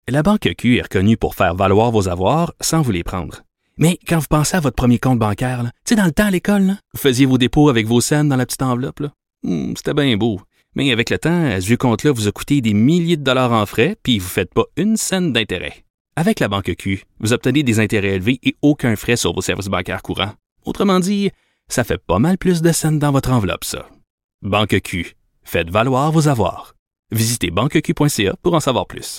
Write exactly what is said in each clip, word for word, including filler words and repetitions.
La Banque Q est reconnue pour faire valoir vos avoirs sans vous les prendre. Mais quand vous pensez à votre premier compte bancaire, tu sais, dans le temps à l'école, là, vous faisiez vos dépôts avec vos scènes dans la petite enveloppe. Là. Hum, c'était bien beau. Mais avec le temps, ce vieux compte-là vous a coûté des milliers de dollars en frais, puis vous ne faites pas une scène d'intérêt. Avec la Banque Q, vous obtenez des intérêts élevés et aucun frais sur vos services bancaires courants. Autrement dit, ça fait pas mal plus de scènes dans votre enveloppe, ça. Banque Q. Faites valoir vos avoirs. Visitez banque q point c a pour en savoir plus.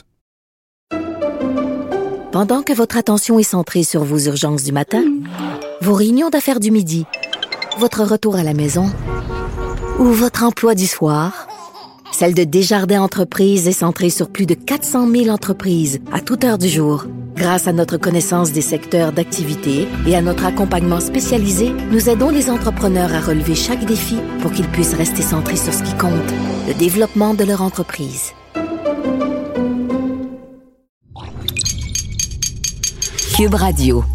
Pendant que votre attention est centrée sur vos urgences du matin, vos réunions d'affaires du midi, votre retour à la maison ou votre emploi du soir, celle de Desjardins Entreprises est centrée sur plus de quatre cent mille entreprises à toute heure du jour. Grâce à notre connaissance des secteurs d'activité et à notre accompagnement spécialisé, nous aidons les entrepreneurs à relever chaque défi pour qu'ils puissent rester centrés sur ce qui compte, le développement de leur entreprise. Cube Radio.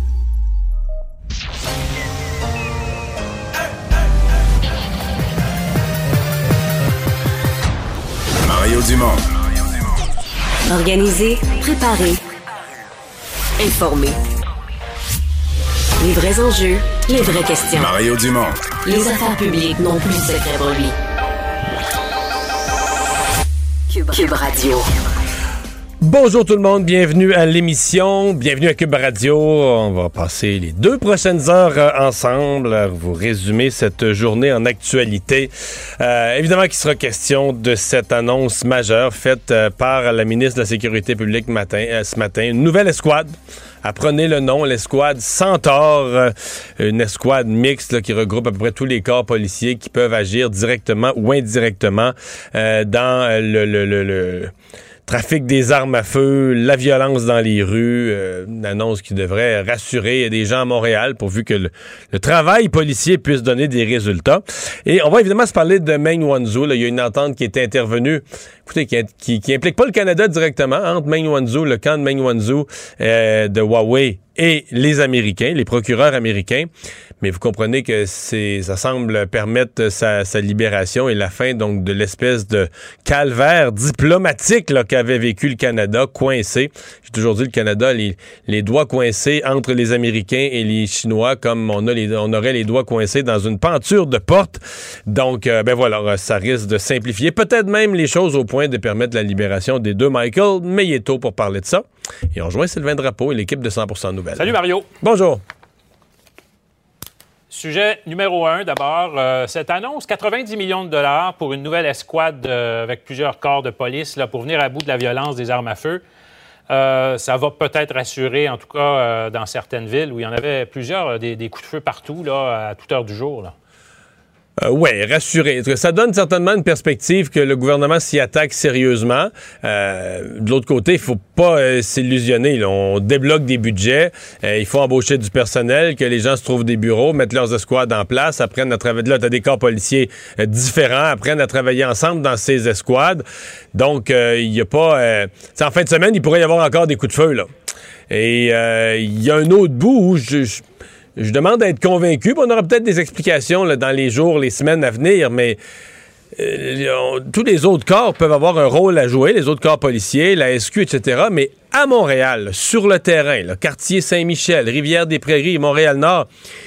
Mario Dumont. Organisé, préparé, informé. Les vrais enjeux, les vraies questions. Mario Dumont. Les affaires publiques n'ont plus de secret pour lui. Cube, Cube Radio. Bonjour tout le monde, bienvenue à l'émission, bienvenue à Cube Radio. On va passer les deux prochaines heures euh, ensemble à vous résumer cette journée en actualité. Euh, évidemment qu'il sera question de cette annonce majeure faite euh, par la ministre de la Sécurité publique matin, euh, ce matin. Une nouvelle escouade. Apprenez le nom, l'escouade Centaure, euh, une escouade mixte là, qui regroupe à peu près tous les corps policiers qui peuvent agir directement ou indirectement euh, dans le... le, le, le trafic des armes à feu, la violence dans les rues, euh, une annonce qui devrait rassurer des gens à Montréal pourvu que le, le travail policier puisse donner des résultats. Et on va évidemment se parler de Meng Wanzhou. Là, il y a une entente qui est intervenue, écoutez, qui, qui, qui implique pas le Canada directement, entre Meng Wanzhou, le camp de Meng Wanzhou euh, de Huawei et les Américains, les procureurs américains. Mais vous comprenez que c'est, ça semble permettre sa, sa libération et la fin donc de l'espèce de calvaire diplomatique là, qu'avait vécu le Canada, coincé. J'ai toujours dit le Canada, les, les doigts coincés entre les Américains et les Chinois, comme on a les, on aurait les doigts coincés dans une penture de porte. Donc, euh, ben voilà, ça risque de simplifier peut-être même les choses au point de permettre la libération des deux Michael, mais il est tôt pour parler de ça. Et on rejoint Sylvain Drapeau et l'équipe de cent pour cent Nouvelles. Salut Mario. Bonjour. Sujet numéro un, d'abord, euh, cette annonce, quatre-vingt-dix millions de dollars pour une nouvelle escouade euh, avec plusieurs corps de police là, pour venir à bout de la violence des armes à feu. Euh, ça va peut-être rassurer, en tout cas, euh, dans certaines villes où il y en avait plusieurs, euh, des, des coups de feu partout, là, à toute heure du jour, là. Euh, oui, rassuré. Ça donne certainement une perspective que le gouvernement s'y attaque sérieusement. Euh, de l'autre côté, il faut pas euh, s'illusionner. Là. On débloque des budgets, euh, il faut embaucher du personnel, que les gens se trouvent des bureaux, mettre leurs escouades en place, apprennent à travailler. Là, tu as des corps policiers euh, différents, apprennent à travailler ensemble dans ces escouades. Donc, il euh, n'y a pas... Euh, en fin de semaine, il pourrait y avoir encore des coups de feu, là. Et il euh, y a un autre bout où je... je Je demande à être convaincu, puis on aura peut-être des explications là, dans les jours, les semaines à venir, mais euh, on, tous les autres corps peuvent avoir un rôle à jouer, les autres corps policiers, la S Q, et cetera. Mais à Montréal, sur le terrain, là, quartier Saint-Michel, Rivière-des-Prairies, Montréal-Nord,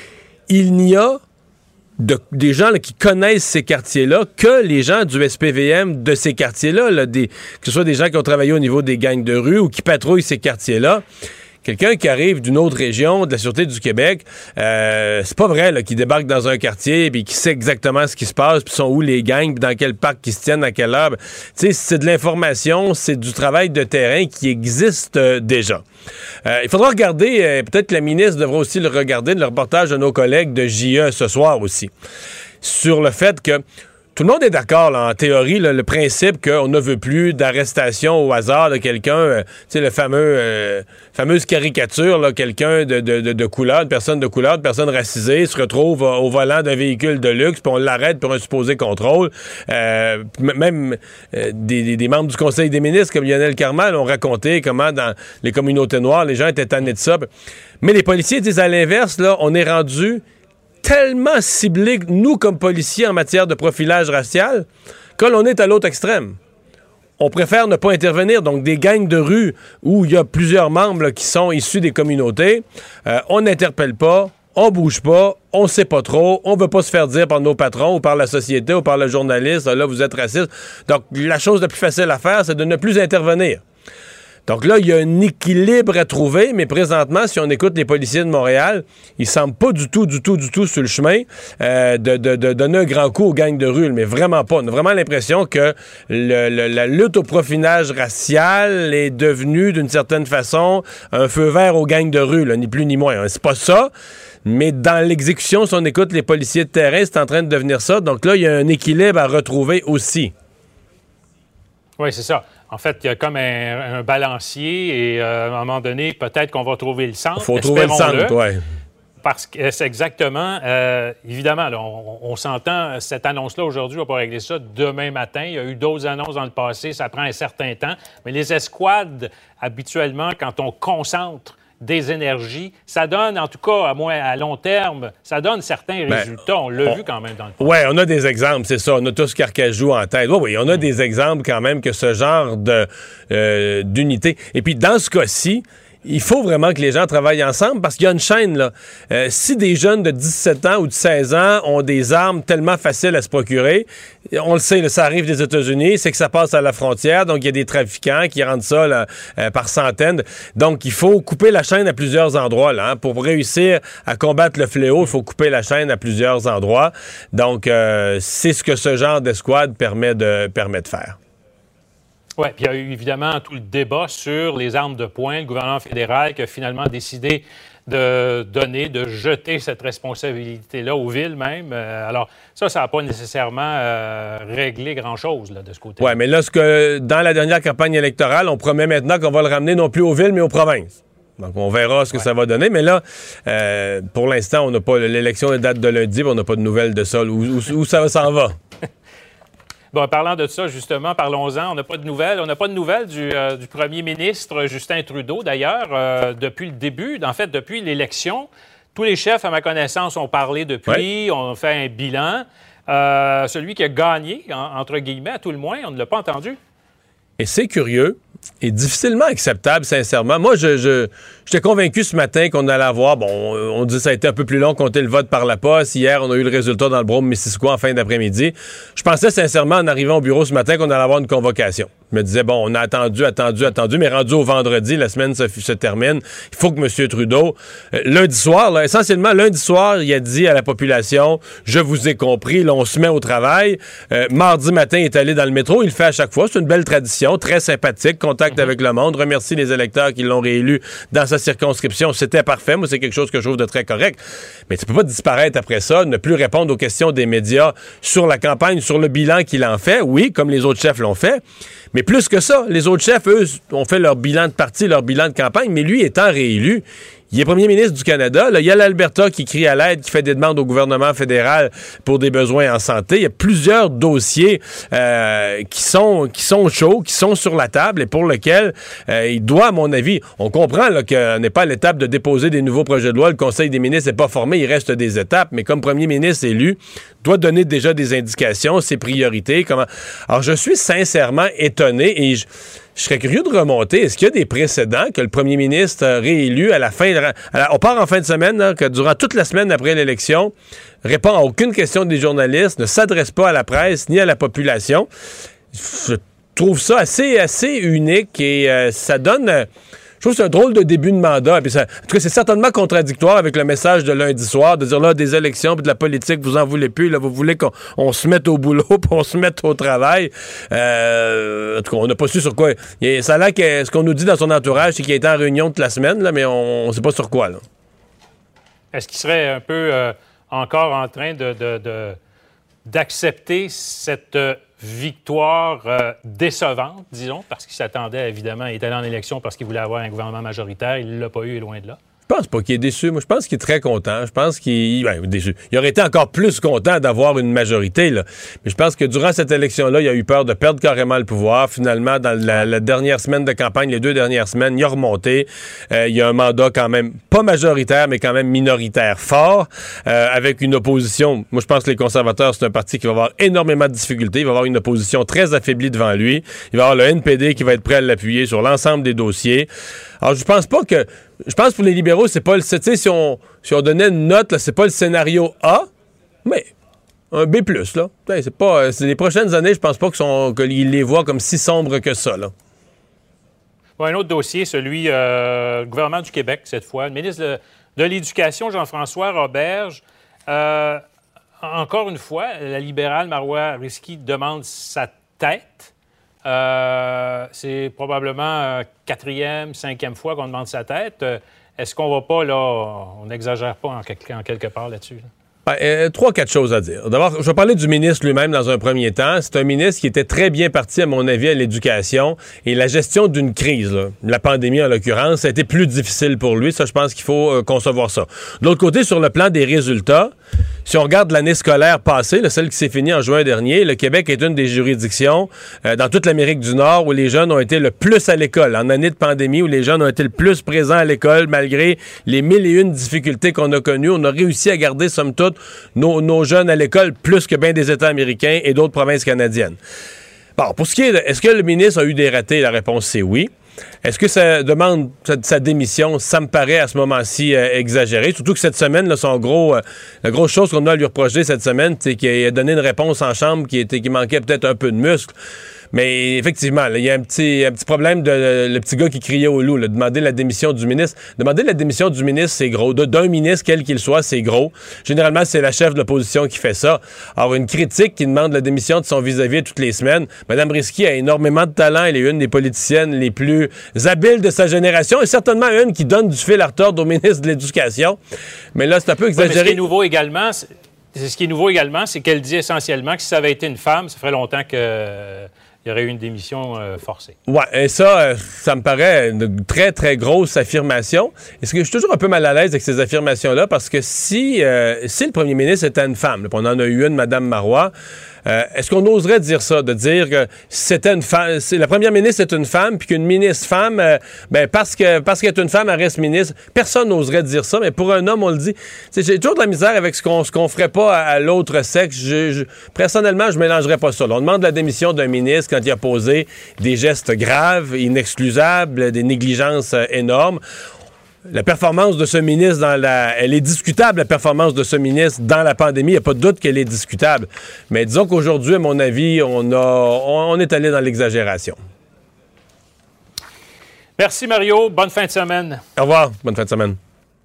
il n'y a de, des gens là, qui connaissent ces quartiers-là que les gens du S P V M de ces quartiers-là, là, des, que ce soit des gens qui ont travaillé au niveau des gangs de rue ou qui patrouillent ces quartiers-là. Quelqu'un qui arrive d'une autre région, de la Sûreté du Québec, euh, c'est pas vrai là, qu'il débarque dans un quartier puis qu'il sait exactement ce qui se passe, puis sont où les gangs, puis dans quel parc ils se tiennent, à quelle heure. Tu sais, c'est de l'information, c'est du travail de terrain qui existe euh, déjà. Euh, il faudra regarder, euh, peut-être que la ministre devra aussi le regarder, le reportage de nos collègues de J E ce soir aussi, sur le fait que tout le monde est d'accord, là, en théorie, là, le principe qu'on ne veut plus d'arrestation au hasard de quelqu'un, euh, tu sais, le fameux, euh, fameuse caricature, là, quelqu'un de, de, de, de couleur, une personne de couleur, une personne racisée, se retrouve euh, au volant d'un véhicule de luxe, puis on l'arrête pour un supposé contrôle. Euh, même euh, des, des, des membres du Conseil des ministres, comme Lionel Carman, ont raconté comment dans les communautés noires, les gens étaient tannés de ça. Mais les policiers disent à l'inverse, là, on est rendu tellement ciblés, nous, comme policiers, en matière de profilage racial, que l'on est à l'autre extrême. on préfère ne pas intervenir. Donc, des gangs de rue où il y a plusieurs membres là, qui sont issus des communautés, euh, on n'interpelle pas, on bouge pas, on sait pas trop, on veut pas se faire dire par nos patrons ou par la société ou par le journaliste, là, vous êtes raciste. Donc, la chose la plus facile à faire, c'est de ne plus intervenir. Donc là, il y a un équilibre à trouver, mais présentement, si on écoute les policiers de Montréal, ils semblent pas du tout, du tout, du tout sur le chemin euh, de, de, de donner un grand coup aux gangs de rue, mais vraiment pas. On a vraiment l'impression que le, le, la lutte au profinage racial est devenue, d'une certaine façon, un feu vert aux gangs de rue, là, ni plus ni moins. C'est pas ça, mais dans l'exécution, si on écoute les policiers de terrain, c'est en train de devenir ça. Donc là, il y a un équilibre à retrouver aussi. Oui, c'est ça. En fait, il y a comme un, un balancier et euh, à un moment donné, peut-être qu'on va trouver le centre. Il faut trouver le centre, oui. Parce que c'est exactement, euh, évidemment, là, on, on s'entend, cette annonce-là aujourd'hui, on va pas régler ça demain matin. Il y a eu d'autres annonces dans le passé, ça prend un certain temps. Mais les escouades, habituellement, quand on concentre des énergies, ça donne, en tout cas, à moins à long terme, ça donne certains ben, résultats. On l'a on, vu quand même dans le passé. Oui, on a des exemples, c'est ça. On a tous Carcajou en tête. Oui, oui, on a mm. des exemples quand même que ce genre de, euh, d'unité. Et puis, dans ce cas-ci, il faut vraiment que les gens travaillent ensemble parce qu'il y a une chaîne, là. Euh, si des jeunes de dix-sept ans ou de seize ans ont des armes tellement faciles à se procurer, on le sait, là, ça arrive des États-Unis, c'est que ça passe à la frontière, donc il y a des trafiquants qui rendent ça là, euh, par centaines. Donc, il faut couper la chaîne à plusieurs endroits, là. Hein. Pour réussir à combattre le fléau, il faut couper la chaîne à plusieurs endroits. Donc, euh, c'est ce que ce genre d'escouade permet de, permet de faire. Oui, puis il y a eu évidemment tout le débat sur les armes de poing. Le gouvernement fédéral qui a finalement décidé de donner, de jeter cette responsabilité-là aux villes même. Euh, alors, ça, ça n'a pas nécessairement euh, réglé grand-chose là, de ce côté-là. Oui, mais là, ce que, dans la dernière campagne électorale, on promet maintenant qu'on va le ramener non plus aux villes, mais aux provinces. Donc, on verra ce que ouais. ça va donner. Mais là, euh, pour l'instant, on n'a pas l'élection date de lundi, on n'a pas de nouvelles de ça. Où, où, où ça s'en va? Bon, parlant de ça, justement, parlons-en. On n'a pas de nouvelles. On n'a pas de nouvelles du, euh, du premier ministre Justin Trudeau, d'ailleurs, euh, depuis le début. En fait, depuis l'élection, tous les chefs, à ma connaissance, ont parlé depuis, ouais. ont fait un bilan. Euh, celui qui a gagné, en, entre guillemets, à tout le moins, on ne l'a pas entendu. Et c'est curieux et difficilement acceptable, sincèrement. Moi, je, je, j'étais convaincu ce matin qu'on allait avoir, bon, on, on dit que ça a été un peu plus long, compter le vote par la poste. Hier, on a eu le résultat dans le Brome-Missisquoi en fin d'après-midi. Je pensais sincèrement, en arrivant au bureau ce matin, qu'on allait avoir une convocation. Je me disais, bon, on a attendu, attendu, attendu, mais rendu au vendredi, la semaine se, se termine. Il faut que M. Trudeau, euh, lundi soir, là, essentiellement, lundi soir, il a dit à la population, je vous ai compris, là, on se met au travail. Euh, mardi matin, il est allé dans le métro, il le fait à chaque fois. C'est une belle tradition, très sympathique, contact mm-hmm. avec le monde, remercie les électeurs qui l'ont réélu dans sa circonscription. C'était parfait. Moi, c'est quelque chose que je trouve de très correct. Mais tu peux pas disparaître après ça, ne plus répondre aux questions des médias sur la campagne, sur le bilan qu'il en fait. Oui, comme les autres chefs l'ont fait. Mais plus que ça, les autres chefs, eux, ont fait leur bilan de parti, leur bilan de campagne, mais lui, étant réélu, il est premier ministre du Canada. Là, il y a l'Alberta qui crie à l'aide, qui fait des demandes au gouvernement fédéral pour des besoins en santé. Il y a plusieurs dossiers euh, qui sont qui sont chauds, qui sont sur la table et pour lesquels euh, il doit, à mon avis, on comprend là, qu'on n'est pas à l'étape de déposer des nouveaux projets de loi. Le Conseil des ministres n'est pas formé, il reste des étapes. Mais comme premier ministre élu, doit donner déjà des indications, ses priorités. Comment. Alors, je suis sincèrement étonné et je... Je serais curieux de remonter. Est-ce qu'il y a des précédents que le premier ministre réélu à la fin... De la, à la, on part en fin de semaine, là, que durant toute la semaine après l'élection, répond à aucune question des journalistes, ne s'adresse pas à la presse ni à la population. Je trouve ça assez, assez unique et euh, ça donne... Euh, Je trouve que c'est un drôle de début de mandat. Puis ça, en tout cas, c'est certainement contradictoire avec le message de lundi soir, de dire là, des élections puis de la politique, vous en voulez plus. Là, vous voulez qu'on on se mette au boulot puis on se mette au travail. Euh, en tout cas, on n'a pas su sur quoi. Il, ça a l'air que ce qu'on nous dit dans son entourage, c'est qu'il a été en réunion toute la semaine, là, mais on ne sait pas sur quoi. Là. Est-ce qu'il serait un peu euh, encore en train de, de, de, d'accepter cette... Euh, victoire euh, décevante, disons, parce qu'il s'attendait, évidemment, il est allé en élection parce qu'il voulait avoir un gouvernement majoritaire. Il ne l'a pas eu, et loin de là. pense pas qu'il est déçu. Moi, je pense qu'il est très content. Je pense qu'il ben, déçu. Il aurait été encore plus content d'avoir une majorité, là. Mais je pense que durant cette élection-là, il a eu peur de perdre carrément le pouvoir. Finalement, dans la, la dernière semaine de campagne, les deux dernières semaines, il a remonté. Euh, il y a un mandat quand même pas majoritaire, mais quand même minoritaire fort, euh, avec une opposition. Moi, je pense que les conservateurs, c'est un parti qui va avoir énormément de difficultés. Il va avoir une opposition très affaiblie devant lui. Il va avoir le N P D qui va être prêt à l'appuyer sur l'ensemble des dossiers. Alors, je pense pas que... Je pense que pour les libéraux, c'est pas le... Tu sais, si on, si on donnait une note, là, c'est pas le scénario A, mais un B plus, là. C'est pas... C'est les prochaines années, je pense pas qu'ils les voient comme si sombres que ça, là. Bon, un autre dossier, celui euh, du gouvernement du Québec, cette fois. Le ministre de, de l'Éducation, Jean-François Roberge. Euh, encore une fois, la libérale Marois Risky demande sa tête. Euh, c'est probablement euh, quatrième, cinquième fois qu'on demande sa tête. Euh, est-ce qu'on va pas, là, on n'exagère pas en quelque, en quelque part là-dessus? Là? Ben, euh, trois, quatre choses à dire. D'abord, je vais parler du ministre lui-même dans un premier temps. C'est un ministre qui était très bien parti, à mon avis, à l'éducation. Et la gestion d'une crise, là, la pandémie en l'occurrence, ça a été plus difficile pour lui. Ça, je pense qu'il faut euh, concevoir ça. De l'autre côté, sur le plan des résultats, si on regarde l'année scolaire passée, là, celle qui s'est finie en juin dernier, le Québec est une des juridictions euh, dans toute l'Amérique du Nord où les jeunes ont été le plus à l'école. En année de pandémie, où les jeunes ont été le plus présents à l'école, malgré les mille et une difficultés qu'on a connues. On a réussi à garder, somme toute, Nos, nos jeunes à l'école plus que bien des États américains et d'autres provinces canadiennes. Bon, pour ce qui est de, est-ce que le ministre a eu des ratés? La réponse, c'est oui. Est-ce que ça demande sa, sa démission? Ça me paraît à ce moment-ci euh, exagéré. Surtout que cette semaine, là, son gros, euh, la grosse chose qu'on a à lui reprocher cette semaine, c'est qu'il a donné une réponse en chambre qui, était, qui manquait peut-être un peu de muscle. Mais effectivement, il y a un petit, un petit problème de le, le petit gars qui criait au loup, là, demander la démission du ministre. Demander la démission du ministre, c'est gros. De, d'un ministre, quel qu'il soit, c'est gros. Généralement, c'est la chef de l'opposition qui fait ça. Alors, une critique qui demande la démission de son vis-à-vis toutes les semaines. Mme Risky a énormément de talent. Elle est une des politiciennes les plus habiles de sa génération et certainement une qui donne du fil à retordre au ministre de l'Éducation. Mais là, c'est un peu exagéré. Oui, mais ce qui est nouveau également, c'est, c'est ce qui est nouveau également, c'est qu'elle dit essentiellement que si ça avait été une femme, ça ferait longtemps que... il y aurait eu une démission euh, forcée. Ouais, et ça, euh, ça me paraît une très, très grosse affirmation. Est-ce que je suis toujours un peu mal à l'aise avec ces affirmations-là, parce que si, euh, si le premier ministre était une femme, là, on en a eu une, Mme Marois, euh, est-ce qu'on oserait dire ça, de dire que c'était une femme, si la première ministre est une femme, puis qu'une ministre femme, euh, ben parce que parce qu'elle est une femme, elle reste ministre. Personne n'oserait dire ça, mais pour un homme, on le dit. T'sais, j'ai toujours de la misère avec ce qu'on ce qu'on ferait pas à, à l'autre sexe. Je, je, personnellement, je mélangerais pas ça. Là, on demande la démission d'un ministre quand il a posé des gestes graves, inexcusables, des négligences euh, énormes. La performance de ce ministre dans la... Elle est discutable, la performance de ce ministre dans la pandémie. Il n'y a pas de doute qu'elle est discutable. Mais disons qu'aujourd'hui, à mon avis, on, a... on est allé dans l'exagération. Merci, Mario. Bonne fin de semaine. Au revoir. Bonne fin de semaine.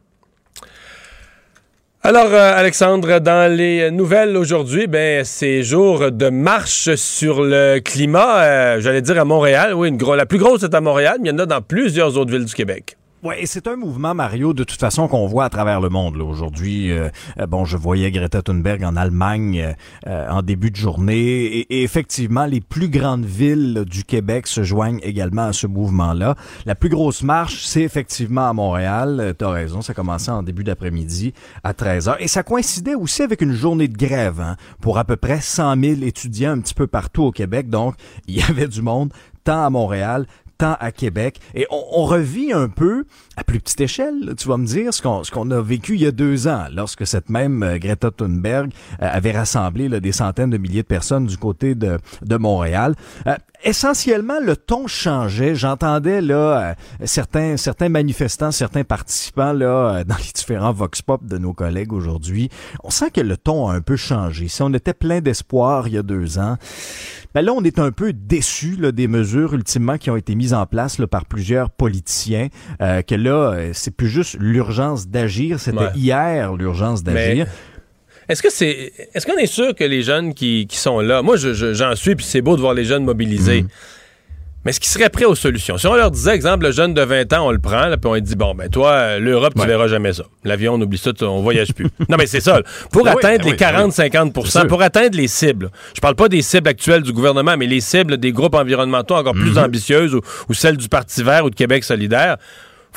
Alors, euh, Alexandre, dans les nouvelles aujourd'hui, ben, c'est jour de marche sur le climat. Euh, j'allais dire à Montréal. Oui, une gro... la plus grosse est à Montréal, mais il y en a dans plusieurs autres villes du Québec. Oui, c'est un mouvement, Mario, de toute façon, qu'on voit à travers le monde. Là. Aujourd'hui, euh, bon, je voyais Greta Thunberg en Allemagne euh, en début de journée. Et, et effectivement, les plus grandes villes là, du Québec se joignent également à ce mouvement-là. La plus grosse marche, c'est effectivement à Montréal. Euh, t'as raison, ça commençait en début d'après-midi à treize heures. Et ça coïncidait aussi avec une journée de grève hein, pour à peu près cent mille étudiants un petit peu partout au Québec. Donc, il y avait du monde, tant à Montréal, tant à Québec. Et on, on revit un peu, à plus petite échelle, tu vas me dire, ce qu'on, ce qu'on a vécu il y a deux ans, lorsque cette même euh, Greta Thunberg euh, avait rassemblé là, des centaines de milliers de personnes du côté de, de Montréal. Euh, essentiellement, le ton changeait. J'entendais là euh, certains certains manifestants, certains participants là euh, dans les différents vox pop de nos collègues aujourd'hui. On sent que le ton a un peu changé. Si on était plein d'espoir il y a deux ans, ben là, on est un peu déçus là, des mesures ultimement qui ont été mises en place là, par plusieurs politiciens, euh, que là, c'est plus juste l'urgence d'agir, c'était ouais. hier l'urgence d'agir. Mais... Est-ce que c'est, est-ce qu'on est sûr que les jeunes qui, qui sont là, moi je, je, j'en suis, puis c'est beau de voir les jeunes mobilisés, mmh. mais est-ce qu'ils seraient prêts aux solutions? Si on leur disait, exemple, le jeune de vingt ans, on le prend, là, puis on lui dit, bon, ben toi, l'Europe, tu ouais. verras jamais ça. L'avion, on oublie ça, on voyage plus. Non, mais c'est ça. Là. Pour ben atteindre oui, les ben quarante à cinquante pour cent, oui. pour atteindre les cibles, je parle pas des cibles actuelles du gouvernement, mais les cibles des groupes environnementaux encore mmh. plus ambitieuses, ou, ou celles du Parti vert ou de Québec solidaire,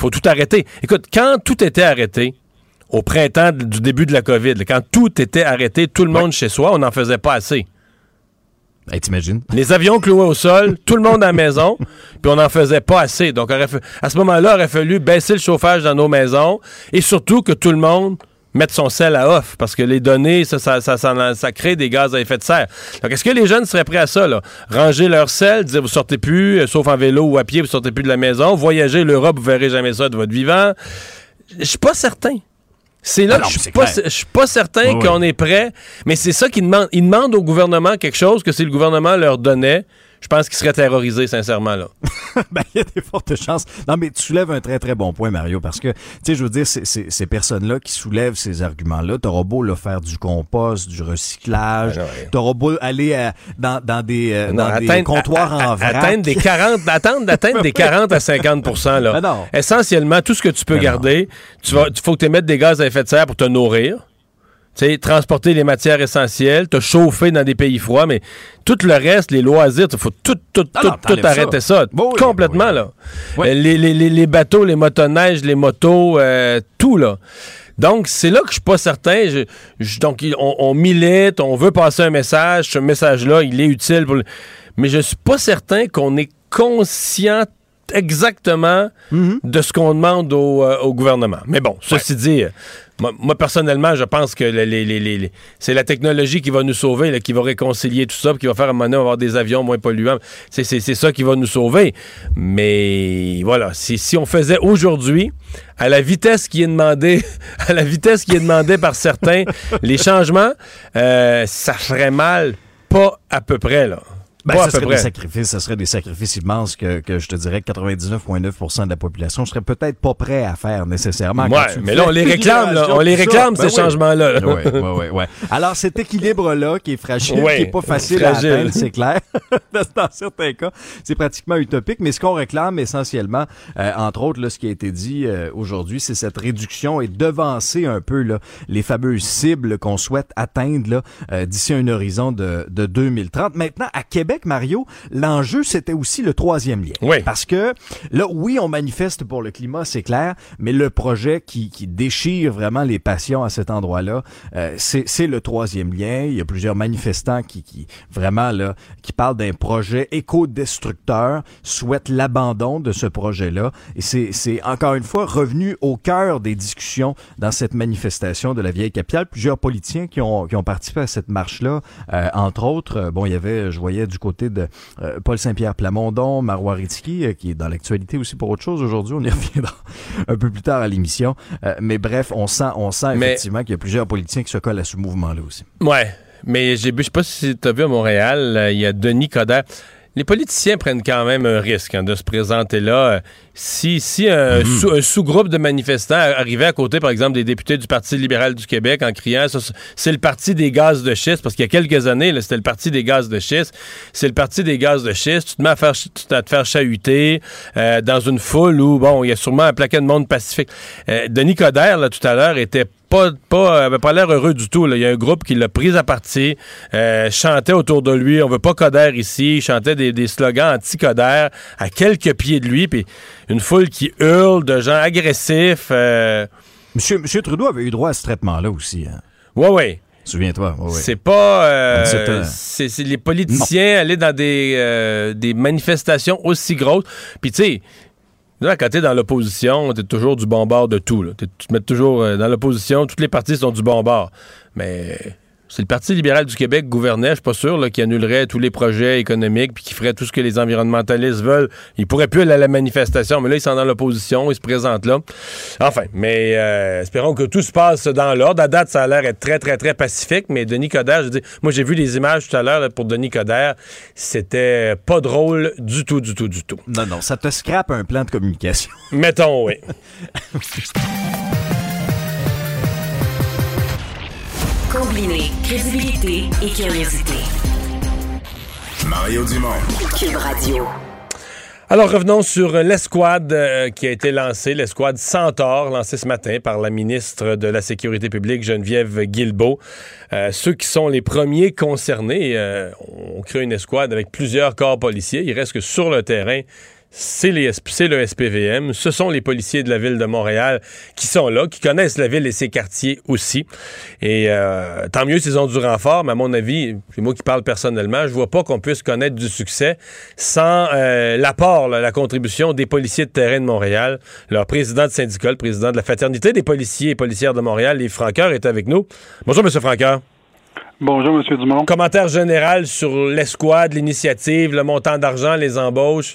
faut tout arrêter. Écoute, quand tout était arrêté, au printemps du début de la COVID, là, quand tout était arrêté, tout le monde ouais. chez soi, on n'en faisait pas assez. Hey, t'imagines? Les avions cloués au sol, tout le monde à la maison, puis on n'en faisait pas assez. Donc, aurait fait, à ce moment-là, il aurait fallu baisser le chauffage dans nos maisons et surtout que tout le monde mette son sel à off, parce que les données, ça, ça, ça, ça, ça crée des gaz à effet de serre. Donc, est-ce que les jeunes seraient prêts à ça, là? Ranger leur sel, dire vous sortez plus, sauf en vélo ou à pied, vous sortez plus de la maison. Voyager l'Europe, vous verrez jamais ça de votre vivant. Je suis pas certain. C'est là ah non, que je suis pas, je suis pas certain oui, qu'on oui. est prêt, mais c'est ça qu'ils demandent. Ils demandent au gouvernement quelque chose que si le gouvernement leur donnait, je pense qu'ils seraient terrorisés, sincèrement, là. Ben, il y a des fortes chances. Non, mais tu soulèves un très, très bon point, Mario, parce que, tu sais, je veux dire, c'est, c'est, ces personnes-là qui soulèvent ces arguments-là, t'auras beau là, faire du compost, du recyclage, ben ouais. t'auras beau aller à, dans, dans des, euh, dans non, des atteindre, comptoirs à, à, en vrac. Atteindre des quarante, attendre, d'atteindre des quarante à cinquante pour cent, là. Ben non. Essentiellement, tout ce que tu peux ben garder, tu vas, il faut que tu émettes des gaz à effet de serre pour te nourrir. Tu sais, transporter les matières essentielles, te chauffer dans des pays froids, mais tout le reste, les loisirs, il faut tout, tout, ah tout, non, tout arrêter ça. ça. Bon, complètement, oui, oui. là. Oui. Euh, les, les, les bateaux, les motoneiges, les motos, euh, tout, là. Donc, c'est là que je suis pas certain. Je, je, donc, on, on milite, on veut passer un message. Ce message-là, il est utile pour le... Mais je suis pas certain qu'on est conscient exactement mm-hmm. de ce qu'on demande au, euh, au gouvernement. Mais bon, ceci ouais. dit... Moi, moi, personnellement, je pense que les, les, les, les, c'est la technologie qui va nous sauver, là, qui va réconcilier tout ça, puis qui va faire à un moment donné, on va avoir des avions moins polluants. C'est, c'est, c'est ça qui va nous sauver. Mais voilà, si, si on faisait aujourd'hui, à la vitesse qui est demandée, à la vitesse qui est demandée par certains, les changements, euh, ça ferait mal, pas à peu près, là. Ben, ça serait des sacrifices, ça serait des sacrifices immenses que, que je te dirais que quatre-vingt-dix-neuf virgule neuf pour cent de la population serait peut-être pas prêt à faire nécessairement. Ouais, mais là, on les réclame, là. On les réclame, ces ben changements-là. Oui, oui, oui, oui. Alors, cet équilibre-là, qui est fragile, ouais, qui est pas facile fragile. à atteindre, c'est clair. Dans certains cas, c'est pratiquement utopique. Mais ce qu'on réclame essentiellement, euh, entre autres, là, ce qui a été dit euh, aujourd'hui, c'est cette réduction et devancer un peu là, les fameuses cibles qu'on souhaite atteindre là, euh, d'ici un horizon de, de deux mille trente. Maintenant, à Québec, Mario, l'enjeu, c'était aussi le troisième lien. Oui. Parce que, là, oui, on manifeste pour le climat, c'est clair, mais le projet qui, qui déchire vraiment les passions à cet endroit-là, euh, c'est, c'est le troisième lien. Il y a plusieurs manifestants qui, qui vraiment, là, qui parlent d'un projet éco-destructeur, souhaitent l'abandon de ce projet-là. Et c'est, c'est, encore une fois, revenu au cœur des discussions dans cette manifestation de la vieille capitale. Plusieurs politiciens qui ont, qui ont participé à cette marche-là, euh, entre autres, euh, bon, il y avait, je voyais du côté de euh, Paul Saint-Pierre Plamondon, Marois Risky, euh, qui est dans l'actualité aussi pour autre chose aujourd'hui. On y reviendra un peu plus tard à l'émission. Euh, mais bref, on sent, on sent mais, effectivement qu'il y a plusieurs politiciens qui se collent à ce mouvement-là aussi. Ouais, mais j'ai, je sais pas si tu as vu à Montréal, euh, il y a Denis Coderre. Les politiciens prennent quand même un risque hein, de se présenter là. Si, si un, mmh. sous, un sous-groupe de manifestants arrivait à côté, par exemple, des députés du Parti libéral du Québec en criant ça, « c'est le parti des gaz de schiste », parce qu'il y a quelques années, là, c'était le parti des gaz de schiste, c'est le parti des gaz de schiste, tu te mets à, faire, tu à te faire chahuter euh, dans une foule où, bon, il y a sûrement un plaquet de monde pacifique. Euh, Denis Coderre, là, tout à l'heure, était pas, pas, avait pas l'air heureux du tout. Là. Il y a un groupe qui l'a pris à partie, euh, chantait autour de lui, on veut pas Coderre ici, il chantait des, des slogans anti-Coderre à quelques pieds de lui, puis une foule qui hurle, de gens agressifs. Euh... Monsieur, Monsieur Trudeau avait eu droit à ce traitement-là aussi. Hein? Oui, oui. Souviens-toi. Ouais, ouais. C'est pas... Euh, c'est, c'est les politiciens non. aller dans des, euh, des manifestations aussi grosses. Puis tu sais... Là, quand t'es dans l'opposition, t'es toujours du bon bord de tout. Là. Tu te mets toujours euh, dans l'opposition, toutes les partis sont du bon bord. Mais si le Parti libéral du Québec gouvernait, je suis pas sûr là, qu'il annulerait tous les projets économiques puis qu'il ferait tout ce que les environnementalistes veulent. Ils pourraient plus aller à la manifestation, mais là, ils sont dans l'opposition, ils se présentent là. Enfin, mais euh, espérons que tout se passe dans l'ordre. À date, ça a l'air d'être très, très, très pacifique, mais Denis Coderre, je dis, moi, j'ai vu les images tout à l'heure là, pour Denis Coderre. C'était pas drôle du tout, du tout, du tout. Non, non, ça te scrape un plan de communication. Mettons, oui. Combiner crédibilité et curiosité. Mario Dumont. Cube Radio. Alors, revenons sur l'escouade euh, qui a été lancée, l'escouade Centaure, lancée ce matin par la ministre de la Sécurité publique, Geneviève Guilbeault. Euh, ceux qui sont les premiers concernés, euh, on crée une escouade avec plusieurs corps policiers. Il reste que sur le terrain, c'est, les, c'est le S P V M, ce sont les policiers de la Ville de Montréal qui sont là, qui connaissent la ville et ses quartiers aussi. Et euh, tant mieux s'ils ont du renfort, mais à mon avis, c'est moi qui parle personnellement, je vois pas qu'on puisse connaître du succès sans euh, l'apport, là, la contribution des policiers de terrain de Montréal. Leur président de syndicat, le président de la Fraternité des policiers et policières de Montréal, Yves Francoeur, est avec nous. Bonjour, M. Francoeur. Bonjour, M. Dumont. Commentaire général sur l'escouade, l'initiative, le montant d'argent, les embauches.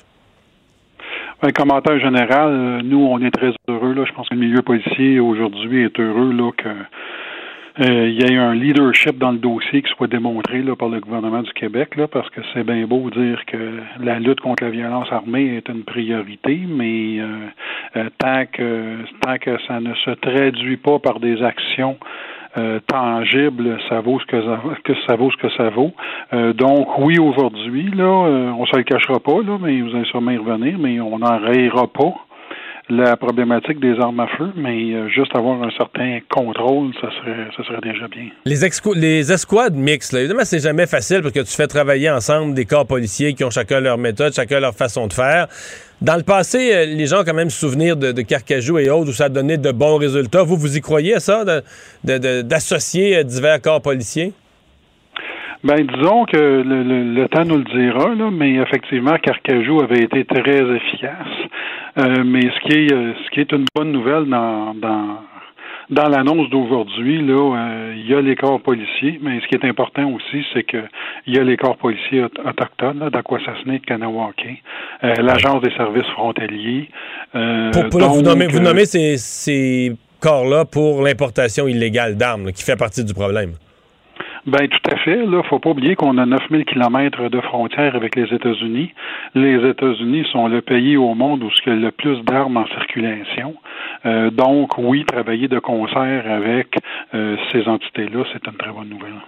Un commentaire général, nous, on est très heureux. Là. Je pense que le milieu policier, aujourd'hui, est heureux là, que euh, il y ait un leadership dans le dossier qui soit démontré là, par le gouvernement du Québec, là, parce que c'est bien beau dire que la lutte contre la violence armée est une priorité, mais euh, euh, tant que tant que ça ne se traduit pas par des actions Euh, tangible, ça vaut ce que ça, que ça vaut ce que ça vaut. Euh, donc oui, aujourd'hui, là, euh, on se le cachera pas, là, mais vous allez sûrement y revenir, mais on n'en rayera pas la problématique des armes à feu, mais euh, juste avoir un certain contrôle, ça serait ça serait déjà bien. Les, exco- les escouades mixtes, là, évidemment, c'est jamais facile parce que tu fais travailler ensemble des corps policiers qui ont chacun leur méthode, chacun leur façon de faire. Dans le passé, les gens ont quand même souvenir de, de Carcajou et autres où ça a donné de bons résultats. Vous, vous y croyez à ça, de, de, de, d'associer divers corps policiers? Ben, disons que le, le, le temps nous le dira, là, mais effectivement, Carcajou avait été très efficace. Euh, mais ce qui est ce qui est une bonne nouvelle dans dans Dans l'annonce d'aujourd'hui, là, euh, il y a les corps policiers, mais ce qui est important aussi, c'est que il y a les corps policiers aut- autochtones, là, d'Akwesasne, de Kanawake, euh, l'Agence des services frontaliers. Euh, pour, pour, là, donc, vous nommez, vous euh, nommez ces, ces corps-là pour l'importation illégale d'armes, là, qui fait partie du problème. Ben tout à fait. Là, faut pas oublier qu'on a neuf mille kilomètres de frontières avec les États-Unis. Les États-Unis sont le pays au monde où il y a le plus d'armes en circulation. Euh, donc, oui, travailler de concert avec euh, ces entités-là, c'est une très bonne nouvelle.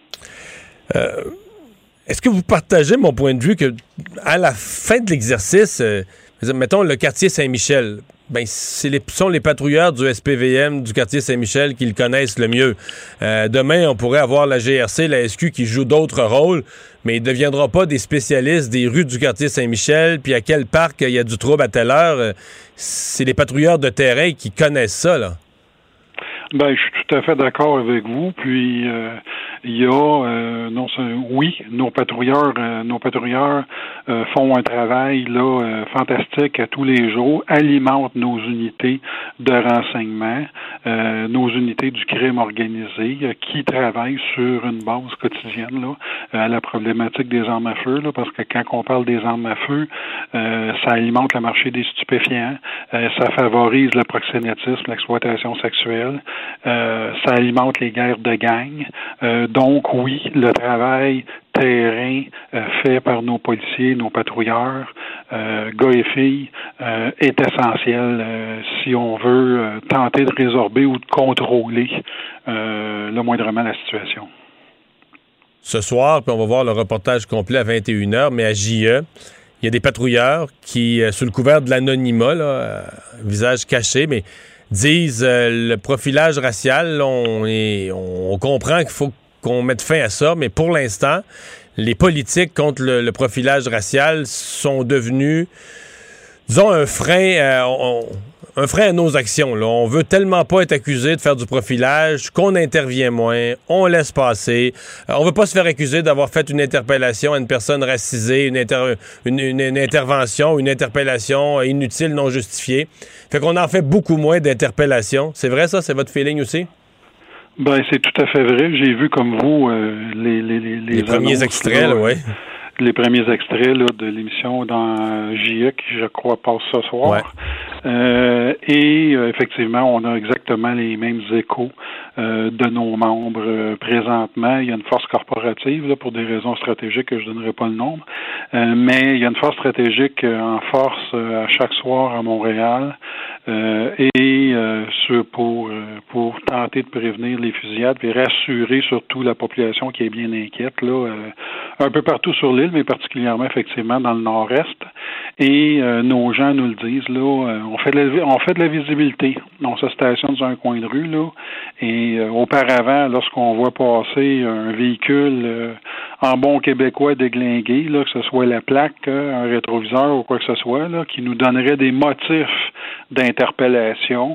Euh, est-ce que vous partagez mon point de vue que à la fin de l'exercice, euh, mettons le quartier Saint-Michel, ben c'est les, sont les patrouilleurs du S P V M du quartier Saint-Michel qui le connaissent le mieux. Euh, demain, on pourrait avoir la G R C, la S Q qui jouent d'autres rôles, mais ils ne deviendront pas des spécialistes des rues du quartier Saint-Michel, puis à quel parc il y a du trouble à telle heure. C'est les patrouilleurs de terrain qui connaissent ça, là. Ben, je suis tout à fait d'accord avec vous. Puis euh, il y a euh, non, oui, nos patrouilleurs, euh, nos patrouilleurs euh, font un travail là euh, fantastique à tous les jours, alimentent nos unités de renseignement, euh, nos unités du crime organisé, euh, qui travaillent sur une base quotidienne là à la problématique des armes à feu, là, parce que quand on parle des armes à feu, euh, ça alimente le marché des stupéfiants, euh, ça favorise le proxénétisme, l'exploitation sexuelle. Euh, ça alimente les guerres de gang. Euh, donc oui, le travail terrain euh, fait par nos policiers, nos patrouilleurs, euh, gars et filles, euh, est essentiel euh, si on veut euh, tenter de résorber ou de contrôler euh, le moindrement la situation. Ce soir, puis on va voir le reportage complet à vingt et une heures, mais à J E, il y a des patrouilleurs qui, euh, sous le couvert de l'anonymat, là, euh, visage caché, mais disent euh, le profilage racial, là, on, est, on comprend qu'il faut qu'on mette fin à ça, mais pour l'instant, les politiques contre le, le profilage racial sont devenus, disons, un frein, euh, on, un frein à nos actions. Là. On veut tellement pas être accusé de faire du profilage qu'on intervient moins, on laisse passer. Euh, on veut pas se faire accuser d'avoir fait une interpellation à une personne racisée, une, inter- une, une, une intervention, une interpellation inutile, non justifiée. Fait qu'on en fait beaucoup moins d'interpellations. C'est vrai ça? C'est votre feeling aussi? Ben c'est tout à fait vrai. J'ai vu comme vous euh, les, les, les, les, les premiers annonces, extraits, là, oui. Les premiers extraits là, de l'émission dans J E qui, je crois, passe ce soir. Ouais. Euh, et euh, effectivement, on a exactement les mêmes échos euh, de nos membres euh, présentement. Il y a une force corporative, là, pour des raisons stratégiques que je ne donnerai pas le nombre, euh, mais il y a une force stratégique euh, en force euh, à chaque soir à Montréal. euh, et euh, ce pour euh, pour tenter de prévenir les fusillades et rassurer surtout la population qui est bien inquiète là, euh, un peu partout sur l'île, mais particulièrement effectivement dans le nord-est. Et euh, nos gens nous le disent là, euh, on fait de la, on fait de la visibilité. On se stationne dans un coin de rue là, et euh, auparavant, lorsqu'on voit passer un véhicule euh, en bon québécois déglingué, là, que ce soit la plaque, un rétroviseur ou quoi que ce soit, là, qui nous donnerait des motifs d'interpellation.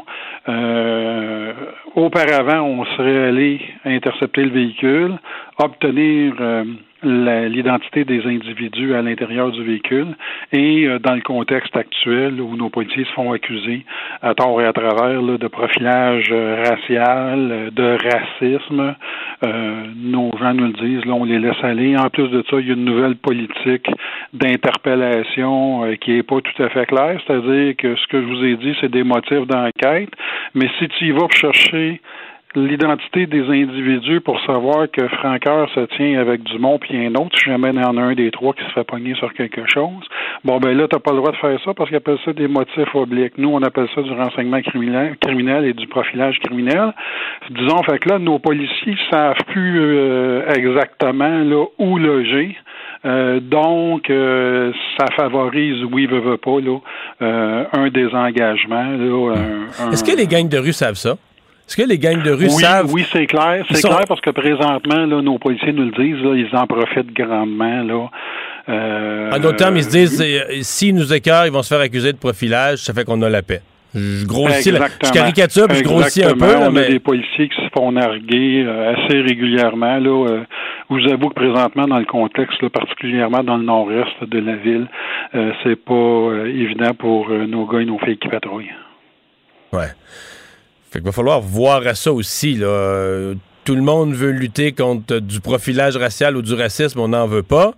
Euh, auparavant, on serait allé intercepter le véhicule, obtenir euh, la, l'identité des individus à l'intérieur du véhicule et euh, dans le contexte actuel où nos policiers se font accuser à tort et à travers là, de profilage euh, racial, euh, de racisme, euh, nos gens nous le disent, là, on les laisse aller. En plus de ça, il y a une nouvelle politique d'interpellation euh, qui est pas tout à fait claire, c'est-à-dire que ce que je vous ai dit, c'est des motifs d'enquête, mais si tu y vas pour chercher l'identité des individus pour savoir que Francoeur se tient avec Dumont puis un autre, si jamais il y en a un des trois qui se fait pogner sur quelque chose, bon ben là, t'as pas le droit de faire ça parce qu'ils appellent ça des motifs obliques. Nous, on appelle ça du renseignement criminel, criminel et du profilage criminel. Disons, fait que là, nos policiers savent plus euh, exactement là où loger. Euh, donc, euh, ça favorise, oui, veut, veut pas, là, euh, un désengagement. Là, un, un... Est-ce que les gangs de rue savent ça? Est-ce que les gangs de rue oui, savent... Oui, c'est clair. C'est sont... clair parce que présentement, là, nos policiers nous le disent, là, ils en profitent grandement. Là. Euh, en d'autres termes, ils se disent, euh, s'ils nous écœurent, ils vont se faire accuser de profilage, ça fait qu'on a la paix. Je grossis, la... je caricature, puis je grossis un peu. Là, on mais... a des policiers qui se font narguer euh, assez régulièrement. Là, euh, je vous avoue que présentement, dans le contexte, là, particulièrement dans le nord-est de la ville, euh, c'est pas euh, évident pour euh, nos gars et nos filles qui patrouillent. Ouais. Fait qu'il va falloir voir à ça aussi. Là. Tout le monde veut lutter contre du profilage racial ou du racisme, on n'en veut pas.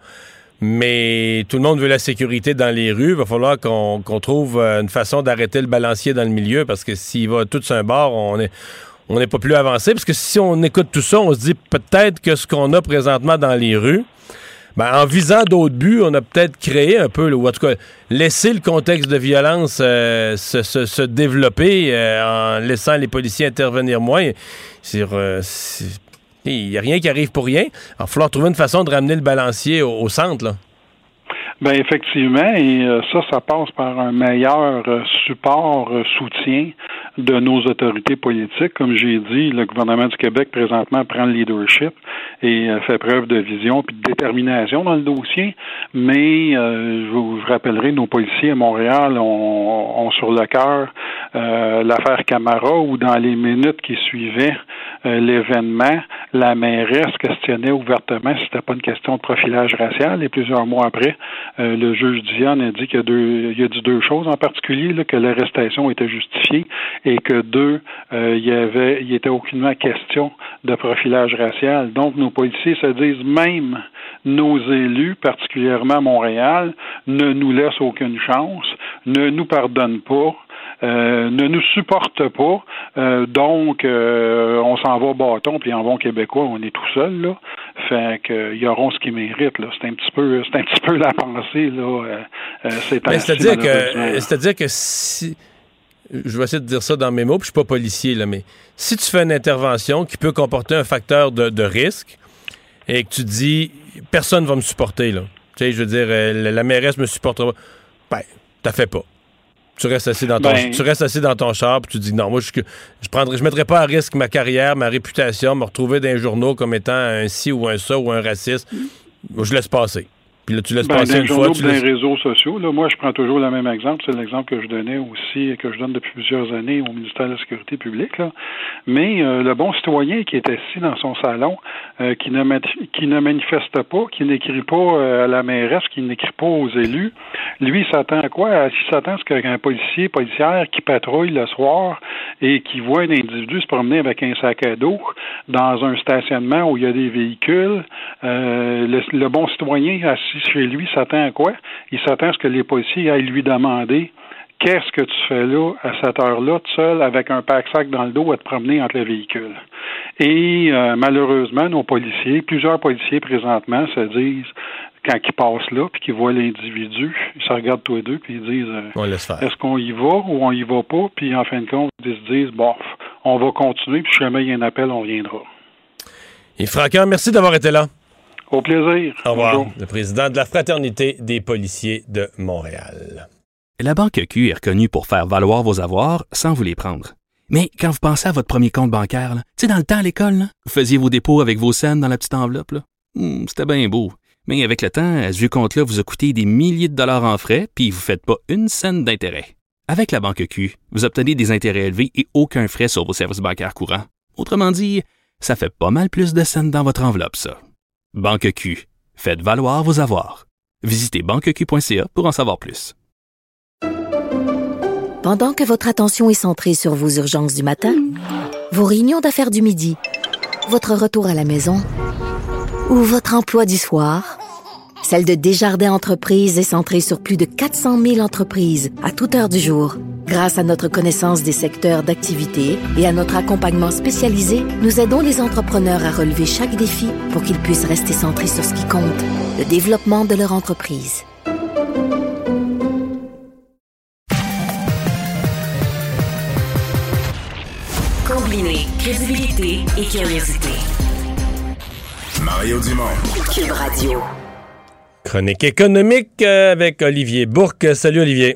Mais tout le monde veut la sécurité dans les rues. Il va falloir qu'on, qu'on trouve une façon d'arrêter le balancier dans le milieu parce que s'il va tout sur un bord, on est, on n'est pas plus avancé. Parce que si on écoute tout ça, on se dit peut-être que ce qu'on a présentement dans les rues, ben, en visant d'autres buts, on a peut-être créé un peu, ou en tout cas, laissé le contexte de violence euh, se, se, se développer euh, en laissant les policiers intervenir moins. C'est, euh, c'est, il n'y a rien qui arrive pour rien. Il va falloir trouver une façon de ramener le balancier au, au centre, là. Ben effectivement, et euh, ça, ça passe par un meilleur euh, support, euh, soutien de nos autorités politiques. Comme j'ai dit, le gouvernement du Québec présentement prend le leadership et euh, fait preuve de vision puis de détermination dans le dossier. Mais euh, je vous je rappellerai, nos policiers à Montréal ont, ont sur le cœur euh, l'affaire Camara, où dans les minutes qui suivaient euh, l'événement, la mairesse questionnait ouvertement si c'était pas une question de profilage racial. Et plusieurs mois après, Euh, le juge Dion a dit qu'il y a, deux, il y a dit deux choses en particulier, là, que l'arrestation était justifiée et que deux, euh, il y avait, il était aucunement question de profilage racial. Donc, nos policiers se disent, même nos élus, particulièrement à Montréal, ne nous laissent aucune chance, ne nous pardonnent pas. Euh, ne nous supporte pas, euh, donc euh, on s'en va au bâton, puis en bon québécois, on est tout seul, là. Fait que ils auront ce qu'ils méritent, là. C'est un petit peu, c'est un petit peu la pensée, là. Euh, euh, c'est Mais c'est-à-dire que, c'est-à-dire que si, je vais essayer de dire ça dans mes mots, puis je suis pas policier, là, mais si tu fais une intervention qui peut comporter un facteur de, de risque et que tu dis personne va me supporter, là. Tu sais, je veux dire, la, la mairesse me supportera pas. Ben, t'as fait pas. Tu restes assis dans ton, ben, tu restes assis dans ton char puis tu dis non, moi je je prendrai, je mettrai pas à risque ma carrière, ma réputation, me retrouver dans les journaux comme étant un ci ou un ça ou un raciste. Je laisse passer. Puis là, tu laisses ben, passer une fois. Tu dans laisses... les réseaux sociaux, là, moi, je prends toujours le même exemple. C'est l'exemple que je donnais aussi, que je donne depuis plusieurs années au ministère de la Sécurité publique. Là. Mais euh, le bon citoyen qui est assis dans son salon, euh, qui, ne mat... qui ne manifeste pas, qui n'écrit pas euh, à la mairesse, qui n'écrit pas aux élus, lui, il s'attend à quoi? Il s'attend à ce qu'un policier, policière qui patrouille le soir et qui voit un individu se promener avec un sac à dos dans un stationnement où il y a des véhicules. Euh, le, le bon citoyen assis chez lui s'attend à quoi? Il s'attend à ce que les policiers aillent lui demander qu'est-ce que tu fais là, à cette heure-là, tout seul, avec un pack-sac dans le dos, à te promener entre les véhicules. Et euh, malheureusement, nos policiers, plusieurs policiers présentement se disent quand ils passent là, puis qu'ils voient l'individu, ils se regardent tous les deux, puis ils disent euh, on laisse faire. Est-ce qu'on y va ou on y va pas? Puis en fin de compte, ils se disent bon, on va continuer, puis si jamais il y a un appel, on reviendra. Yves Franqueur, merci d'avoir été là. Au plaisir. Au revoir. Bonjour. Le président de la Fraternité des policiers de Montréal. La Banque Q est reconnue pour faire valoir vos avoirs sans vous les prendre. Mais quand vous pensez à votre premier compte bancaire, tu sais, dans le temps à l'école, là, vous faisiez vos dépôts avec vos scènes dans la petite enveloppe. Là. Hum, c'était bien beau. Mais avec le temps, ce vieux compte-là vous a coûté des milliers de dollars en frais, puis vous ne faites pas une scène d'intérêt. Avec la Banque Q, vous obtenez des intérêts élevés et aucun frais sur vos services bancaires courants. Autrement dit, ça fait pas mal plus de scènes dans votre enveloppe, ça. Banque Q. Faites valoir vos avoirs. Visitez banque q point c a pour en savoir plus. Pendant que votre attention est centrée sur vos urgences du matin, vos réunions d'affaires du midi, votre retour à la maison ou votre emploi du soir, celle de Desjardins Entreprises est centrée sur plus de quatre cent mille entreprises à toute heure du jour. Grâce à notre connaissance des secteurs d'activité et à notre accompagnement spécialisé, nous aidons les entrepreneurs à relever chaque défi pour qu'ils puissent rester centrés sur ce qui compte, le développement de leur entreprise. Combiner crédibilité et curiosité. Mario Dumont. Cube Radio. Chronique économique avec Olivier Bourque. Salut Olivier.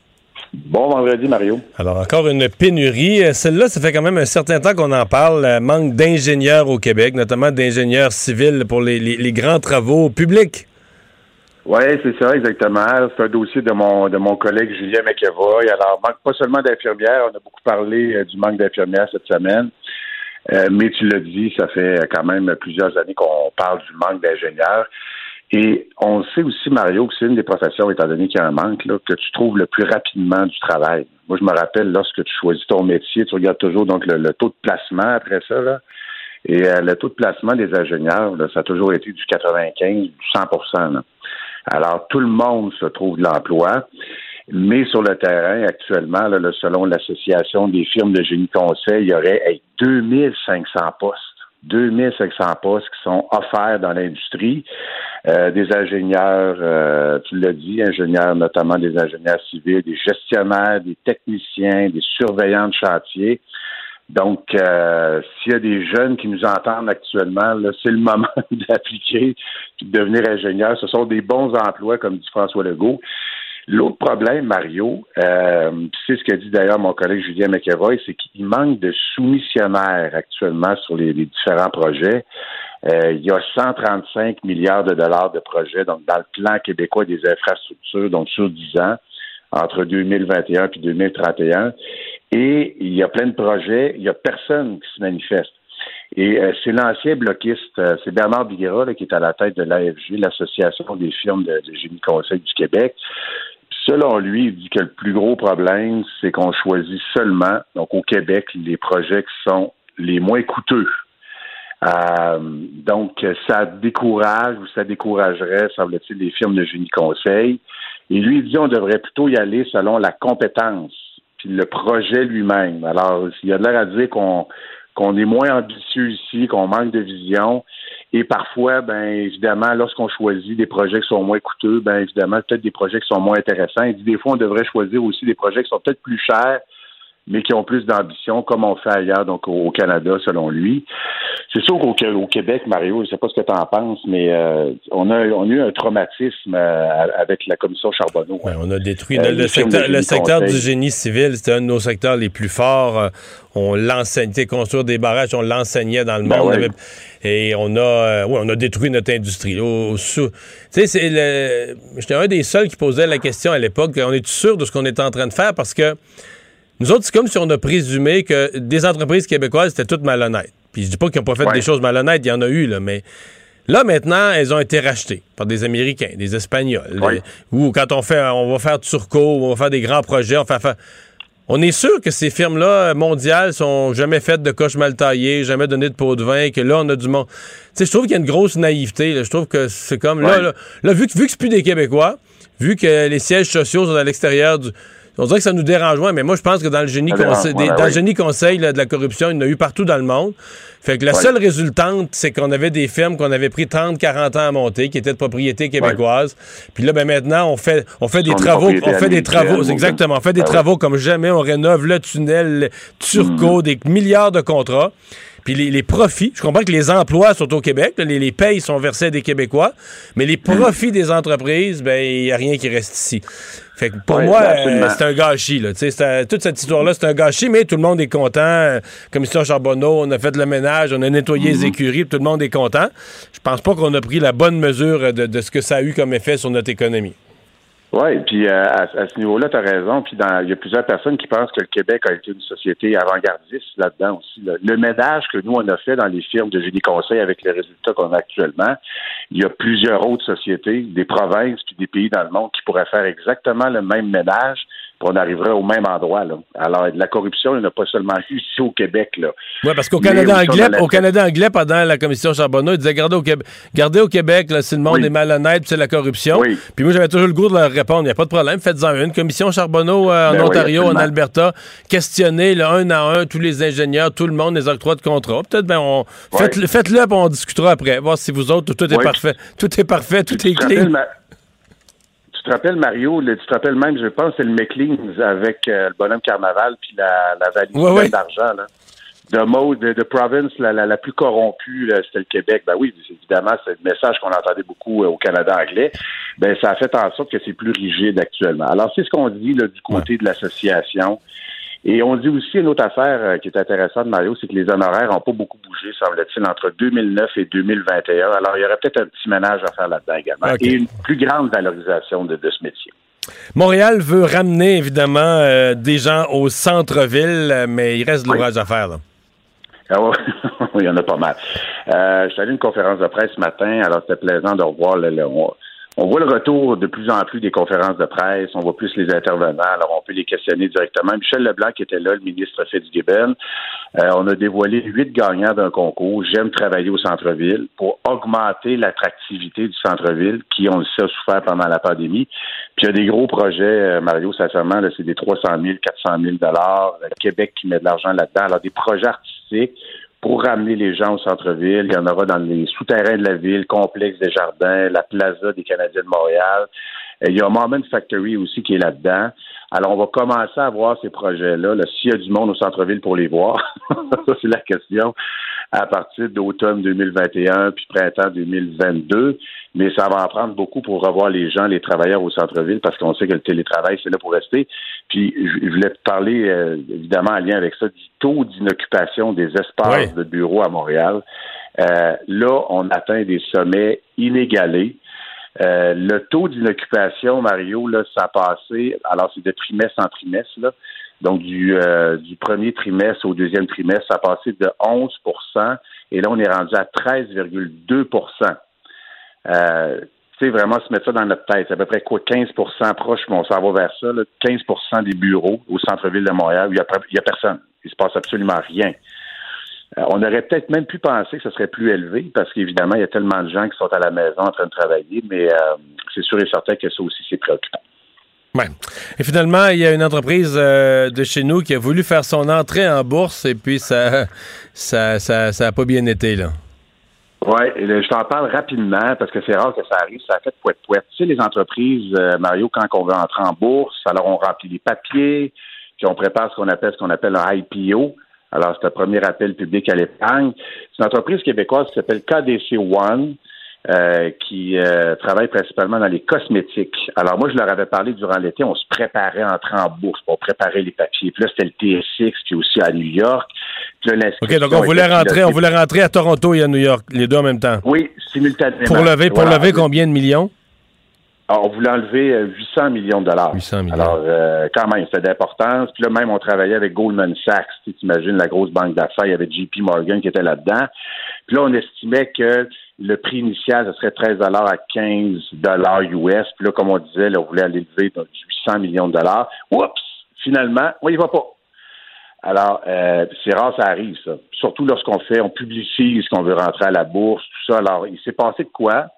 Bon vendredi, Mario. Alors, encore une pénurie. Celle-là, ça fait quand même un certain temps qu'on en parle. Le manque d'ingénieurs au Québec, notamment d'ingénieurs civils pour les, les, les grands travaux publics. Oui, c'est ça, exactement. C'est un dossier de mon de mon collègue Julien McEvoy. Alors, manque pas seulement d'infirmières. On a beaucoup parlé euh, du manque d'infirmières cette semaine. Euh, mais tu l'as dit, ça fait quand même plusieurs années qu'on parle du manque d'ingénieurs. Et on sait aussi, Mario, que c'est une des professions, étant donné qu'il y a un manque, là, que tu trouves le plus rapidement du travail. Moi, je me rappelle, lorsque tu choisis ton métier, tu regardes toujours donc le, le taux de placement après ça, là. Et euh, le taux de placement des ingénieurs, là, ça a toujours été du quatre-vingt-quinze, du cent pour cent. Là. Alors, tout le monde se trouve de l'emploi. Mais sur le terrain, actuellement, là, là, selon l'Association des firmes de génie conseil, il y aurait hey, deux mille cinq cents postes. deux mille cinq cents postes qui sont offerts dans l'industrie. Euh, des ingénieurs, euh, tu l'as dit, ingénieurs, notamment des ingénieurs civils, des gestionnaires, des techniciens, des surveillants de chantier. Donc, euh, s'il y a des jeunes qui nous entendent actuellement, là, c'est le moment d'appliquer et de devenir ingénieur. Ce sont des bons emplois, comme dit François Legault. L'autre problème, Mario, euh, c'est ce qu'a dit d'ailleurs mon collègue Julien McEvoy, c'est qu'il manque de soumissionnaires actuellement sur les, les différents projets. Euh, il y a cent trente-cinq milliards de dollars de projets donc dans le plan québécois des infrastructures, donc sur dix ans, entre deux mille vingt et un et deux mille trente et un. Et il y a plein de projets, il y a personne qui se manifeste. Et euh, c'est l'ancien bloquiste, euh, c'est Bernard Biguera là, qui est à la tête de l'A F G, l'Association des firmes de, de génie conseil du Québec. Selon lui, il dit que le plus gros problème, c'est qu'on choisit seulement, donc au Québec, les projets qui sont les moins coûteux. Euh, donc, ça décourage ou ça découragerait, semble-t-il, les firmes de génie conseil. Et lui, il dit qu'on devrait plutôt y aller selon la compétence, puis le projet lui-même. Alors, il y a de l'air à dire qu'on, qu'on est moins ambitieux ici, qu'on manque de vision. Et parfois, ben évidemment, lorsqu'on choisit des projets qui sont moins coûteux, ben évidemment, peut-être des projets qui sont moins intéressants. Il dit des fois, on devrait choisir aussi des projets qui sont peut-être plus chers, mais qui ont plus d'ambition, comme on fait ailleurs, donc au Canada, selon lui. C'est sûr qu'au au Québec, Mario, je ne sais pas ce que tu en penses, mais euh, on, a, on a eu un traumatisme euh, avec la commission Charbonneau. Ouais, on a détruit euh, le, le secteur, le secteur du génie civil, c'était un de nos secteurs les plus forts. On l'enseignait, construire des barrages, on l'enseignait dans le ben monde. Ouais. Avait, et on a, euh, ouais, on a détruit notre industrie. Tu sais, c'est le, j'étais un des seuls qui posait la question à l'époque, on est sûr de ce qu'on est en train de faire parce que nous autres, c'est comme si on a présumé que des entreprises québécoises étaient toutes malhonnêtes. Puis je dis pas qu'ils n'ont pas fait ouais. des choses malhonnêtes, il y en a eu, là, mais là, maintenant, elles ont été rachetées par des Américains, des Espagnols. Ouais. Des, ou quand on fait, on va faire Turco, on va faire des grands projets, on fait... fait on est sûr que ces firmes-là mondiales sont jamais faites de coches mal taillées, jamais donné de pot de vin, que là, on a du monde. Tu sais, je trouve qu'il y a une grosse naïveté. Là. Je trouve que c'est comme... Ouais. Là, là, là, vu que, vu que c'est plus des Québécois, vu que les sièges sociaux sont à l'extérieur du... On dirait que ça nous dérange moins, mais moi, je pense que dans le génie, conseil, des, dans le génie conseil là, de la corruption, il y en a eu partout dans le monde. Fait que la ouais. seule résultante, c'est qu'on avait des firmes qu'on avait pris trente quarante ans à monter, qui étaient de propriété québécoise. Ouais. Puis là, ben maintenant, on fait, on fait des travaux, on fait des travaux, exactement, on fait des ah, travaux ouais. comme jamais, on rénove le tunnel, le Turco, mmh. des milliards de contrats. Puis les, les profits, je comprends que les emplois sont au Québec, là, les, les payes sont versées à des Québécois, mais les profits mmh. des entreprises, ben il n'y a rien qui reste ici. Fait que pour oui, moi, euh, c'est un gâchis. Là. C'est, toute cette histoire-là, c'est un gâchis, mais tout le monde est content. Commission Charbonneau, on a fait le ménage, on a nettoyé mm-hmm. les écuries, tout le monde est content. Je pense pas qu'on a pris la bonne mesure de, de ce que ça a eu comme effet sur notre économie. Oui, puis euh, à, à ce niveau-là, tu as raison. Puis il y a plusieurs personnes qui pensent que le Québec a été une société avant-gardiste là-dedans aussi. Là. Le ménage que nous, on a fait dans les firmes de génie conseil avec les résultats qu'on a actuellement, il y a plusieurs autres sociétés, des provinces puis des pays dans le monde qui pourraient faire exactement le même ménage, puis on arriverait au même endroit. Là. Alors, de la corruption, il n'y en a pas seulement eu ici au Québec. Oui, parce qu'au Canada anglais, la... au Canada anglais, pendant la commission Charbonneau, ils disaient gardez au Québec, gardez au Québec là, si le monde oui. est malhonnête, puis c'est la corruption. Oui. Puis moi, j'avais toujours le goût de leur répondre, il n'y a pas de problème, faites-en une. Commission Charbonneau euh, en ben Ontario, oui, en Alberta, questionnez là, un à un tous les ingénieurs, tout le monde, les octrois de contrat. Peut-être, ben, on oui. faites-le, faites-le, puis on discutera après, voir si vous autres, tout, tout est oui. parfait. Tout est parfait, tout est clean. Tu te rappelles, Mario, le, tu te rappelles même, je pense, c'est le McLean's avec euh, le bonhomme Carnaval puis la, la valise ouais, ouais. d'argent, là. De mode, de, de province la, la, la plus corrompue, là, c'était le Québec. Ben oui, évidemment, c'est le message qu'on entendait beaucoup euh, au Canada anglais. Ben, ça a fait en sorte que c'est plus rigide actuellement. Alors, c'est ce qu'on dit, là, du côté ouais. de l'association. Et on dit aussi une autre affaire euh, qui est intéressante, Mario, c'est que les honoraires n'ont pas beaucoup bougé, semble-t-il, entre deux mille neuf et deux mille vingt et un. Alors, il y aurait peut-être un petit ménage à faire là-dedans également. Okay. Et une plus grande valorisation de, de ce métier. Montréal veut ramener, évidemment, euh, des gens au centre-ville, mais il reste de l'ouvrage oui. à faire, là. Ah oui, il y en a pas mal. Euh, je suis allé à une conférence de presse ce matin, alors c'était plaisant de revoir le... le on, On voit le retour de plus en plus des conférences de presse, on voit plus les intervenants, alors on peut les questionner directement. Michel Leblanc qui était là, le ministre Fitzgibbon, euh, on a dévoilé huit gagnants d'un concours « J'aime travailler au centre-ville » pour augmenter l'attractivité du centre-ville qui, on le sait, a souffert pendant la pandémie. Puis il y a des gros projets, euh, Mario, sincèrement, là, c'est des trois cent mille, quatre cent mille dollars, le Québec qui met de l'argent là-dedans, alors des projets artistiques pour ramener les gens au centre-ville. Il y en aura dans les souterrains de la ville, Complexe des Jardins, la Plaza des Canadiens de Montréal. Et il y a Moment Factory aussi qui est là-dedans. Alors, on va commencer à voir ces projets-là. Là, s'il y a du monde au centre-ville pour les voir, ça, c'est la question, à partir d'automne deux mille vingt et un puis printemps deux mille vingt-deux. Mais ça va en prendre beaucoup pour revoir les gens, les travailleurs au centre-ville, parce qu'on sait que le télétravail, c'est là pour rester. Puis, je voulais te parler, euh, évidemment, en lien avec ça, du taux d'inoccupation des espaces oui. de bureaux à Montréal. Euh, là, on atteint des sommets inégalés. Euh, le taux d'inoccupation, Mario, là, ça a passé, alors c'est de trimestre en trimestre, là. Donc, du, euh, du premier trimestre au deuxième trimestre, ça a passé de onze pour cent et là, on est rendu à treize virgule deux pour cent. Euh, tu sais, vraiment se mettre ça dans notre tête. C'est à peu près quoi, quinze pour cent proche, mais on s'en va vers ça, là, quinze pour cent des bureaux au centre-ville de Montréal, il y a, il y a personne. Il se passe absolument rien. Euh, on aurait peut-être même pu penser que ce serait plus élevé parce qu'évidemment, il y a tellement de gens qui sont à la maison en train de travailler, mais euh, c'est sûr et certain que ça aussi, c'est préoccupant. Ouais. Et finalement, il y a une entreprise euh, de chez nous qui a voulu faire son entrée en bourse et puis ça ça ça, ça a pas bien été, là. Oui, je t'en parle rapidement parce que c'est rare que ça arrive, ça a fait pouette-pouette. Tu sais, les entreprises, euh, Mario, quand on veut entrer en bourse, alors on remplit les papiers, puis on prépare ce qu'on appelle ce qu'on appelle un I P O. Alors, c'est un premier appel public à l'épargne. C'est une entreprise québécoise qui s'appelle K D C One, euh, qui euh, travaille principalement dans les cosmétiques. Alors, moi, je leur avais parlé durant l'été, on se préparait à entrer en bourse pour préparer les papiers. Puis là, c'était le T S X, qui est aussi à New York. Puis là, OK, donc on voulait rentrer, on voulait rentrer à Toronto et à New York, les deux en même temps. Oui, simultanément. Pour lever, pour voilà. lever combien de millions? Alors, on voulait enlever euh, huit cents millions de dollars. huit cents millions. Alors, euh, quand même, c'était d'importance. Puis là, même, on travaillait avec Goldman Sachs. Tu imagines la grosse banque d'affaires. Il y avait J P Morgan qui était là-dedans. Puis là, on estimait que le prix initial, ce serait treize dollars à quinze dollars U S. Puis là, comme on disait, là, on voulait aller lever donc, huit cents millions de dollars. Oups! Finalement, on y va pas. Alors, euh, c'est rare, ça arrive, ça. Surtout lorsqu'on fait, on publicise qu'on veut rentrer à la bourse, tout ça. Alors, il s'est passé de quoi?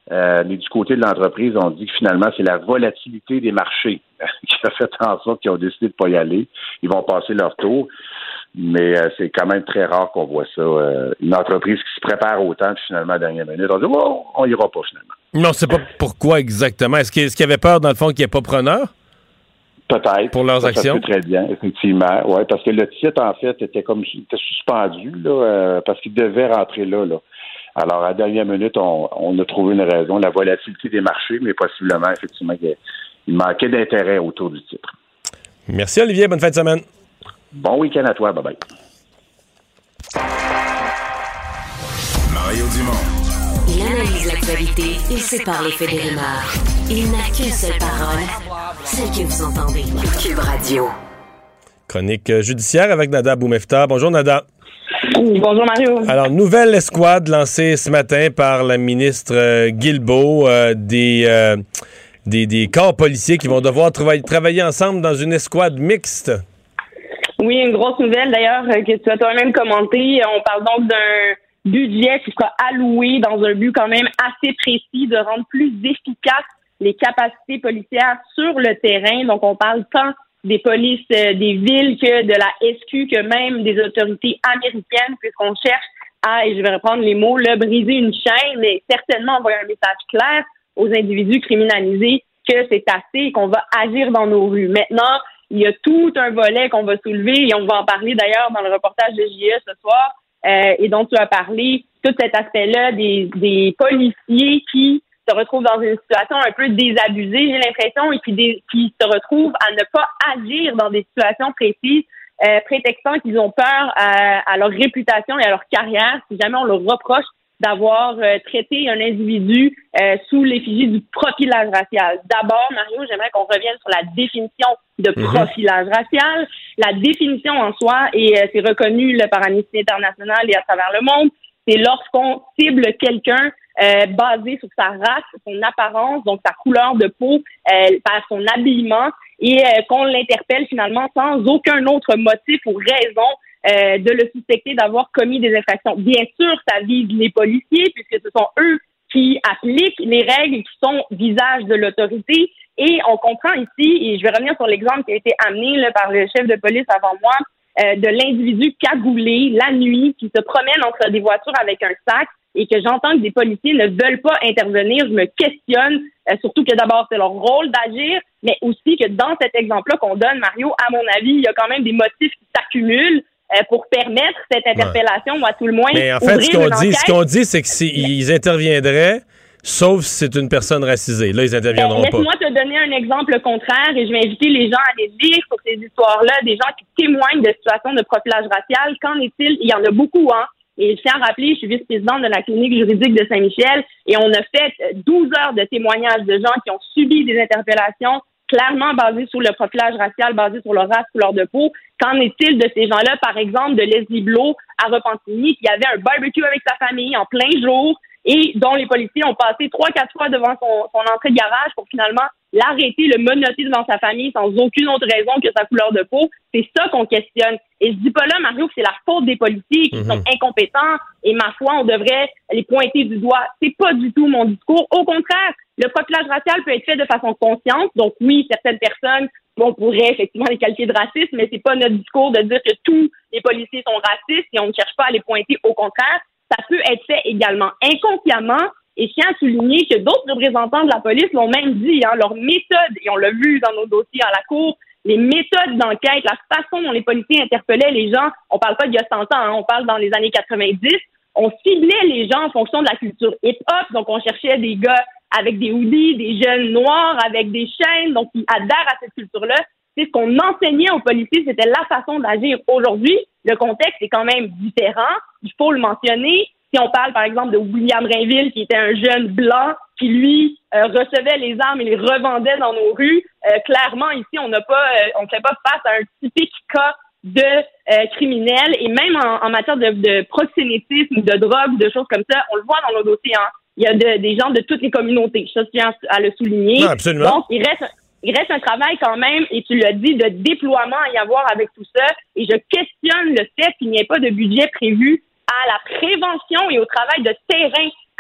Euh, mais du côté de l'entreprise, on dit que finalement, c'est la volatilité des marchés qui a fait en sorte qu'ils ont décidé de ne pas y aller. Ils vont passer leur tour. Mais euh, c'est quand même très rare qu'on voit ça. Euh, une entreprise qui se prépare autant, puis finalement, à la dernière minute, on dit oh, on ira pas finalement. Non, on ne sait pas pourquoi exactement. Est-ce qu'il, est-ce qu'il y avait peur, dans le fond, qu'il n'y ait pas preneur? Peut-être. Pour leurs ça, actions? Ça peut très bien, effectivement. Oui, parce que le titre, en fait, était comme était suspendu, là, euh, parce qu'il devait rentrer là, là. Alors, à la dernière minute, on, on a trouvé une raison, la volatilité des marchés, mais possiblement, effectivement, il manquait d'intérêt autour du titre. Merci, Olivier. Bonne fin de semaine. Bon week-end à toi. Bye-bye. Mario Dumont. Il analyse l'actualité et sépare les faits des rumeurs. Il n'a qu'une seule parole, celle que vous entendez. Cube Radio. Chronique judiciaire avec Nada Boumefta. Bonjour, Nada. Bonjour Mario. Alors, nouvelle escouade lancée ce matin par la ministre euh, Guilbeault, euh, des, euh, des, des corps policiers qui vont devoir travailler, travailler ensemble dans une escouade mixte. Oui, une grosse nouvelle d'ailleurs que tu as toi-même commenté. On parle donc d'un budget qui sera alloué dans un but quand même assez précis de rendre plus efficaces les capacités policières sur le terrain. Donc, on parle tant des polices euh, des villes que de la S Q, que même des autorités américaines, puisqu'on cherche à, et je vais reprendre les mots, là, briser une chaîne, mais certainement envoyer un message clair aux individus criminalisés que c'est assez et qu'on va agir dans nos rues. Maintenant, il y a tout un volet qu'on va soulever et on va en parler d'ailleurs dans le reportage de J E ce soir, euh, et dont tu as parlé, tout cet aspect-là des, des policiers qui se retrouvent dans une situation un peu désabusée, j'ai l'impression, et qui, des, qui se retrouvent à ne pas agir dans des situations précises, euh, prétextant qu'ils ont peur à, à leur réputation et à leur carrière si jamais on leur reproche d'avoir euh, traité un individu euh, sous l'effigie du profilage racial. D'abord, Mario, j'aimerais qu'on revienne sur la définition de profilage mmh. racial. La définition en soi, et euh, c'est reconnu là, par Amnesty International et à travers le monde, c'est lorsqu'on cible quelqu'un euh, basé sur sa race, son apparence, donc sa couleur de peau, euh, par son habillement, et euh, qu'on l'interpelle finalement sans aucun autre motif ou raison euh, de le suspecter d'avoir commis des infractions. Bien sûr, ça vise les policiers, puisque ce sont eux qui appliquent les règles qui sont visage de l'autorité. Et on comprend ici, et je vais revenir sur l'exemple qui a été amené là, par le chef de police avant moi, euh, de l'individu cagoulé la nuit qui se promène entre des voitures avec un sac, et que j'entends que des policiers ne veulent pas intervenir. Je me questionne, euh, surtout que d'abord, c'est leur rôle d'agir, mais aussi que dans cet exemple-là qu'on donne, Mario, à mon avis, il y a quand même des motifs qui s'accumulent euh, pour permettre cette interpellation, ouais. ou à tout le moins mais en fait, ouvrir ce qu'on une dit, enquête. ce qu'on dit, c'est qu'ils interviendraient, sauf si c'est une personne racisée. Là, ils interviendront ben, pas. Laisse-moi te donner un exemple contraire, et je vais inviter les gens à aller lire sur ces histoires-là, des gens qui témoignent de situations de profilage racial. Qu'en est-il? Il y en a beaucoup, hein. Et je tiens à rappeler, je suis vice-présidente de la clinique juridique de Saint-Michel, et on a fait douze heures de témoignages de gens qui ont subi des interpellations clairement basées sur le profilage racial, basées sur leur race, couleur de peau. Qu'en est-il de ces gens-là, par exemple, de Leslie Blot à Repentigny, qui avait un barbecue avec sa famille en plein jour, et dont les policiers ont passé trois, quatre fois devant son, son entrée de garage pour finalement l'arrêter, le menotter devant sa famille sans aucune autre raison que sa couleur de peau. C'est ça qu'on questionne. Et je dis pas là, Mario, que c'est la faute des policiers qui mm-hmm. sont incompétents et, ma foi, on devrait les pointer du doigt. C'est pas du tout mon discours. Au contraire, le profilage racial peut être fait de façon consciente. Donc oui, certaines personnes, on pourrait effectivement les qualifier de racistes, mais c'est pas notre discours de dire que tous les policiers sont racistes et on ne cherche pas à les pointer. Au contraire, ça peut être fait également inconsciemment. Et je tiens à souligner que d'autres représentants de la police l'ont même dit, hein, leur méthode, et on l'a vu dans nos dossiers à la cour, les méthodes d'enquête, la façon dont les policiers interpellaient les gens, on parle pas d'il y a cent ans, hein, on parle dans les années quatre-vingt-dix, on ciblait les gens en fonction de la culture hip-hop, donc on cherchait des gars avec des hoodies, des jeunes noirs avec des chaînes, donc qui adhèrent à cette culture-là. C'est ce qu'on enseignait aux policiers, c'était la façon d'agir. Aujourd'hui, le contexte est quand même différent, il faut le mentionner. Si on parle, par exemple, de William Rainville, qui était un jeune blanc, qui, lui, euh, recevait les armes et les revendait dans nos rues, euh, clairement, ici, on n'a pas, euh, on ne fait pas face à un typique cas de euh, criminel. Et même en, en matière de, de proxénétisme, de drogue, de choses comme ça, on le voit dans nos dossiers, hein. Il y a de, des gens de toutes les communautés. Ça, je tiens à le souligner. Non, absolument. Donc, il reste... Il reste un travail quand même, et tu l'as dit, de déploiement à y avoir avec tout ça. Et je questionne le fait qu'il n'y ait pas de budget prévu à la prévention et au travail de terrain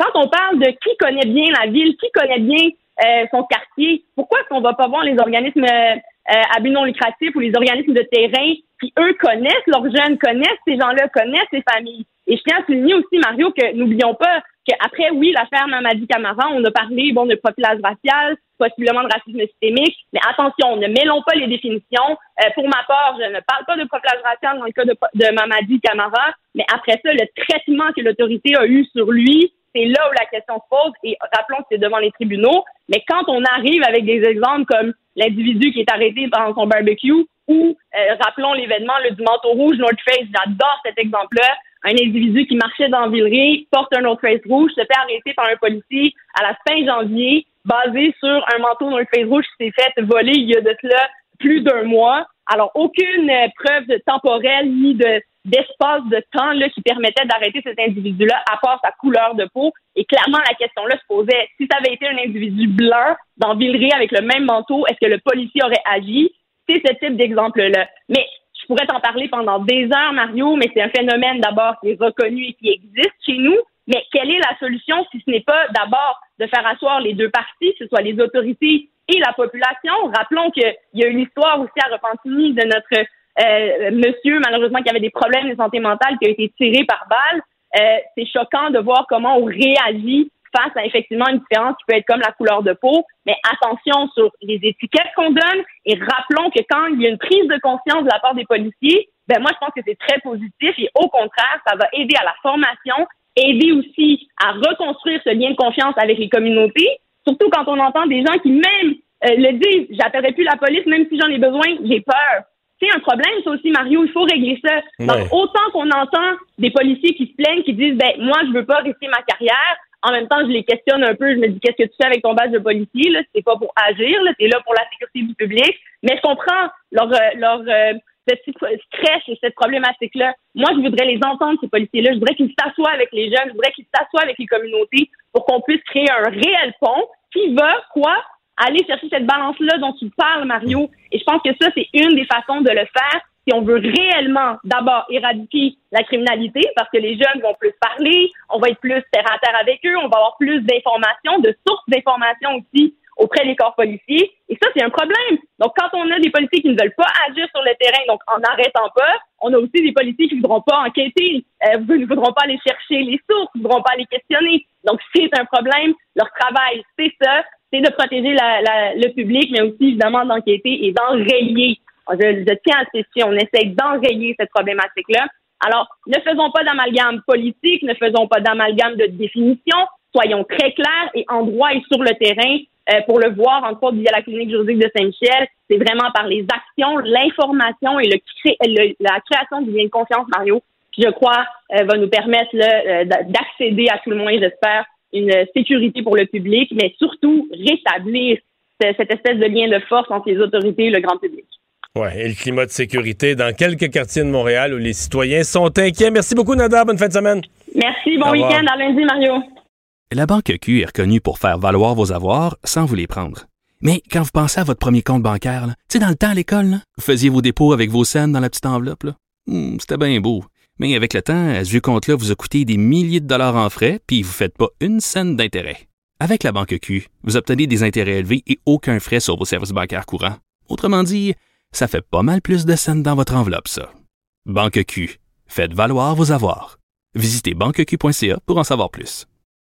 quand on parle de qui connaît bien la ville, qui connaît bien euh, son quartier, pourquoi est-ce qu'on va pas voir les organismes euh, à but non lucratif ou les organismes de terrain qui, eux, connaissent leurs jeunes, connaissent ces gens-là, connaissent ces familles? Et je tiens à souligner aussi, Mario, que n'oublions pas qu'après, oui, l'affaire Mamadi Camara, on a parlé, bon, de profilage racial, possiblement de racisme systémique, mais attention, ne mêlons pas les définitions. Euh, pour ma part, je ne parle pas de profilage racial dans le cas de, de Mamadi Camara, mais après ça, le traitement que l'autorité a eu sur lui, c'est là où la question se pose, et rappelons que c'est devant les tribunaux, mais quand on arrive avec des exemples comme l'individu qui est arrêté pendant son barbecue, ou, euh, rappelons l'événement le, du manteau rouge North Face, j'adore cet exemple-là, un individu qui marchait dans Villeray, porte un North Face rouge, se fait arrêter par un policier à la fin janvier, basé sur un manteau North Face rouge qui s'est fait voler il y a de cela plus d'un mois. Alors, aucune euh, preuve temporelle ni de d'espace de temps là, qui permettait d'arrêter cet individu-là, à part sa couleur de peau. Et clairement, la question-là se posait, si ça avait été un individu blanc dans Villeray avec le même manteau, est-ce que le policier aurait agi? C'est ce type d'exemple-là. Mais je pourrais t'en parler pendant des heures, Mario, mais c'est un phénomène d'abord qui est reconnu et qui existe chez nous. Mais quelle est la solution si ce n'est pas d'abord de faire asseoir les deux parties, que ce soit les autorités et la population? Rappelons qu'il y a une histoire aussi à Repentigny de notre euh, monsieur, malheureusement, qui avait des problèmes de santé mentale, qui a été tiré par balle. Euh, c'est choquant de voir comment on réagit face à effectivement une différence qui peut être comme la couleur de peau. Mais attention sur les étiquettes qu'on donne et rappelons que quand il y a une prise de conscience de la part des policiers, ben moi, je pense que c'est très positif et au contraire, ça va aider à la formation, aider aussi à reconstruire ce lien de confiance avec les communautés, surtout quand on entend des gens qui même euh, le disent, j'appellerai plus la police même si j'en ai besoin, j'ai peur. C'est un problème, ça aussi, Mario, il faut régler ça. Ouais. Donc, autant qu'on entend des policiers qui se plaignent, qui disent, ben moi, je veux pas risquer ma carrière, en même temps, je les questionne un peu, je me dis, qu'est-ce que tu fais avec ton badge de policier, là? C'est pas pour agir, là, c'est là pour la sécurité du public. Mais je comprends leur, leur, euh, petit stress et cette problématique-là. Moi, je voudrais les entendre, ces policiers-là. Je voudrais qu'ils s'assoient avec les jeunes. Je voudrais qu'ils s'assoient avec les communautés pour qu'on puisse créer un réel pont qui va, quoi, aller chercher cette balance-là dont tu parles, Mario. Et je pense que ça, c'est une des façons de le faire si on veut réellement, d'abord, éradiquer la criminalité, parce que les jeunes vont plus parler, on va être plus terre à terre avec eux, on va avoir plus d'informations, de sources d'informations aussi auprès des corps policiers. Et ça, c'est un problème. Donc, quand on a des policiers qui ne veulent pas agir sur le terrain, donc en n'arrêtant pas, on a aussi des policiers qui ne voudront pas enquêter, euh, ne voudront pas aller chercher les sources, ne voudront pas les questionner. Donc, c'est un problème. Leur travail, c'est ça, c'est de protéger la, la, le public, mais aussi, évidemment, d'enquêter et d'enrayer. Je, je tiens à spécifier, on essaie d'enrayer cette problématique-là. Alors, ne faisons pas d'amalgame politique, ne faisons pas d'amalgame de définition, soyons très clairs et en droit et sur le terrain. Euh, pour le voir, entre autres, via la clinique juridique de Saint-Michel, c'est vraiment par les actions, l'information et le, le, la création du lien de confiance, Mario, qui, je crois, euh, va nous permettre là, euh, d'accéder à tout le moins, j'espère, une sécurité pour le public, mais surtout rétablir ce, cette espèce de lien de force entre les autorités et le grand public. Oui, et le climat de sécurité dans quelques quartiers de Montréal où les citoyens sont inquiets. Merci beaucoup, Nada. Bonne fin de semaine. Merci. Bon week-end. À lundi, Mario. La Banque Q est reconnue pour faire valoir vos avoirs sans vous les prendre. Mais quand vous pensez à votre premier compte bancaire, tu sais, dans le temps à l'école, là, vous faisiez vos dépôts avec vos scènes dans la petite enveloppe. Là. Hum, c'était bien beau. Mais avec le temps, ce vieux compte-là vous a coûté des milliers de dollars en frais, puis vous ne faites pas une scène d'intérêt. Avec la Banque Q, vous obtenez des intérêts élevés et aucun frais sur vos services bancaires courants. Autrement dit, ça fait pas mal plus de scènes dans votre enveloppe, ça. Banque Q. Faites valoir vos avoirs. Visitez banque q point c a pour en savoir plus.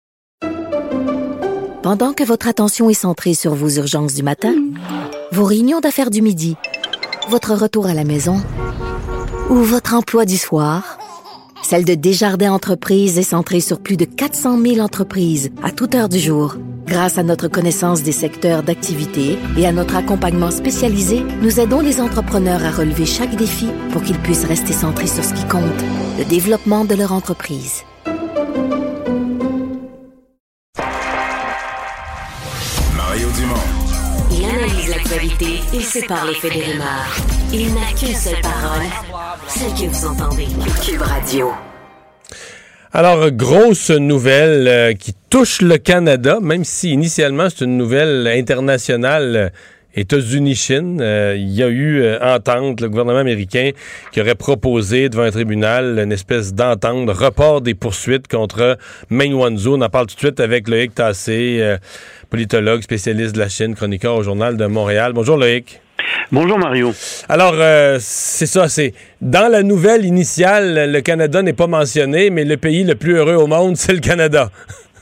Pendant que votre attention est centrée sur vos urgences du matin, vos réunions d'affaires du midi, votre retour à la maison ou votre emploi du soir, celle de Desjardins Entreprises est centrée sur plus de quatre cent mille entreprises à toute heure du jour. Grâce à notre connaissance des secteurs d'activité et à notre accompagnement spécialisé, nous aidons les entrepreneurs à relever chaque défi pour qu'ils puissent rester centrés sur ce qui compte, le développement de leur entreprise. Mario Dumont. Il analyse l'actualité et sépare les faits des rumeurs. Il n'a qu'une seule parole, celle que vous entendez. Cube Radio. Alors, grosse nouvelle euh, qui touche le Canada, même si initialement c'est une nouvelle internationale euh, États-Unis-Chine. Euh, il y a eu euh, entente, le gouvernement américain qui aurait proposé devant un tribunal une espèce d'entente, de report des poursuites contre Meng Wanzhou. On en parle tout de suite avec Loïc Tassé, euh, politologue, spécialiste de la Chine, chroniqueur au Journal de Montréal. Bonjour Loïc. Bonjour Mario. Alors, euh, c'est ça, c'est dans la nouvelle initiale, le Canada n'est pas mentionné, mais le pays le plus heureux au monde, c'est le Canada.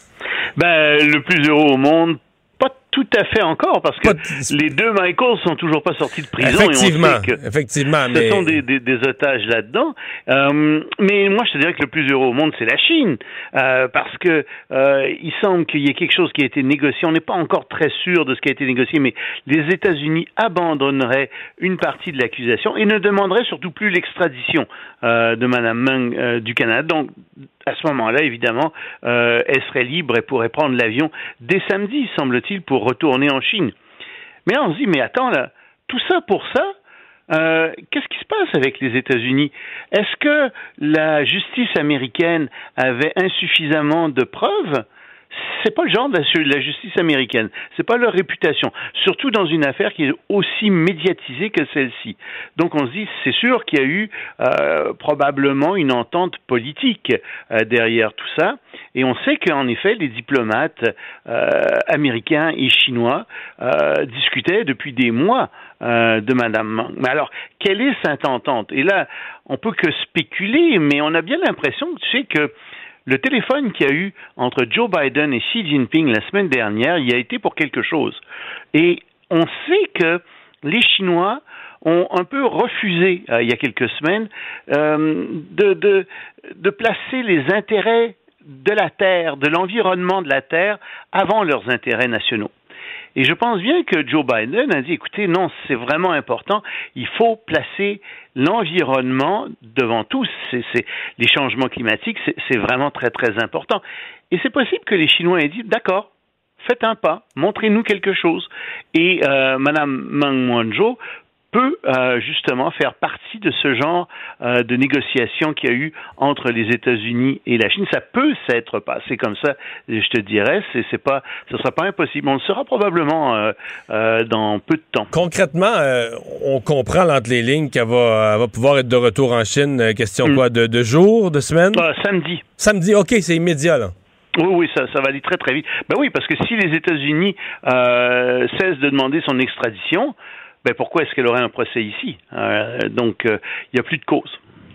Ben, le plus heureux au monde, pas tout à fait encore, parce que t- les deux Michaels sont toujours pas sortis de prison. Effectivement, et on sait que effectivement. Ce mais... sont des, des, des otages là-dedans. Euh, mais moi, je te dirais que le plus heureux au monde, c'est la Chine, euh, parce que euh, il semble qu'il y ait quelque chose qui a été négocié. On n'est pas encore très sûr de ce qui a été négocié, mais les États-Unis abandonneraient une partie de l'accusation et ne demanderaient surtout plus l'extradition euh, de Mme Meng euh, du Canada. Donc, à ce moment-là, évidemment, euh, elle serait libre et pourrait prendre l'avion dès samedi, semble-t-il, pour retourner en Chine. Mais là, on se dit, mais attends, là, tout ça pour ça, euh, qu'est-ce qui se passe avec les États-Unis? Est-ce que la justice américaine avait insuffisamment de preuves? C'est pas le genre de la justice américaine. C'est pas leur réputation. Surtout dans une affaire qui est aussi médiatisée que celle-ci. Donc on se dit, c'est sûr qu'il y a eu euh, probablement une entente politique euh, derrière tout ça. Et on sait qu'en effet, les diplomates euh, américains et chinois euh, discutaient depuis des mois euh, de Mme Meng. Mais alors, quelle est cette entente? Et là, on peut que spéculer, mais on a bien l'impression, tu sais, que le téléphone qu'il y a eu entre Joe Biden et Xi Jinping la semaine dernière, il a été pour quelque chose. Et on sait que les Chinois ont un peu refusé, euh, il y a quelques semaines, euh, de, de, de placer les intérêts de la Terre, de l'environnement de la Terre, avant leurs intérêts nationaux. Et je pense bien que Joe Biden a dit, écoutez, non, c'est vraiment important, il faut placer l'environnement devant tout. C'est, c'est, les changements climatiques, c'est, c'est vraiment très, très important. Et c'est possible que les Chinois aient dit, d'accord, faites un pas, montrez-nous quelque chose. Et euh, Mme Meng Wanzhou peut euh, justement faire partie de ce genre euh, de négociation qu'il y a eu entre les États-Unis et la Chine. Ça peut s'être passé comme ça, je te dirais. C'est, c'est pas, ce sera pas impossible. On le saura probablement euh, euh, dans peu de temps. Concrètement, euh, on comprend entre les lignes qu'elle va, elle va pouvoir être de retour en Chine. Question mm. quoi, de, de jours, de semaines? Euh, samedi. Samedi, OK, c'est immédiat, là. Oui, oui, ça, ça va aller très, très vite. Ben oui, parce que si les États-Unis euh, cessent de demander son extradition, ben pourquoi est-ce qu'elle aurait un procès ici? Euh, donc, il euh, n'y a plus de cause.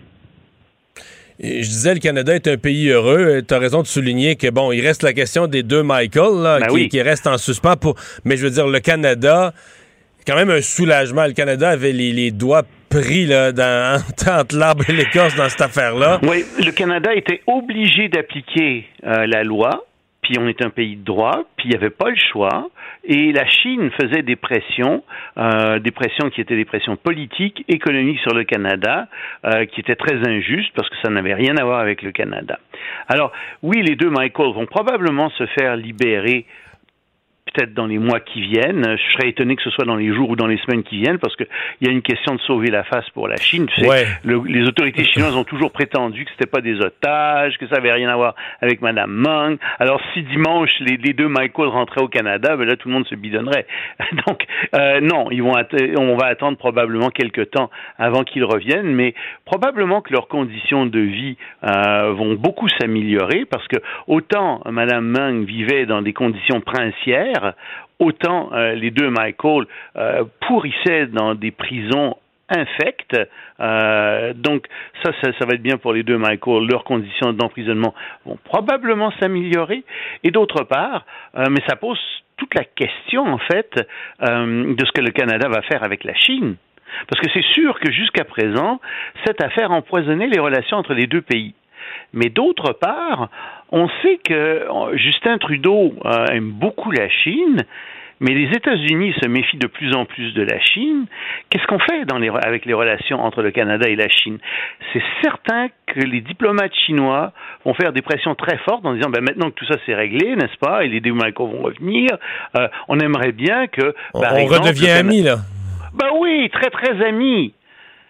Et je disais, le Canada est un pays heureux. Tu as raison de souligner que, bon, il reste la question des deux Michael, là, ben qui, oui. qui reste en suspens. Pour... Mais je veux dire, le Canada, quand même un soulagement. Le Canada avait les, les doigts pris là, dans, entre l'arbre et l'écorce dans cette affaire-là. Oui, le Canada était obligé d'appliquer euh, la loi. Puis on est un pays de droit, puis il n'y avait pas le choix, et la Chine faisait des pressions, euh, des pressions qui étaient des pressions politiques, économiques sur le Canada, euh, qui étaient très injustes parce que ça n'avait rien à voir avec le Canada. Alors oui, les deux Michael vont probablement se faire libérer peut-être dans les mois qui viennent. Je serais étonné que ce soit dans les jours ou dans les semaines qui viennent, parce qu'il y a une question de sauver la face pour la Chine. Tu sais, ouais. le, les autorités chinoises ont toujours prétendu que c'était pas des otages, que ça avait rien à voir avec Mme Meng. Alors, si dimanche, les, les deux Michael rentraient au Canada, ben là, tout le monde se bidonnerait. Donc, euh, non, ils vont att- on va attendre probablement quelques temps avant qu'ils reviennent, mais probablement que leurs conditions de vie euh, vont beaucoup s'améliorer, parce que autant Mme Meng vivait dans des conditions princières, autant euh, les deux Michael euh, pourrissaient dans des prisons infectes. Euh, donc ça, ça, ça va être bien pour les deux Michael. Leurs conditions d'emprisonnement vont probablement s'améliorer. Et d'autre part, euh, mais ça pose toute la question, en fait, euh, de ce que le Canada va faire avec la Chine. Parce que c'est sûr que jusqu'à présent, cette affaire empoisonnait les relations entre les deux pays. Mais d'autre part, on sait que Justin Trudeau euh, aime beaucoup la Chine, mais les États-Unis se méfient de plus en plus de la Chine. Qu'est-ce qu'on fait dans les, avec les relations entre le Canada et la Chine? C'est certain que les diplomates chinois vont faire des pressions très fortes en disant ben, maintenant que tout ça c'est réglé, n'est-ce pas, et les deux Michael vont revenir, euh, on aimerait bien que... On, on redevient amis, là. Ben oui, très très amis.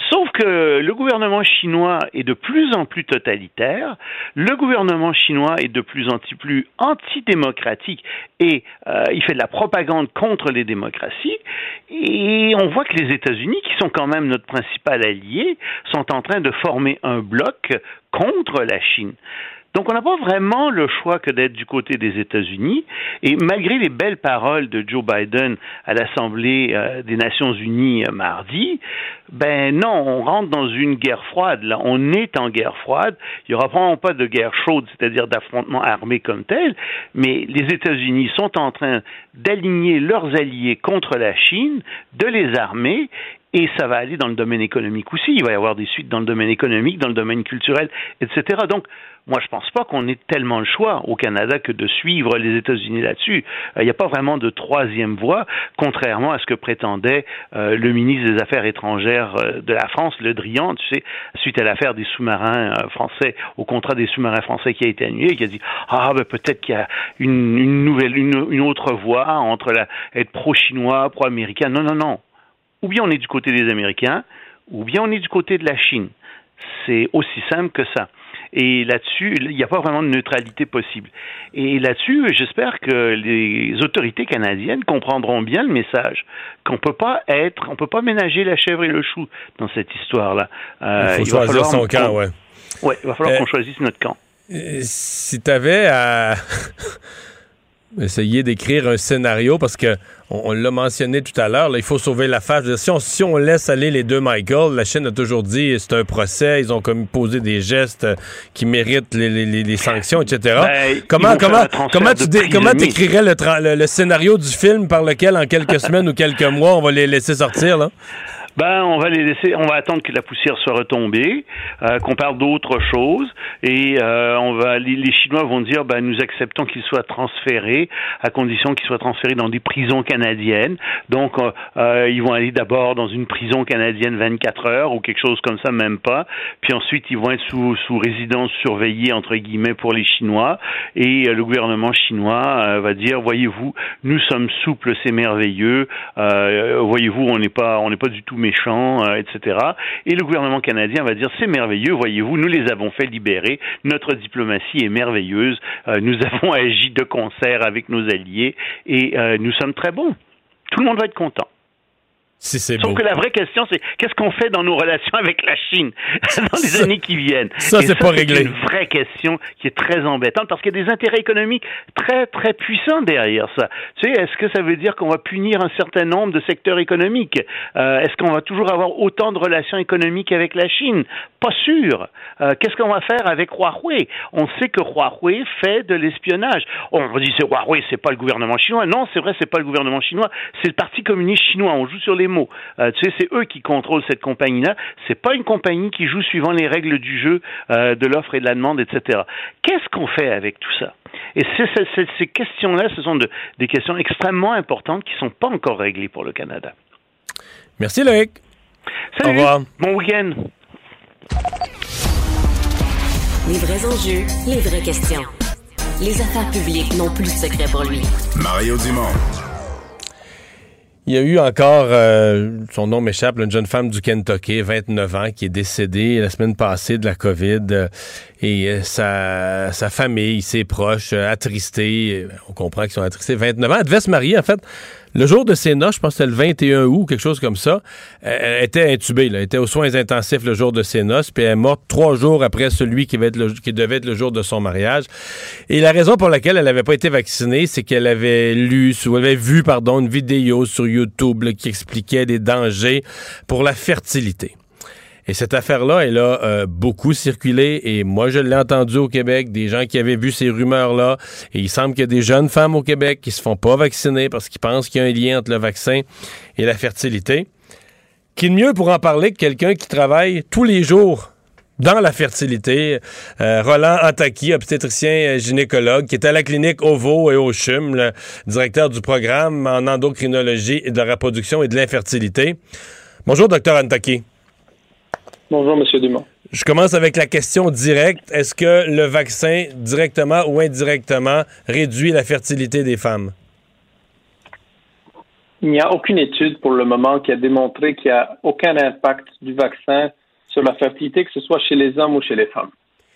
Sauf que le gouvernement chinois est de plus en plus totalitaire, le gouvernement chinois est de plus en plus antidémocratique et euh, il fait de la propagande contre les démocraties. Et on voit que les États-Unis, qui sont quand même notre principal allié, sont en train de former un bloc contre la Chine. Donc, on n'a pas vraiment le choix que d'être du côté des États-Unis. Et malgré les belles paroles de Joe Biden à l'Assemblée euh, des Nations Unies euh, mardi, ben non, on rentre dans une guerre froide. Là, on est en guerre froide. Il n'y aura probablement pas de guerre chaude, c'est-à-dire d'affrontement armé comme tel, mais les États-Unis sont en train d'aligner leurs alliés contre la Chine, de les armer. Et ça va aller dans le domaine économique aussi. Il va y avoir des suites dans le domaine économique, dans le domaine culturel, et cetera. Donc, moi, je pense pas qu'on ait tellement le choix au Canada que de suivre les États-Unis là-dessus. Il n'y a pas vraiment de troisième voie, contrairement à ce que prétendait euh, le ministre des Affaires étrangères euh, de la France, Le Drian, tu sais, suite à l'affaire des sous-marins euh, français, au contrat des sous-marins français qui a été annulé, qui a dit « Ah, ben peut-être qu'il y a une, une nouvelle, une, une autre voie entre la, être pro-chinois, pro-américain. » Non, non, non. Ou bien on est du côté des Américains, ou bien on est du côté de la Chine. C'est aussi simple que ça. Et là-dessus, il n'y a pas vraiment de neutralité possible. Et là-dessus, j'espère que les autorités canadiennes comprendront bien le message, qu'on peut pas être, on peut pas ménager la chèvre et le chou dans cette histoire-là. Euh, il faut il choisir son camp, ouais. Ouais, il va falloir euh, qu'on choisisse notre camp. Euh, si tu avais à essayer d'écrire un scénario, parce que on, on l'a mentionné tout à l'heure, là, il faut sauver la face. Si on, si on laisse aller les deux Michael, la Chine a toujours dit c'est un procès, ils ont comme posé des gestes qui méritent les, les, les sanctions, et cetera. Ben, comment comment comment tu dé, comment t'écrirais le, le, le scénario du film par lequel en quelques semaines ou quelques mois on va les laisser sortir là? Ben, on va les laisser, on va attendre que la poussière soit retombée, euh, qu'on parle d'autre chose, et euh, on va, les, les Chinois vont dire, ben, nous acceptons qu'ils soient transférés, à condition qu'ils soient transférés dans des prisons canadiennes. Donc, euh, ils vont aller d'abord dans une prison canadienne vingt-quatre heures ou quelque chose comme ça, même pas. Puis ensuite, ils vont être sous, sous résidence surveillée entre guillemets pour les Chinois, et euh, le gouvernement chinois euh, va dire, voyez-vous, nous sommes souples, c'est merveilleux. Euh, voyez-vous, on n'est pas, on n'est pas du tout méchants, euh, et cetera. Et le gouvernement canadien va dire, c'est merveilleux, voyez-vous, nous les avons fait libérer, notre diplomatie est merveilleuse, euh, nous avons agi de concert avec nos alliés et euh, nous sommes très bons. Tout le monde va être content. Si c'est Sauf beau. que la vraie question, c'est qu'est-ce qu'on fait dans nos relations avec la Chine dans les ça, années qui viennent? Ça, Et c'est ça, pas c'est réglé. C'est une vraie question qui est très embêtante parce qu'il y a des intérêts économiques très, très puissants derrière ça. Tu sais, est-ce que ça veut dire qu'on va punir un certain nombre de secteurs économiques? Euh, est-ce qu'on va toujours avoir autant de relations économiques avec la Chine? Pas sûr. Euh, qu'est-ce qu'on va faire avec Huawei? On sait que Huawei fait de l'espionnage. On va dire, c'est Huawei, c'est pas le gouvernement chinois. Non, c'est vrai, c'est pas le gouvernement chinois. C'est le Parti communiste chinois. On joue sur les mots. Euh, tu sais, c'est eux qui contrôlent cette compagnie-là. C'est pas une compagnie qui joue suivant les règles du jeu, euh, de l'offre et de la demande, et cetera. Qu'est-ce qu'on fait avec tout ça? Et c'est, c'est, c'est, ces questions-là, ce sont de, des questions extrêmement importantes qui sont pas encore réglées pour le Canada. Merci, Loïc. Salut. Au revoir. Bon week-end. Les vrais enjeux, les vraies questions. Les affaires publiques n'ont plus de secret pour lui. Mario Dumont. Il y a eu encore, euh, son nom m'échappe, une jeune femme du Kentucky, vingt-neuf ans, qui est décédée la semaine passée de la COVID. Euh, et euh, sa, sa famille, ses proches, euh, attristés. Euh, on comprend qu'ils sont attristés. vingt-neuf ans. Elle devait se marier, en fait, le jour de ses noces, je pense que c'était le vingt et un août, quelque chose comme ça. Euh, elle était intubée, là. Elle était aux soins intensifs le jour de ses noces, puis elle est morte trois jours après celui qui, va être le, qui devait être le jour de son mariage. Et la raison pour laquelle elle n'avait pas été vaccinée, c'est qu'elle avait lu, ou elle avait vu, pardon, une vidéo sur YouTube là, qui expliquait des dangers pour la fertilité. Et cette affaire-là, elle a euh, beaucoup circulé et moi, je l'ai entendu au Québec, des gens qui avaient vu ces rumeurs-là. Et il semble qu'il y a des jeunes femmes au Québec qui se font pas vacciner parce qu'ils pensent qu'il y a un lien entre le vaccin et la fertilité. Qui de mieux pour en parler que quelqu'un qui travaille tous les jours dans la fertilité? Euh, Roland Antaki, obstétricien gynécologue, qui est à la clinique Ovo et au C H U M, le directeur du programme en endocrinologie et de la reproduction et de l'infertilité. Bonjour, docteur Antaki. Bonjour, M. Dumont. Je commence avec la question directe. Est-ce que le vaccin, directement ou indirectement, réduit la fertilité des femmes? Il n'y a aucune étude pour le moment qui a démontré qu'il n'y a aucun impact du vaccin sur la fertilité, que ce soit chez les hommes ou chez les femmes.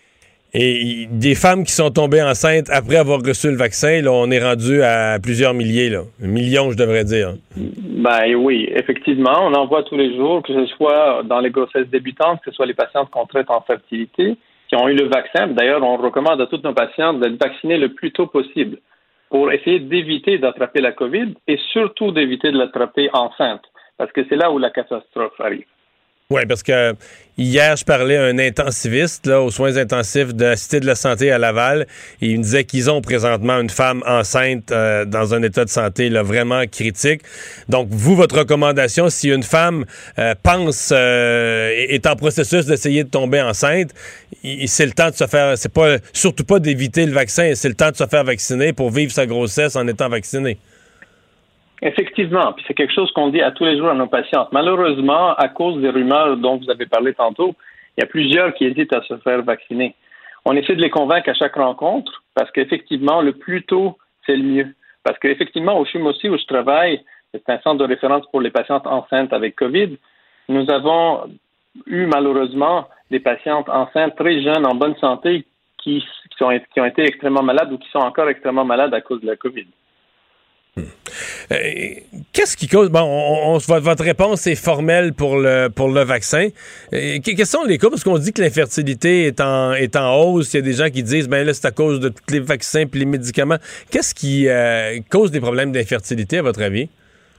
Et des femmes qui sont tombées enceintes après avoir reçu le vaccin, là, on est rendu à plusieurs milliers, là. Millions, je devrais dire. Ben oui, effectivement, on en voit tous les jours, que ce soit dans les grossesses débutantes, que ce soit les patientes qu'on traite en fertilité, qui ont eu le vaccin. D'ailleurs, on recommande à toutes nos patientes d'être vaccinées le plus tôt possible pour essayer d'éviter d'attraper la COVID et surtout d'éviter de l'attraper enceinte, parce que c'est là où la catastrophe arrive. Oui, parce que hier, je parlais à un intensiviste là, aux soins intensifs de la Cité de la Santé à Laval. Et il me disait qu'ils ont présentement une femme enceinte euh, dans un état de santé là, vraiment critique. Donc, vous, votre recommandation, si une femme euh, pense, euh, est en processus d'essayer de tomber enceinte, il, c'est le temps de se faire, c'est pas surtout pas d'éviter le vaccin, c'est le temps de se faire vacciner pour vivre sa grossesse en étant vacciné. Effectivement, puis c'est quelque chose qu'on dit à tous les jours à nos patientes. Malheureusement, à cause des rumeurs dont vous avez parlé tantôt, il y a plusieurs qui hésitent à se faire vacciner. On essaie de les convaincre à chaque rencontre parce qu'effectivement, le plus tôt, c'est le mieux. Parce qu'effectivement, au C H U M aussi, où je travaille, c'est un centre de référence pour les patientes enceintes avec COVID, nous avons eu malheureusement des patientes enceintes très jeunes, en bonne santé, qui, qui, ont, qui ont été extrêmement malades ou qui sont encore extrêmement malades à cause de la COVID. Hmm. Euh, qu'est-ce qui cause... Bon, on, on, votre réponse est formelle pour le, pour le vaccin. Euh, quels sont les cas? Parce qu'on dit que l'infertilité est en, est en hausse. Il y a des gens qui disent, ben là, c'est à cause de tous les vaccins et les médicaments. Qu'est-ce qui euh, cause des problèmes d'infertilité, à votre avis?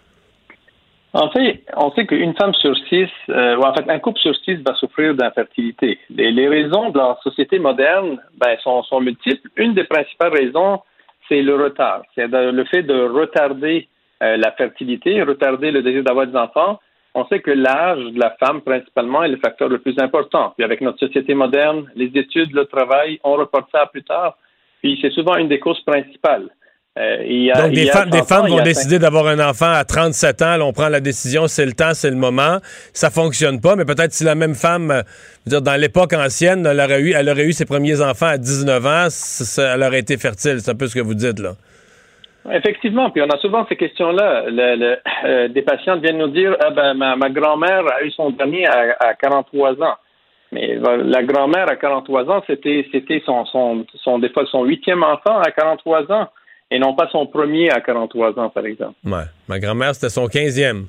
En fait, on sait qu'une femme sur six, euh, ou en fait, un couple sur six va souffrir d'infertilité. Les, les raisons de la société moderne ben, sont, sont multiples. Une des principales raisons, c'est le retard. C'est le fait de retarder euh, la fertilité, retarder le désir d'avoir des enfants. On sait que l'âge de la femme, principalement, est le facteur le plus important. Puis avec notre société moderne, les études, le travail, on reporte ça à plus tard. Puis c'est souvent une des causes principales. Euh, il y a, Donc, des, il y a femmes, des femmes ans, vont décider d'avoir un enfant à trente-sept ans. Là, on prend la décision, c'est le temps, c'est le moment. Ça fonctionne pas, mais peut-être si la même femme, euh, je veux dire, dans l'époque ancienne, elle aurait eu, elle aurait eu ses premiers enfants à dix-neuf ans, ça, elle aurait été fertile. C'est un peu ce que vous dites, là. Effectivement, puis on a souvent ces questions-là. Le, le, euh, des patients viennent nous dire ah ben ma, ma grand-mère a eu son dernier à, à quarante-trois ans. Mais la grand-mère à quarante-trois ans, c'était c'était son son son des fois son huitième enfant à quarante-trois ans. Et non pas son premier à quarante-trois ans, par exemple. Ouais. Ma grand-mère, c'était son quinzième.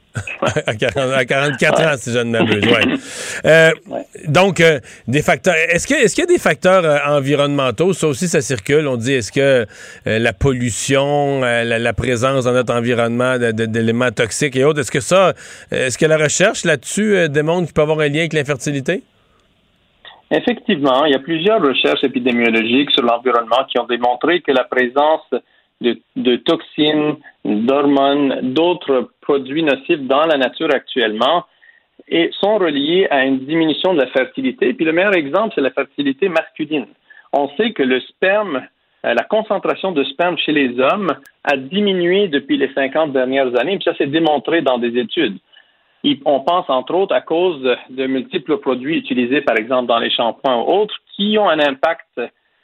à, quarante, à quarante-quatre ans, si je ne m'abuse. Ouais. Euh, ouais. Donc, euh, des facteurs. Est-ce que, est-ce qu'il y a des facteurs euh, environnementaux? Ça aussi, ça circule. On dit, est-ce que euh, la pollution, euh, la, la présence dans notre environnement de, de, d'éléments toxiques et autres, est-ce que ça, est-ce que la recherche là-dessus euh, démontre qu'il peut y avoir un lien avec l'infertilité? Effectivement, il y a plusieurs recherches épidémiologiques sur l'environnement qui ont démontré que la présence de, de toxines, d'hormones, d'autres produits nocifs dans la nature actuellement et sont reliés à une diminution de la fertilité. Puis le meilleur exemple, c'est la fertilité masculine. On sait que le sperme, la concentration de sperme chez les hommes a diminué depuis les cinquante dernières années, puis ça s'est démontré dans des études. On pense, entre autres, à cause de multiples produits utilisés, par exemple, dans les shampoings ou autres, qui ont un impact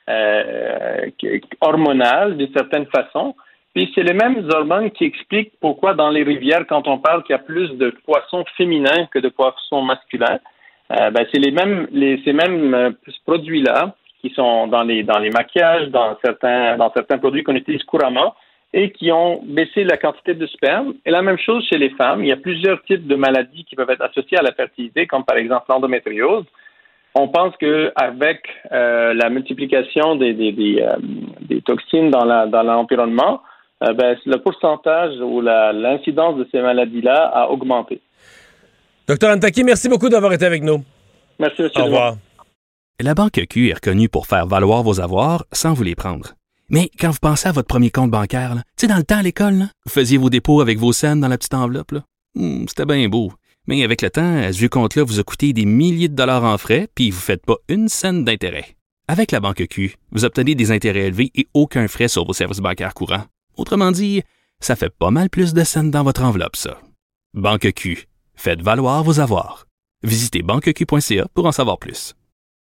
euh, hormonal, d'une certaine façon. Puis c'est les mêmes hormones qui expliquent pourquoi, dans les rivières, quand on parle qu'il y a plus de poissons féminins que de poissons masculins, euh, ben c'est les mêmes, les, ces mêmes euh, produits-là qui sont dans les, dans les maquillages, dans certains, dans certains produits qu'on utilise couramment, et qui ont baissé la quantité de sperme. Et la même chose chez les femmes. Il y a plusieurs types de maladies qui peuvent être associées à la fertilité, comme par exemple l'endométriose. On pense qu'avec euh, la multiplication des, des, des, euh, des toxines dans, la, dans l'environnement, euh, ben, le pourcentage ou la, l'incidence de ces maladies-là a augmenté. Docteur Antaki, merci beaucoup d'avoir été avec nous. Merci, M. Au revoir. La Banque Q est reconnue pour faire valoir vos avoirs sans vous les prendre. Mais quand vous pensez à votre premier compte bancaire, tu sais, dans le temps à l'école, là, vous faisiez vos dépôts avec vos scènes dans la petite enveloppe. Là. Hum, c'était bien beau. Mais avec le temps, à ce compte-là vous a coûté des milliers de dollars en frais, puis vous ne faites pas une scène d'intérêt. Avec la Banque Q, vous obtenez des intérêts élevés et aucun frais sur vos services bancaires courants. Autrement dit, ça fait pas mal plus de scènes dans votre enveloppe, ça. Banque Q. Faites valoir vos avoirs. Visitez banque q point c a pour en savoir plus.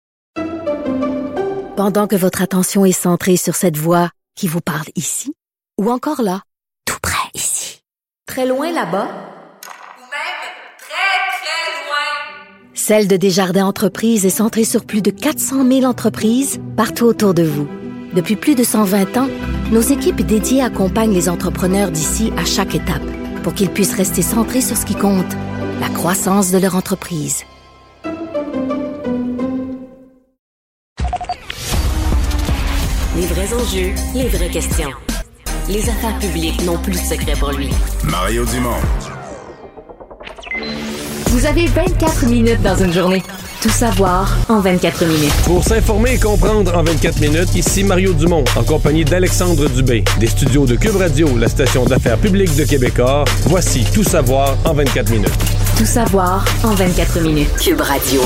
Pendant que votre attention est centrée sur cette voix qui vous parle ici, ou encore là, tout près ici, Très loin là-bas? Ou même très, très loin? Celle de Desjardins Entreprises est centrée sur plus de quatre cent mille entreprises partout autour de vous. Depuis plus de cent vingt ans, nos équipes dédiées accompagnent les entrepreneurs d'ici à chaque étape pour qu'ils puissent rester centrés sur ce qui compte, la croissance de leur entreprise. Les vrais enjeux, les vraies questions. Les affaires publiques n'ont plus de secret pour lui. Mario Dumont. Vous avez vingt-quatre minutes dans une journée. Tout savoir en vingt-quatre minutes. Pour s'informer et comprendre en vingt-quatre minutes, ici Mario Dumont, en compagnie d'Alexandre Dubé, des studios de Cube Radio, la station d'affaires publique de Québecor. Voici Tout savoir en vingt-quatre minutes. Tout savoir en vingt-quatre minutes. Cube Radio.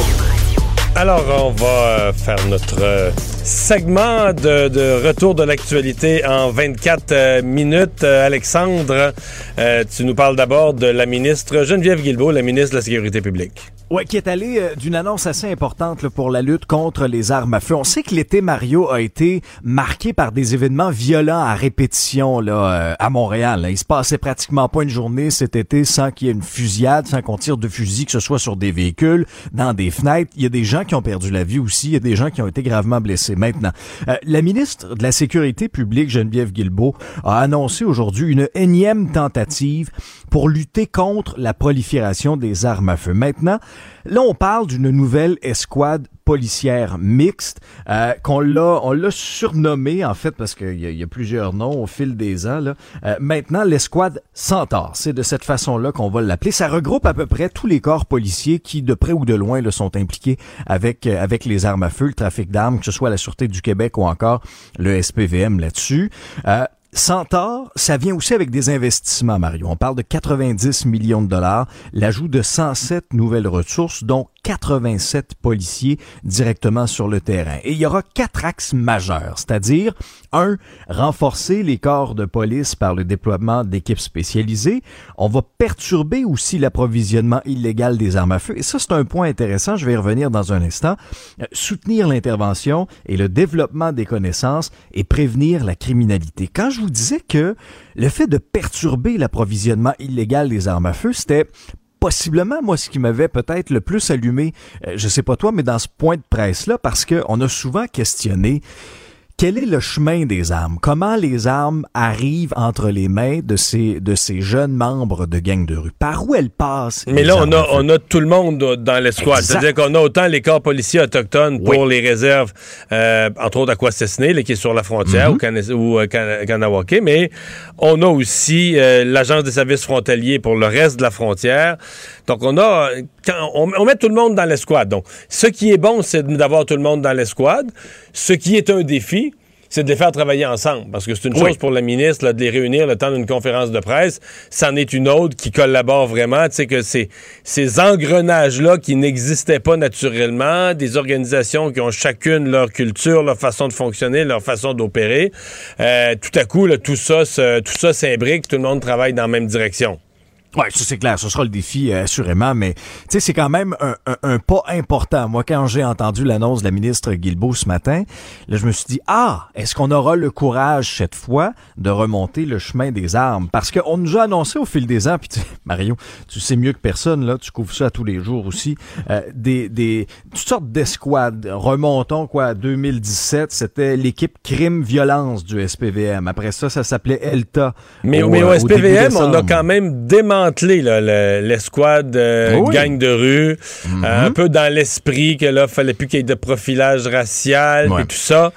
Alors, on va faire notre euh, segment de, de retour de l'actualité en vingt-quatre euh, minutes. Euh, Alexandre, euh, tu nous parles d'abord de la ministre Geneviève Guilbeault, la ministre de la Sécurité publique. Oui, qui est allé euh, d'une annonce assez importante là, pour la lutte contre les armes à feu. On sait que l'été, Mario, a été marqué par des événements violents à répétition là, euh, à Montréal. Là. Il se passait pratiquement pas une journée cet été sans qu'il y ait une fusillade, sans qu'on tire de fusil, que ce soit sur des véhicules, dans des fenêtres. Il y a des gens qui ont perdu la vie aussi. Il y a des gens qui ont été gravement blessés. Maintenant, euh, la ministre de la Sécurité publique, Geneviève Guilbeault, a annoncé aujourd'hui une énième tentative pour lutter contre la prolifération des armes à feu. Maintenant, là, on parle d'une nouvelle escouade policière mixte euh, qu'on l'a on l'a surnommée, en fait, parce qu'il y, y a plusieurs noms au fil des ans. Là. Euh, maintenant, l'escouade Centaure. C'est de cette façon-là qu'on va l'appeler. Ça regroupe à peu près tous les corps policiers qui, de près ou de loin, là, sont impliqués avec, euh, avec les armes à feu, le trafic d'armes, que ce soit la Sûreté du Québec ou encore le S P V M là-dessus. Euh, Centaure, ça vient aussi avec des investissements, Mario. On parle de quatre-vingt-dix millions de dollars, l'ajout de cent sept nouvelles ressources, dont quatre-vingt-sept policiers directement sur le terrain. Et il y aura quatre axes majeurs, c'est-à-dire, un, renforcer les corps de police par le déploiement d'équipes spécialisées. On va perturber aussi l'approvisionnement illégal des armes à feu. Et ça, c'est un point intéressant, je vais y revenir dans un instant. Euh, soutenir l'intervention et le développement des connaissances et prévenir la criminalité. Quand je vous disais que le fait de perturber l'approvisionnement illégal des armes à feu, c'était possiblement, moi, ce qui m'avait peut-être le plus allumé, euh, je sais pas toi, mais dans ce point de presse-là, parce qu'on a souvent questionné quel est le chemin des armes? Comment les armes arrivent entre les mains de ces de ces jeunes membres de gangs de rue? Par où elles passent? Mais là, on a, on a tout le monde dans l'escouade. Exact. C'est-à-dire qu'on a autant les corps policiers autochtones pour oui. les réserves, euh, entre autres à Kwasesne, qui est sur la frontière, mm-hmm. ou, ou Kan- Kanawake, mais on a aussi euh, l'Agence des services frontaliers pour le reste de la frontière. Donc, on a... Quand on, on met tout le monde dans l'escouade. Donc, ce qui est bon, c'est d'avoir tout le monde dans l'escouade. Ce qui est un défi, c'est de les faire travailler ensemble. Parce que c'est une oui. chose pour la ministre là, de les réunir le temps d'une conférence de presse. C'en est une autre qui collabore vraiment. Tu sais que c'est ces engrenages-là qui n'existaient pas naturellement, des organisations qui ont chacune leur culture, leur façon de fonctionner, leur façon d'opérer. Euh, tout à coup, là, tout ça, se, tout ça s'imbrique, tout le monde travaille dans la même direction. Ouais, ça c'est clair, ce sera le défi euh, assurément, mais tu sais c'est quand même un, un, un pas important. Moi, quand j'ai entendu l'annonce de la ministre Guilbeault ce matin, là je me suis dit ah, est-ce qu'on aura le courage cette fois de remonter le chemin des armes? Parce qu'on nous a annoncé au fil des ans, puis tu sais, Mario, tu sais mieux que personne là, tu couvres ça tous les jours aussi, euh, des des toutes sortes d'escouades. Remontons quoi, à deux mille dix-sept, c'était l'équipe crime violence du S P V M. Après ça, ça s'appelait ELTA. Mais au, mais au, au S P V M, on a quand même démenti Là, le, l'escouade euh, oh oui. gang de rue, mm-hmm. euh, un peu dans l'esprit que là, fallait plus qu'il y ait de profilage racial ouais. et tout ça.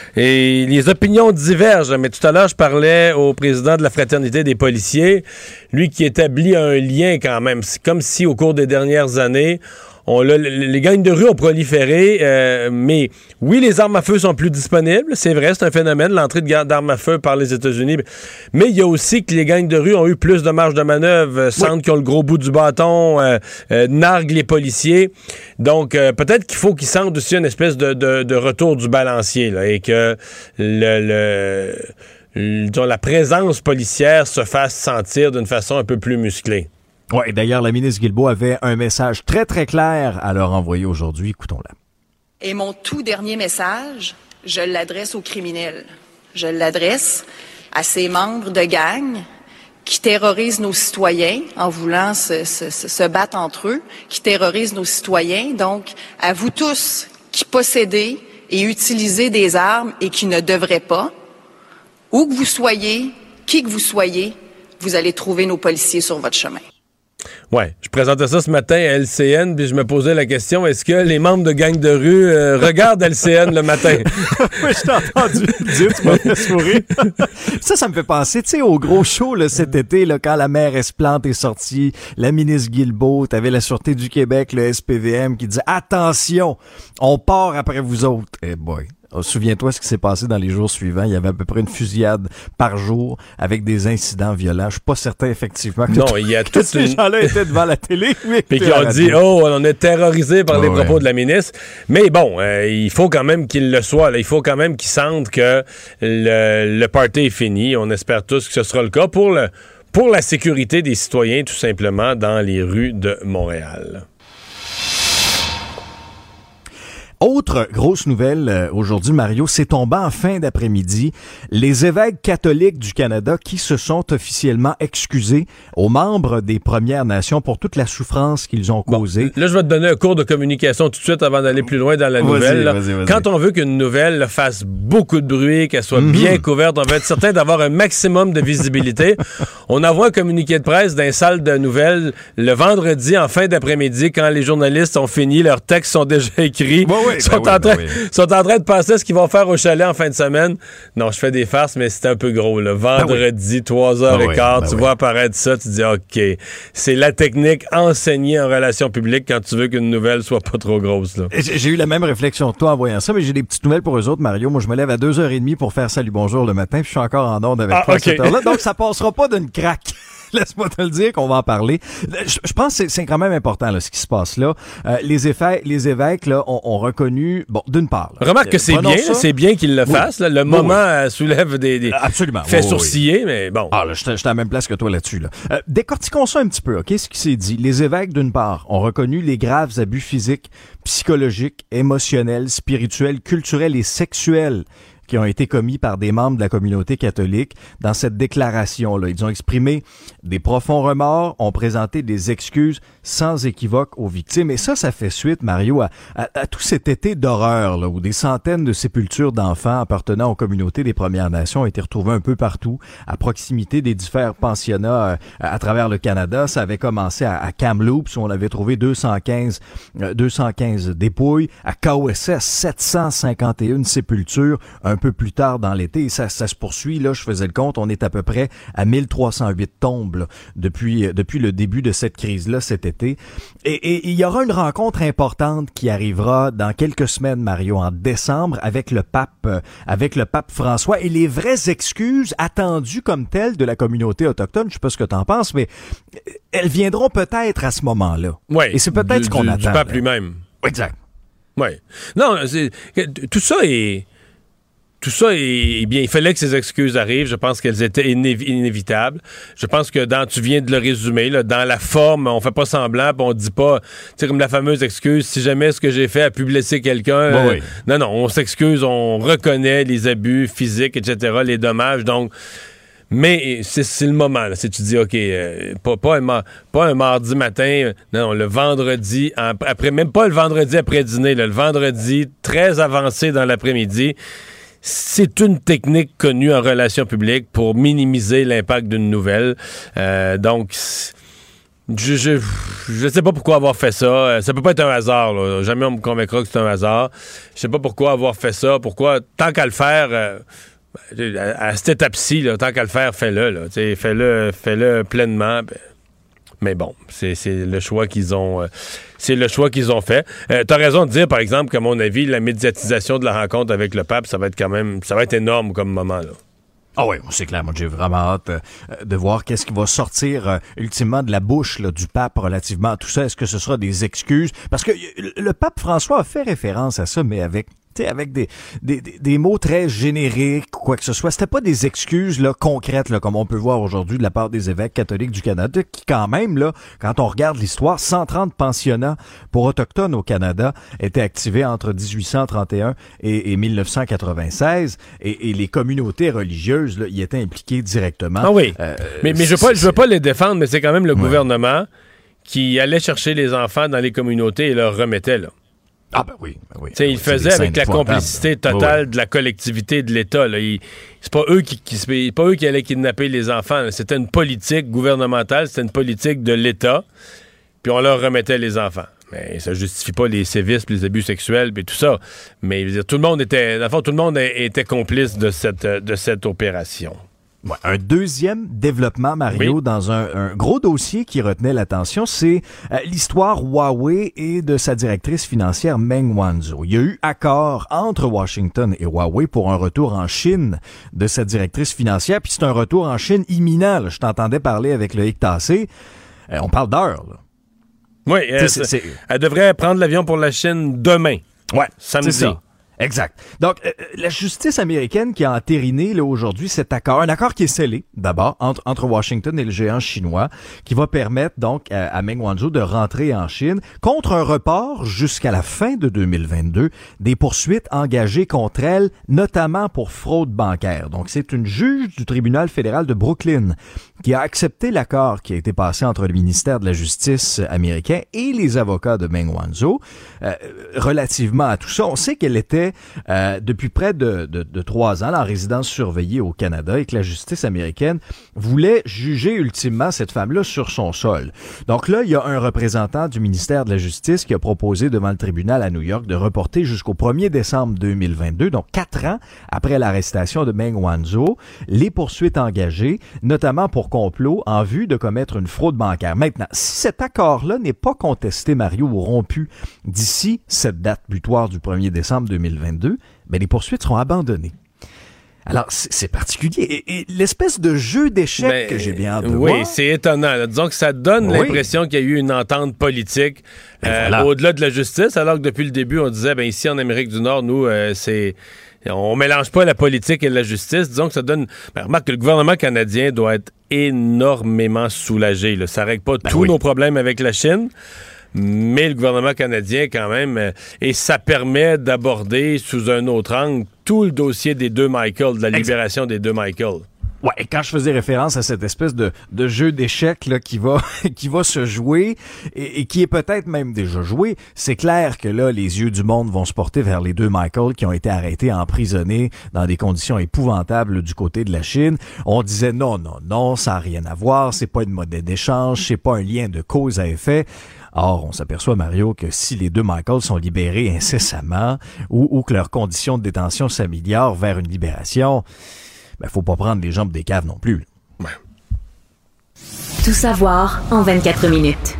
Et les opinions divergent, mais tout à l'heure, je parlais au président de la Fraternité des policiers, lui qui établit un lien quand même. C'est comme si au cours des dernières années, On l'a, les gangs de rue ont proliféré, euh, mais oui, les armes à feu sont plus disponibles. C'est vrai, c'est un phénomène, l'entrée de d'armes à feu par les États-Unis. Mais il y a aussi que les gangs de rue ont eu plus de marge de manœuvre, sentent oui. qu'ils ont le gros bout du bâton, euh, euh, narguent les policiers. Donc, euh, peut-être qu'il faut qu'ils sentent aussi une espèce de, de, de retour du balancier, là, et que le... le, le la présence policière se fasse sentir d'une façon un peu plus musclée. Oui, d'ailleurs, la ministre Guilbeault avait un message très, très clair à leur envoyer aujourd'hui. Écoutons-la. Et mon tout dernier message, je l'adresse aux criminels. Je l'adresse à ces membres de gang qui terrorisent nos citoyens en voulant se, se, se battre entre eux, qui terrorisent nos citoyens. Donc, à vous tous qui possédez et utilisez des armes et qui ne devraient pas, où que vous soyez, qui que vous soyez, vous allez trouver nos policiers sur votre chemin. Ouais, je présentais ça ce matin à L C N, puis je me posais la question, est-ce que les membres de gang de rue euh, regardent L C N le matin? Oui, je t'ai entendu dire, tu m'as fait sourire. Ça, ça me fait penser, tu sais, au gros show là, cet été, là, quand la maire Esplante est sortie, la ministre Guilbeault, t'avais la Sûreté du Québec, le S P V M, qui disait « Attention, on part après vous autres. » Eh boy. Oh, souviens-toi ce qui s'est passé dans les jours suivants. Il y avait à peu près une fusillade par jour avec des incidents violents. Je suis pas certain, effectivement, que non, il y a tous ces une... gens-là étaient devant la télé. Puis qui ont dit, oh, on est terrorisé par oh, les propos ouais. de la ministre. Mais bon, euh, il faut quand même qu'il le soit. Là. Il faut quand même qu'ils sentent que le, le party est fini. On espère tous que ce sera le cas pour, le, pour la sécurité des citoyens, tout simplement, dans les rues de Montréal. Autre grosse nouvelle euh, aujourd'hui, Mario, c'est tombé en fin d'après-midi. Les évêques catholiques du Canada qui se sont officiellement excusés aux membres des Premières Nations pour toute la souffrance qu'ils ont causée. Bon, là, je vais te donner un cours de communication tout de suite avant d'aller plus loin dans la nouvelle. Vas-y, vas-y, vas-y. Quand on veut qu'une nouvelle là, fasse beaucoup de bruit, qu'elle soit mm-hmm. bien couverte, on veut être certain d'avoir un maximum de visibilité. On envoie un communiqué de presse dans les salles de nouvelles le vendredi en fin d'après-midi quand les journalistes ont fini, leurs textes sont déjà écrits. Bon, oui, sont, ben en oui, train, ben oui. sont en train de penser ce qu'ils vont faire au chalet en fin de semaine. Non, je fais des farces, mais c'est un peu gros. Le vendredi, ben oui. trois heures quinze, ben ben tu oui. vois apparaître ça, tu dis OK. C'est la technique enseignée en relations publiques quand tu veux qu'une nouvelle soit pas trop grosse. Là. J'ai eu la même réflexion que toi en voyant ça, mais j'ai des petites nouvelles pour eux autres, Mario. Moi, je me lève à deux heures trente pour faire Salut Bonjour le matin, puis je suis encore en onde avec ah, toi okay. à cette heure-là. Donc, ça passera pas d'une craque. Laisse-moi te le dire qu'on va en parler. Je, je pense que c'est, c'est quand même important là, ce qui se passe là. Euh, les, évêques, les évêques là, ont, ont reconnu, bon, d'une part. Là, remarque que c'est bien, ça. c'est bien qu'ils le oui. fassent. Là. Le oui, moment oui. soulève des, des Absolument. fait oui, sourciller, oui. mais bon. Ah là, je suis à la même place que toi là-dessus. Là. Euh, décortiquons ça un petit peu, ok? Ce qui s'est dit. Les évêques, d'une part, ont reconnu les graves abus physiques, psychologiques, émotionnels, spirituels, culturels et sexuels qui ont été commis par des membres de la communauté catholique dans cette déclaration-là. Ils ont exprimé des profonds remords, ont présenté des excuses sans équivoque aux victimes. Et ça, ça fait suite, Mario, à, à, à tout cet été d'horreur, là, où des centaines de sépultures d'enfants appartenant aux communautés des Premières Nations ont été retrouvées un peu partout, à proximité des différents pensionnats euh, à travers le Canada. Ça avait commencé à, à Kamloops, où on avait trouvé deux cent quinze, euh, deux cent quinze dépouilles. À K O S S, sept cent cinquante et un sépultures, un un peu plus tard dans l'été, et ça, ça se poursuit, là, je faisais le compte, on est à peu près à mille trois cent huit tombes là, depuis, depuis le début de cette crise-là cet été. Et, et il y aura une rencontre importante qui arrivera dans quelques semaines, Mario, en décembre, avec le pape, euh, avec le pape François, et les vraies excuses attendues comme telles de la communauté autochtone, je sais pas ce que t'en penses, mais elles viendront peut-être à ce moment-là. Oui. Et c'est peut-être du, ce qu'on du, attend. Du pape lui-même. Exact. Oui. Non, c'est, tout ça est... Tout ça, est, eh bien, il fallait que ces excuses arrivent. Je pense qu'elles étaient inév- inévitables. Je pense que dans, tu viens de le résumer, là, dans la forme, on fait pas semblant, puis on dit pas, tu sais, comme la fameuse excuse, si jamais ce que j'ai fait a pu blesser quelqu'un. Bon, euh, oui. Non, non, on s'excuse, on reconnaît les abus physiques, et cetera, les dommages. Donc, mais c'est, c'est le moment, là. Si tu dis, OK, euh, pas, pas, un ma- pas un mardi matin, euh, non, le vendredi, en, après, même pas le vendredi après dîner, là, le vendredi, très avancé dans l'après-midi. C'est une technique connue en relations publiques pour minimiser l'impact d'une nouvelle. Euh, donc, je, je je sais pas pourquoi avoir fait ça. Ça peut pas être un hasard, là. Jamais on me convaincra que c'est un hasard. Je sais pas pourquoi avoir fait ça. Pourquoi, tant qu'à le faire, euh, à, à cette étape-ci, là, tant qu'à le faire, fais-le. Là. Fais-le, fais-le pleinement. Ben, mais bon, c'est, c'est le choix qu'ils ont euh, c'est le choix qu'ils ont fait. Euh, t'as raison de dire, par exemple, qu'à mon avis, la médiatisation de la rencontre avec le pape, ça va être quand même, ça va être énorme comme moment, là. Ah oui, c'est clair. Moi, j'ai vraiment hâte euh, de voir qu'est-ce qui va sortir euh, ultimement de la bouche là, du pape relativement à tout ça. Est-ce que ce sera des excuses? Parce que le pape François a fait référence à ça, mais avec sais, avec des, des, des mots très génériques, quoi que ce soit. C'était pas des excuses là concrètes, là, comme on peut voir aujourd'hui de la part des évêques catholiques du Canada, qui quand même, là, quand on regarde l'histoire, cent trente pensionnats pour autochtones au Canada étaient activés entre dix-huit cent trente et un et, et mille neuf cent quatre-vingt-seize, et, et les communautés religieuses là, y étaient impliquées directement. Ah oui, euh, mais, mais je veux pas, je veux pas les défendre, mais c'est quand même le ouais. gouvernement qui allait chercher les enfants dans les communautés et leur remettait, là. Ah ben oui, ben oui. Ben il le faisait avec la complicité totale oui. de la collectivité de l'État. Là. Il, c'est pas eux qui, qui c'est pas eux qui allaient kidnapper les enfants. Là. C'était une politique gouvernementale, c'était une politique de l'État. Puis on leur remettait les enfants. Mais ça justifie pas les sévices, les abus sexuels, puis tout ça. Mais je veux dire, tout le monde était, dans le fond, tout le monde était complice de cette de cette opération. Ouais, un deuxième développement, Mario, oui. dans un, un gros dossier qui retenait l'attention, c'est euh, l'histoire Huawei et de sa directrice financière Meng Wanzhou. Il y a eu accord entre Washington et Huawei pour un retour en Chine de sa directrice financière, puis c'est un retour en Chine imminent. Là. Je t'entendais parler avec le Hic Tassé. Euh, on parle d'heures. Là. Oui, elle, c'est, c'est... elle devrait prendre l'avion pour la Chine demain. Ouais, samedi. C'est ça. Exact. Donc, euh, la justice américaine qui a entériné là aujourd'hui cet accord, un accord qui est scellé d'abord entre entre Washington et le géant chinois, qui va permettre donc à, à Meng Wanzhou de rentrer en Chine contre un report jusqu'à la fin de deux mille vingt-deux des poursuites engagées contre elle, notamment pour fraude bancaire. Donc, c'est une juge du tribunal fédéral de Brooklyn qui a accepté l'accord qui a été passé entre le ministère de la Justice américain et les avocats de Meng Wanzhou euh, relativement à tout ça. On sait qu'elle était Euh, depuis près de, de, de trois ans en résidence surveillée au Canada et que la justice américaine voulait juger ultimement cette femme-là sur son sol. Donc là, il y a un représentant du ministère de la Justice qui a proposé devant le tribunal à New York de reporter jusqu'au premier décembre deux mille vingt-deux, donc quatre ans après l'arrestation de Meng Wanzhou, les poursuites engagées, notamment pour complot en vue de commettre une fraude bancaire. Maintenant, si cet accord-là n'est pas contesté, Mario, ou rompu d'ici cette date butoir du premier décembre deux mille vingt-deux, ben les poursuites seront abandonnées. Alors, c'est, c'est particulier. Et, et l'espèce de jeu d'échecs ben, que j'ai bien hâte de oui, voir. Oui, c'est étonnant. Là. Disons que ça donne oui. l'impression qu'il y a eu une entente politique ben euh, voilà. au-delà de la justice, alors que depuis le début, on disait, ben ici en Amérique du Nord, nous, euh, c'est... on mélange pas la politique et la justice. Disons que ça donne... Ben, remarque que le gouvernement canadien doit être énormément soulagé. Là. Ça règle pas ben tous oui. nos problèmes avec la Chine, mais le gouvernement canadien, quand même, euh, et ça permet d'aborder sous un autre angle tout le dossier des deux Michael, de la libération exact. des deux Michael. Ouais, et quand je faisais référence à cette espèce de, de jeu d'échecs là, qui va qui va se jouer et, et qui est peut-être même déjà joué, c'est clair que là, les yeux du monde vont se porter vers les deux Michael qui ont été arrêtés, emprisonnés dans des conditions épouvantables du côté de la Chine. On disait non, non, non, ça n'a rien à voir, c'est pas une monnaie d'échange, c'est pas un lien de cause à effet. Or, on s'aperçoit, Mario, que si les deux Michael sont libérés incessamment ou, ou que leurs conditions de détention s'améliorent vers une libération, ben, faut pas prendre les jambes des caves non plus. Ouais. Tout savoir en vingt-quatre minutes.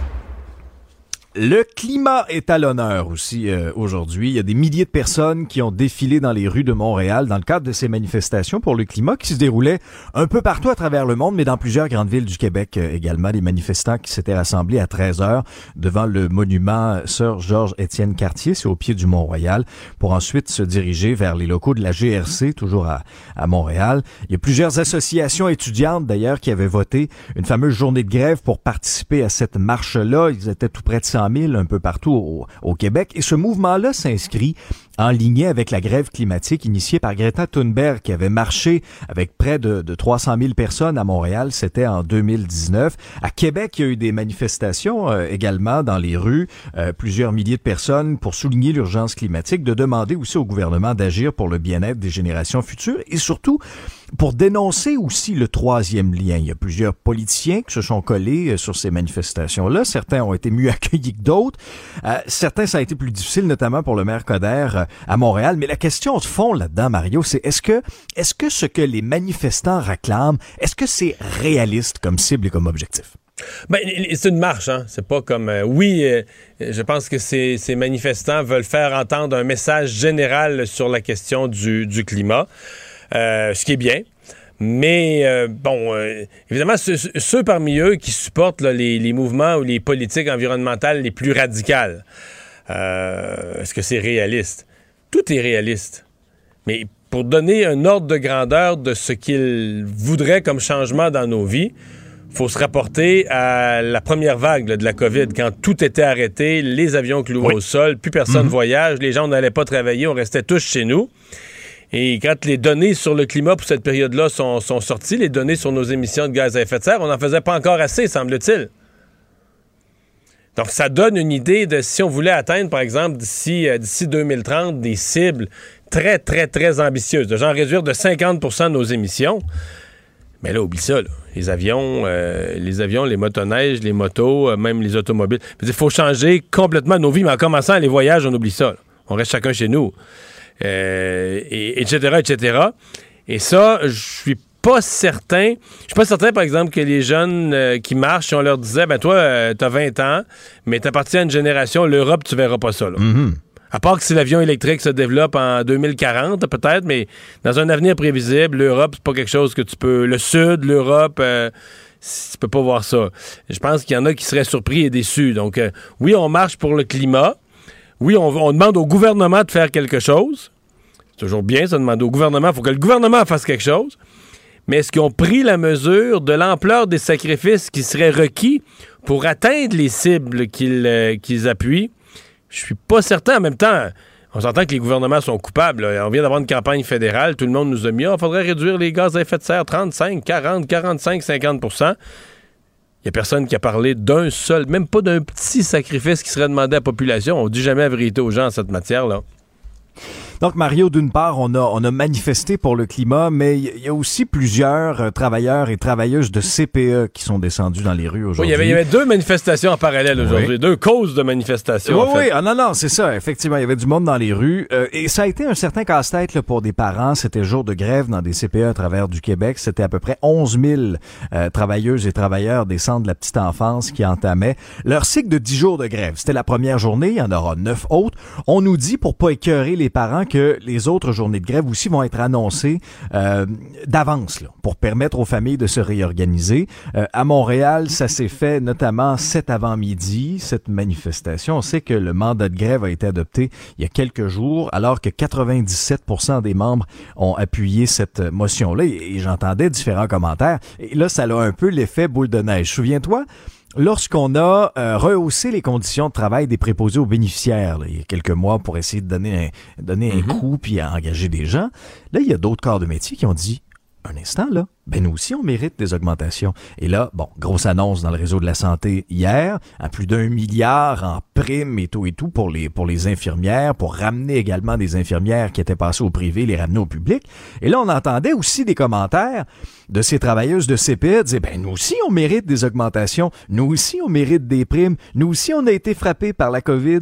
Le climat est à l'honneur aussi euh, aujourd'hui. Il y a des milliers de personnes qui ont défilé dans les rues de Montréal dans le cadre de ces manifestations pour le climat qui se déroulaient un peu partout à travers le monde, mais dans plusieurs grandes villes du Québec euh, également. Les manifestants qui s'étaient rassemblés à treize heures devant le monument Sir Georges-Étienne Cartier, c'est au pied du Mont-Royal, pour ensuite se diriger vers les locaux de la G R C, toujours à, à Montréal. Il y a plusieurs associations étudiantes d'ailleurs qui avaient voté une fameuse journée de grève pour participer à cette marche-là. Ils étaient tout près de cent mille un peu partout au, au Québec. Et ce mouvement-là s'inscrit en lignée avec la grève climatique initiée par Greta Thunberg qui avait marché avec près de, de trois cent mille personnes à Montréal. C'était en deux mille dix-neuf. À Québec, il y a eu des manifestations euh, également dans les rues. Euh, plusieurs milliers de personnes pour souligner l'urgence climatique, de demander aussi au gouvernement d'agir pour le bien-être des générations futures et surtout pour dénoncer aussi le troisième lien. Il y a plusieurs politiciens qui se sont collés sur ces manifestations-là. Certains ont été mieux accueillis que d'autres. Euh, certains, ça a été plus difficile, notamment pour le maire Coder euh, à Montréal. Mais la question de fond là-dedans, Mario, c'est est-ce que, est-ce que ce que les manifestants réclament, est-ce que c'est réaliste comme cible et comme objectif? Ben, c'est une marche, hein. C'est pas comme... Euh, oui, euh, je pense que ces, ces manifestants veulent faire entendre un message général sur la question du, du climat. Euh, ce qui est bien, mais euh, bon, euh, évidemment, ceux, ceux parmi eux qui supportent là, les, les mouvements ou les politiques environnementales les plus radicales, euh, est-ce que c'est réaliste? tout est réaliste. Mais pour donner un ordre de grandeur de ce qu'il voudrait comme changement dans nos vies, il faut se rapporter à la première vague là, de la COVID, quand tout était arrêté, les avions cloués oui. au sol, plus personne mm-hmm. voyage, les gens n'allaient pas travailler, on restait tous chez nous. Et quand les données sur le climat pour cette période-là sont, sont sorties, les données sur nos émissions de gaz à effet de serre, on n'en faisait pas encore assez, semble-t-il. Donc, ça donne une idée de si on voulait atteindre, par exemple, d'ici, euh, d'ici deux mille trente, des cibles très, très, très ambitieuses, de genre réduire de cinquante pour cent de nos émissions. Mais là, oublie ça, là. Les avions, euh, les avions, les motoneiges, les motos, euh, même les automobiles. Il faut changer complètement nos vies, mais en commençant les voyages, on oublie ça. Là. On reste chacun chez nous. Euh, et, et cetera, et cetera. Et ça, je suis pas certain. Je suis pas certain, par exemple, que les jeunes euh, qui marchent, si on leur disait, ben toi, euh, t'as vingt ans, mais t'appartiens à une génération, l'Europe, tu verras pas ça, là. Mm-hmm. À part que si l'avion électrique se développe en deux mille quarante, peut-être, mais dans un avenir prévisible, l'Europe, c'est pas quelque chose que tu peux... Le Sud, l'Europe, euh, tu peux pas voir ça. Je pense qu'il y en a qui seraient surpris et déçus. Donc, euh, oui, on marche pour le climat. Oui, on, on demande au gouvernement de faire quelque chose. C'est toujours bien, ça, de demander au gouvernement. Il faut que le gouvernement fasse quelque chose. Mais est-ce qu'ils ont pris la mesure de l'ampleur des sacrifices qui seraient requis pour atteindre les cibles qu'ils, euh, qu'ils appuient? Je suis pas certain. En même temps, on s'entend que les gouvernements sont coupables. Là. On vient d'avoir une campagne fédérale. Tout le monde nous a mis, il oh, faudrait réduire les gaz à effet de serre trente-cinq, quarante, quarante-cinq, cinquante pour cent. Il n'y a personne qui a parlé d'un seul, même pas d'un petit sacrifice qui serait demandé à la population. On ne dit jamais la vérité aux gens en cette matière-là. Donc, Mario, d'une part, on a, on a manifesté pour le climat, mais il y a aussi plusieurs euh, travailleurs et travailleuses de C P E qui sont descendus dans les rues aujourd'hui. Oui, il y avait, il y avait deux manifestations en parallèle aujourd'hui, oui. deux causes de manifestations. Oui, en fait. oui, ah, non, non, c'est ça, effectivement, il y avait du monde dans les rues, euh, et ça a été un certain casse-tête là, pour des parents. C'était jour de grève dans des C P E à travers du Québec. C'était à peu près onze mille euh, travailleuses et travailleurs des centres de la petite enfance qui entamaient leur cycle de dix jours de grève. C'était la première journée, il y en aura neuf autres. On nous dit, pour pas écœurer les parents, que les autres journées de grève aussi vont être annoncées euh, d'avance là, pour permettre aux familles de se réorganiser. Euh, à Montréal, ça s'est fait notamment cet avant-midi, cette manifestation. On sait que le mandat de grève a été adopté il y a quelques jours, alors que quatre-vingt-dix-sept pour cent des membres ont appuyé cette motion-là. Et, et j'entendais différents commentaires. Et là, ça a un peu l'effet boule de neige. Souviens-toi, lorsqu'on a euh, rehaussé les conditions de travail des préposés aux bénéficiaires, là, il y a quelques mois, pour essayer de donner un, donner un mm-hmm. coup puis engager des gens, là, il y a d'autres corps de métier qui ont dit, un instant, là, ben nous aussi, on mérite des augmentations. Et là, bon, grosse annonce dans le réseau de la santé hier, à plus d'un milliard en primes et tout et tout pour les pour les infirmières, pour ramener également des infirmières qui étaient passées au privé, les ramener au public. Et là, on entendait aussi des commentaires de ces travailleuses de C P E disaient, ben nous aussi, on mérite des augmentations. Nous aussi, on mérite des primes. Nous aussi, on a été frappés par la COVID.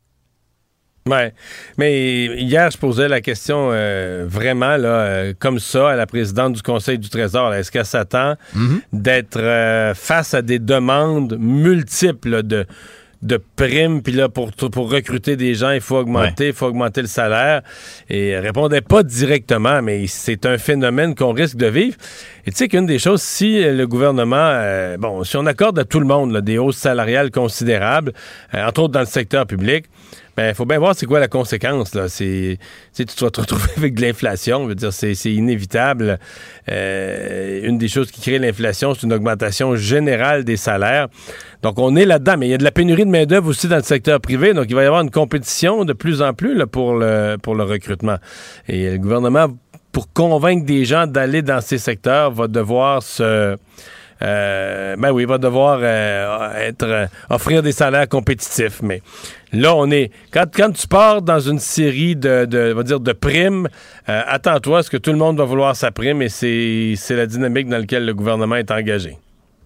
Oui, mais hier, je posais la question euh, vraiment là, euh, comme ça à la présidente du Conseil du Trésor. Là, est-ce qu'elle s'attend mm-hmm. d'être euh, face à des demandes multiples là, de, de primes, puis là, pour, pour recruter des gens, il faut augmenter, il ouais. faut augmenter le salaire. Et elle répondait pas directement, mais c'est un phénomène qu'on risque de vivre. Et tu sais qu'une des choses, si le gouvernement, euh, bon, si on accorde à tout le monde là, des hausses salariales considérables, euh, entre autres dans le secteur public, ben, il faut bien voir c'est quoi la conséquence, là. C'est, tu vas te retrouver avec de l'inflation. Je veux dire, c'est, c'est inévitable. Euh, une des choses qui crée l'inflation, c'est une augmentation générale des salaires. Donc, on est là-dedans. Mais il y a de la pénurie de main-d'œuvre aussi dans le secteur privé. Donc, il va y avoir une compétition de plus en plus là, pour le, pour le recrutement. Et le gouvernement, pour convaincre des gens d'aller dans ces secteurs, va devoir se... Euh, ben oui, il va devoir euh, être euh, offrir des salaires compétitifs. Mais là, on est quand, quand tu pars dans une série de, de, on va dire de primes, euh, attends-toi à ce que tout le monde va vouloir sa prime et c'est, c'est la dynamique dans laquelle le gouvernement est engagé.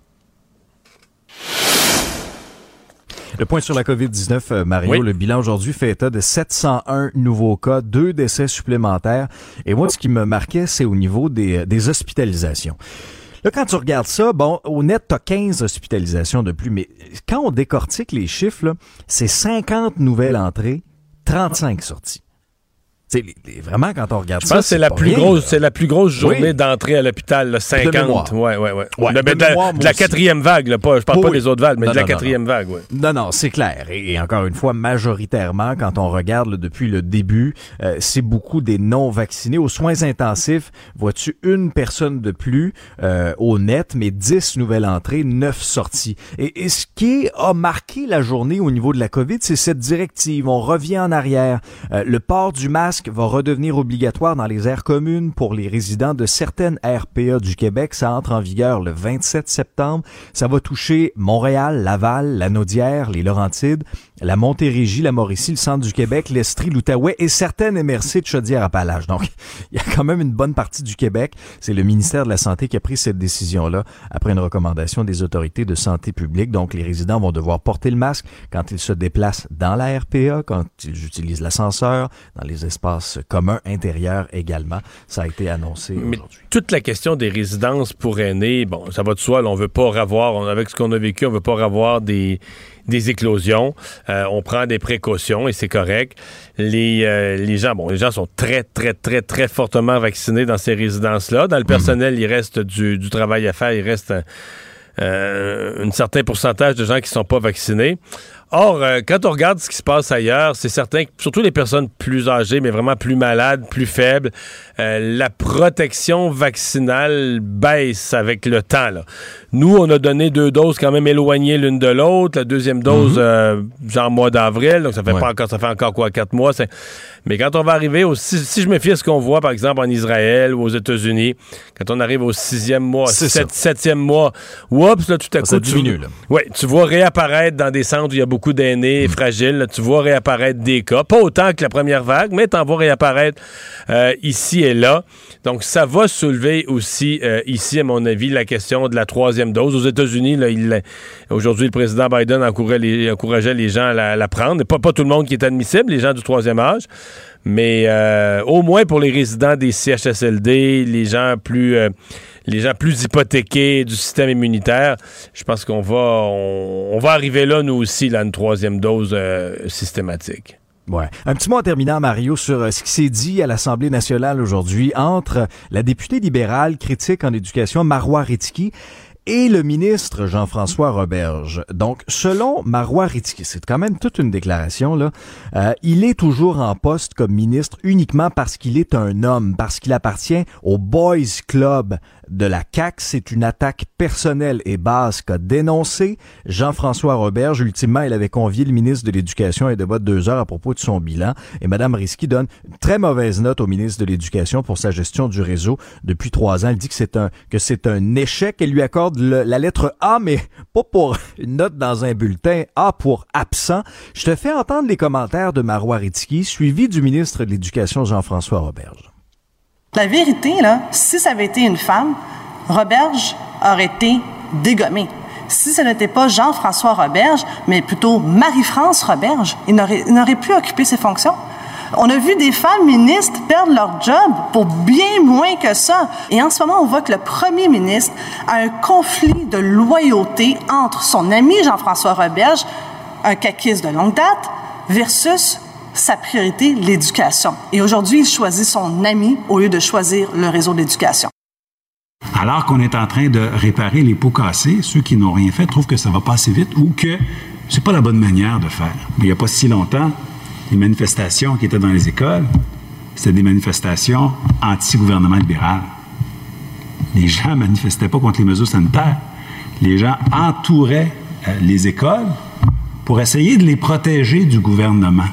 Le point sur la covid dix-neuf, Mario, oui. Le bilan aujourd'hui fait état de sept cent un nouveaux cas, deux décès supplémentaires. Et moi, ce qui me marquait, c'est au niveau des, des hospitalisations. Là, quand tu regardes ça, bon, au net, t'as quinze hospitalisations de plus, mais quand on décortique les chiffres, là, c'est cinquante nouvelles entrées, trente-cinq sorties. C'est vraiment quand on regarde je ça, pense que c'est, c'est la plus rien, grosse, là. c'est la plus grosse journée oui. d'entrée à l'hôpital, là, cinquante. Ouais, ouais, ouais. ouais de, de, de, de, mémoire, de la quatrième vague, là, pas, je parle oui, pas oui. des autres vagues, mais non, de la non, quatrième non, vague, ouais. Non, non, c'est clair. Et, et encore une fois, majoritairement, quand on regarde là, depuis le début, euh, c'est beaucoup des non-vaccinés. Aux soins intensifs, vois-tu une personne de plus euh, au net, mais dix nouvelles entrées, neuf sorties. Et, et ce qui a marqué la journée au niveau de la COVID, c'est cette directive. On revient en arrière. Euh, le port du masque va redevenir obligatoire dans les aires communes pour les résidents de certaines R P A du Québec. Ça entre en vigueur le vingt-sept septembre. Ça va toucher Montréal, Laval, la Naudière, les Laurentides, la Montérégie, la Mauricie, le centre du Québec, l'Estrie, l'Outaouais et certaines M R C de Chaudière-Appalaches. Donc, il y a quand même une bonne partie du Québec. C'est le ministère de la Santé qui a pris cette décision-là après une recommandation des autorités de santé publique. Donc, les résidents vont devoir porter le masque quand ils se déplacent dans la R P A, quand ils utilisent l'ascenseur, dans les espaces communs intérieurs également. Ça a été annoncé Mais aujourd'hui. Toute la question des résidences pour aînés, bon, ça va de soi, là, on veut pas revoir, on, avec ce qu'on a vécu, on veut pas revoir des, des éclosions. Euh, on prend des précautions et c'est correct. Les, euh, les gens, bon, les gens sont très, très, très, très fortement vaccinés dans ces résidences-là. Dans le personnel, mmh. il reste du, du travail à faire, il reste un, euh, un certain pourcentage de gens qui sont pas vaccinés. Or, euh, quand on regarde ce qui se passe ailleurs, c'est certain que surtout les personnes plus âgées, mais vraiment plus malades, plus faibles, euh, la protection vaccinale baisse avec le temps, là. Nous, on a donné deux doses quand même éloignées l'une de l'autre. La deuxième dose, mm-hmm. euh, genre mois d'avril, donc ça fait ouais. pas encore, ça fait encore quoi, quatre mois. C'est... Mais quand on va arriver au si, si je me fie à ce qu'on voit, par exemple, en Israël ou aux États-Unis, quand on arrive au sixième mois, sept, septième mois, oups, là, tout à ça coup, diminue, tu, là. Ouais, tu vois réapparaître dans des centres où il y a beaucoup d'aînés mmh. fragiles, là, tu vois réapparaître des cas, pas autant que la première vague, mais t'en vois réapparaître euh, ici et là. Donc, ça va soulever aussi euh, ici, à mon avis, la question de la troisième dose. Aux États-Unis, là, il, aujourd'hui, le président Biden encourageait les, encourageait les gens à la, à la prendre. Pas, pas tout le monde qui est admissible, les gens du troisième âge, mais euh, au moins pour les résidents des C H S L D, les gens plus... Euh, les gens plus hypothéqués du système immunitaire, je pense qu'on va on, on va arriver là, nous aussi, là, une troisième dose euh, systématique. Ouais. Un petit mot en terminant, Mario, sur euh, ce qui s'est dit à l'Assemblée nationale aujourd'hui entre la députée libérale critique en éducation, Marois Ritiki, et le ministre Jean-François Roberge. Donc, selon Marois Ritiki, c'est quand même toute une déclaration, là, euh, il est toujours en poste comme ministre uniquement parce qu'il est un homme, parce qu'il appartient au Boys Club de la C A Q. C'est une attaque personnelle et basse qu'a dénoncé Jean-François Roberge. Ultimement, il avait convié le ministre de l'Éducation à un débat de deux heures à propos de son bilan. Et Mme Ritiki donne une très mauvaise note au ministre de l'Éducation pour sa gestion du réseau depuis trois ans. Elle dit que c'est un, que c'est un échec. Elle lui accorde le, la lettre A, mais pas pour une note dans un bulletin. A pour absent. Je te fais entendre les commentaires de Marois Ritiki, suivi du ministre de l'Éducation Jean-François Roberge. La vérité, là, si ça avait été une femme, Roberge aurait été dégommé. Si ce n'était pas Jean-François Roberge, mais plutôt Marie-France Roberge, il n'aurait, il n'aurait plus occupé ces fonctions. On a vu des femmes ministres perdre leur job pour bien moins que ça. Et en ce moment, on voit que le premier ministre a un conflit de loyauté entre son ami Jean-François Roberge, un caquiste de longue date, versus sa priorité, l'éducation. Et aujourd'hui, il choisit son ami au lieu de choisir le réseau d'éducation. Alors qu'on est en train de réparer les pots cassés, ceux qui n'ont rien fait trouvent que ça va pas assez vite ou que c'est pas la bonne manière de faire. Mais il n'y a pas si longtemps, les manifestations qui étaient dans les écoles, c'était des manifestations anti-gouvernement libéral. Les gens manifestaient pas contre les mesures sanitaires. Les gens entouraient euh, les écoles pour essayer de les protéger du gouvernement.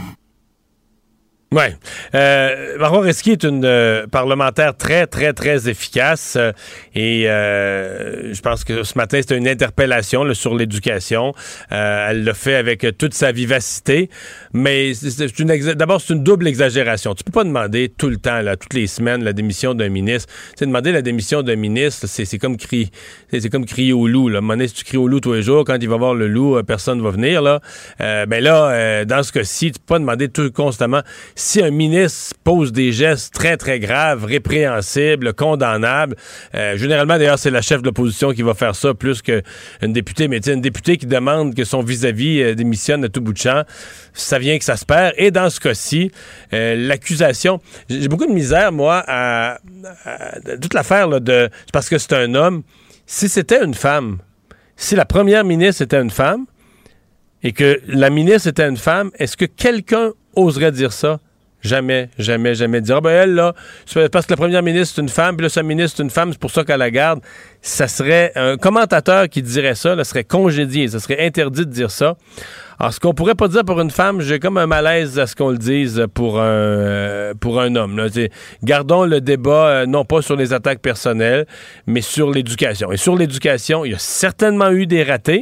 Oui. Euh, Marois Ritiki est une euh, parlementaire très, très, très efficace euh, et euh, je pense que ce matin, c'était une interpellation là, sur l'éducation. Euh, elle l'a fait avec toute sa vivacité, mais c'est, c'est une exa- d'abord, c'est une double exagération. Tu peux pas demander tout le temps, là, toutes les semaines, la démission d'un ministre. Tu sais, demander la démission d'un ministre, c'est, c'est comme crier, c'est, c'est comme crier au loup. Là. À un moment donné, si tu cries au loup tous les jours, quand il va voir le loup, personne va venir. Là. Euh, ben là, euh, dans ce cas-ci, tu peux pas demander tout constamment. si un ministre pose des gestes très, très graves, répréhensibles, condamnables, euh, généralement, d'ailleurs, c'est la chef de l'opposition qui va faire ça plus qu'une députée, mais tu sais, une députée qui demande que son vis-à-vis euh, démissionne à tout bout de champ, ça vient que ça se perd. Et dans ce cas-ci, euh, l'accusation... J'ai beaucoup de misère, moi, à, à, à toute l'affaire là, de... parce que c'est un homme. Si c'était une femme, si la première ministre était une femme, et que la ministre était une femme, est-ce que quelqu'un oserait dire ça? Jamais, jamais, jamais dire. Ah ben elle, là, c'est parce que la première ministre, c'est une femme, puis là, sa ministre, c'est une femme, c'est pour ça qu'elle la garde. Ça serait un commentateur qui dirait ça, là, serait congédié, ça serait interdit de dire ça. Alors, ce qu'on pourrait pas dire pour une femme, j'ai comme un malaise à ce qu'on le dise pour un, euh, pour un homme. Là. Gardons le débat, euh, non pas sur les attaques personnelles, mais sur l'éducation. Et sur l'éducation, il y a certainement eu des ratés.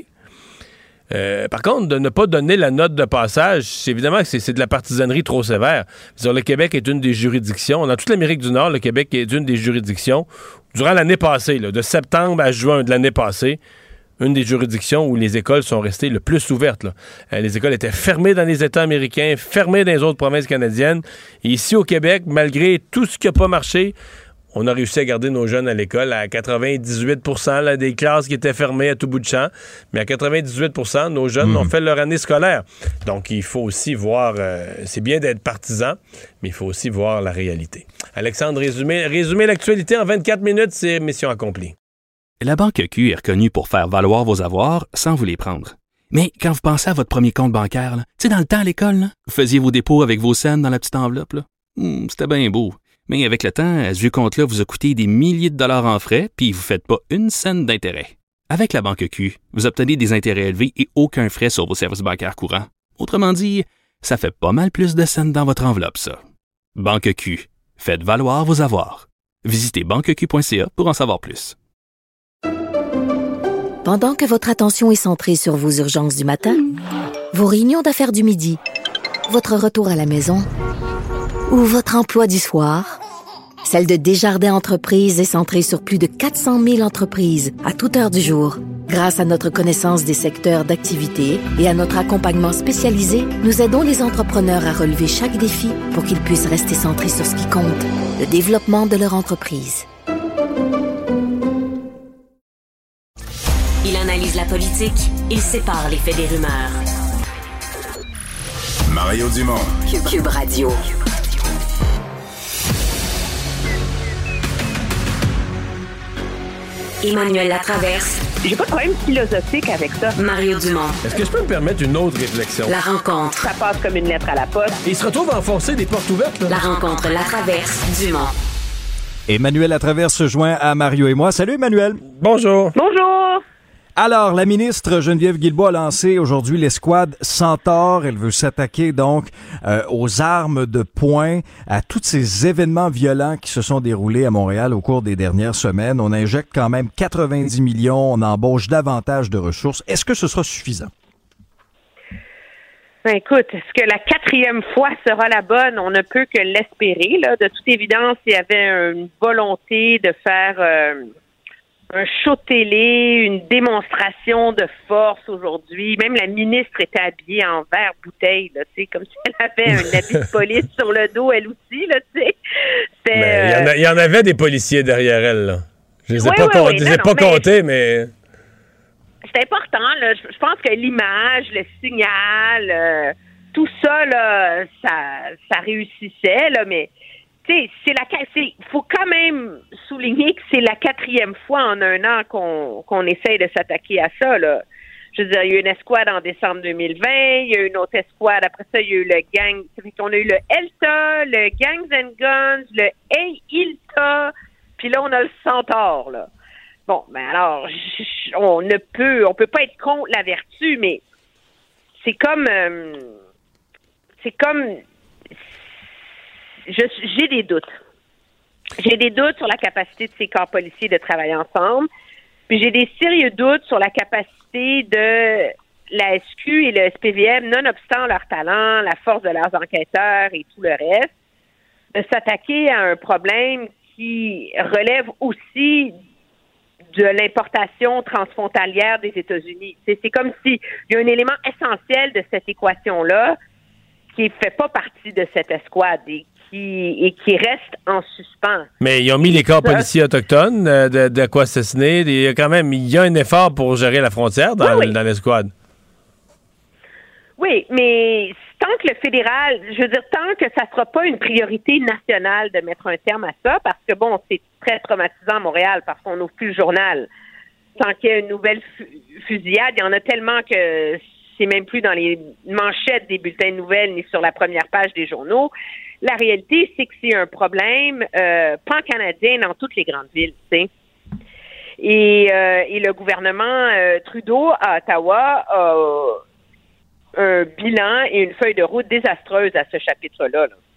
Euh, par contre, de ne pas donner la note de passage, c'est évidemment que c'est, c'est de la partisanerie trop sévère. C'est-à-dire, le Québec est une des juridictions, dans toute l'Amérique du Nord, le Québec est une des juridictions, durant l'année passée, là, de septembre à juin de l'année passée, une des juridictions où les écoles sont restées le plus ouvertes. Là. Euh, les écoles étaient fermées dans les États américains, fermées dans les autres provinces canadiennes. Et ici, au Québec, malgré tout ce qui n'a pas marché, on a réussi à garder nos jeunes à l'école à quatre-vingt-dix-huit pour cent là, des classes qui étaient fermées à tout bout de champ. Mais à quatre-vingt-dix-huit pour cent, nos jeunes mmh. ont fait leur année scolaire. Donc, il faut aussi voir... Euh, c'est bien d'être partisan, mais il faut aussi voir la réalité. Alexandre, résumer, résumer l'actualité en vingt-quatre minutes, c'est mission accomplie. La Banque Q est reconnue pour faire valoir vos avoirs sans vous les prendre. Mais quand vous pensez à votre premier compte bancaire, tu sais, dans le temps à l'école, là, vous faisiez vos dépôts avec vos scènes dans la petite enveloppe. Là. Mmh, c'était bien beau. Mais avec le temps, à ce vieux compte-là vous a coûté des milliers de dollars en frais, puis vous ne faites pas une scène d'intérêt. Avec la Banque Q, vous obtenez des intérêts élevés et aucun frais sur vos services bancaires courants. Autrement dit, ça fait pas mal plus de scènes dans votre enveloppe, ça. Banque Q. Faites valoir vos avoirs. Visitez banque q point c a pour en savoir plus. Pendant que votre attention est centrée sur vos urgences du matin, vos réunions d'affaires du midi, votre retour à la maison ou votre emploi du soir, celle de Desjardins Entreprises est centrée sur plus de quatre cent mille entreprises à toute heure du jour. Grâce à notre connaissance des secteurs d'activité et à notre accompagnement spécialisé, nous aidons les entrepreneurs à relever chaque défi pour qu'ils puissent rester centrés sur ce qui compte, le développement de leur entreprise. Il analyse la politique, il sépare les faits des rumeurs. Mario Dumont. Cube, Cube Radio. Emmanuel Latraverse. J'ai pas de problème philosophique avec ça. Mario Dumont. Est-ce que je peux me permettre une autre réflexion? La rencontre. Ça passe comme une lettre à la poste. Et il se retrouve à enfoncer des portes ouvertes. Là. La rencontre Latraverse Dumont. Emmanuel Latraverse se joint à Mario et moi. Salut Emmanuel. Bonjour. Bonjour. Alors, la ministre Geneviève Guilbeault a lancé aujourd'hui l'escouade Centaure. Elle veut s'attaquer donc euh, aux armes de poing, à tous ces événements violents qui se sont déroulés à Montréal au cours des dernières semaines. On injecte quand même quatre-vingt-dix millions, on embauche davantage de ressources. Est-ce que ce sera suffisant? Ben écoute, est-ce que la quatrième fois sera la bonne? On ne peut que l'espérer. Là. De toute évidence, il y avait une volonté de faire... Euh un show télé, une démonstration de force aujourd'hui. Même la ministre était habillée en vert bouteille, là, tu sais, comme si elle avait un habit de police sur le dos, elle aussi, là, tu sais. Il euh... y, y en avait des policiers derrière elle, là. Je les ai oui, pas, oui, con- oui, je les non, ai pas non, comptés, mais... C'est important, là. Je, je pense que l'image, le signal, euh, tout ça, là, ça, ça réussissait, là, mais... Il faut quand même souligner que c'est la quatrième fois en un an qu'on, qu'on essaye de s'attaquer à ça. Là. Je veux dire, il y a eu une escouade en décembre deux mille vingt, il y a eu une autre escouade, après ça, il y a eu le gang, on a eu le ELTA, le Gangs and Guns, le Hey Ilta, puis là, on a le Centaure. Là. Bon, ben alors, on ne peut, on peut pas être contre la vertu, mais c'est comme, euh, c'est comme... Je, j'ai des doutes. J'ai des doutes sur la capacité de ces corps policiers de travailler ensemble. Puis j'ai des sérieux doutes sur la capacité de la S Q et le S P V M, nonobstant leur talent, la force de leurs enquêteurs et tout le reste, de s'attaquer à un problème qui relève aussi de l'importation transfrontalière des États-Unis. C'est, c'est comme si il y a un élément essentiel de cette équation-là qui ne fait pas partie de cette escouade et qui, et qui reste en suspens. Mais ils ont mis les corps Ça, policiers autochtones euh, de, de quoi assassiner. Il y a quand même il y a un effort pour gérer la frontière dans, oui, oui. dans l'escouade. Oui, mais tant que le fédéral, je veux dire, tant que ça ne sera pas une priorité nationale de mettre un terme à ça, parce que, bon, c'est très traumatisant à Montréal parce qu'on n'ouvre plus le journal. Tant qu'il y a une nouvelle fu- fusillade, il y en a tellement que c'est même plus dans les manchettes des bulletins de nouvelles ni sur la première page des journaux. La réalité, c'est que c'est un problème euh, pan-canadien dans toutes les grandes villes, tu sais. Et, euh, et le gouvernement euh, Trudeau à Ottawa a un bilan et une feuille de route désastreuse à ce chapitre-là. Là.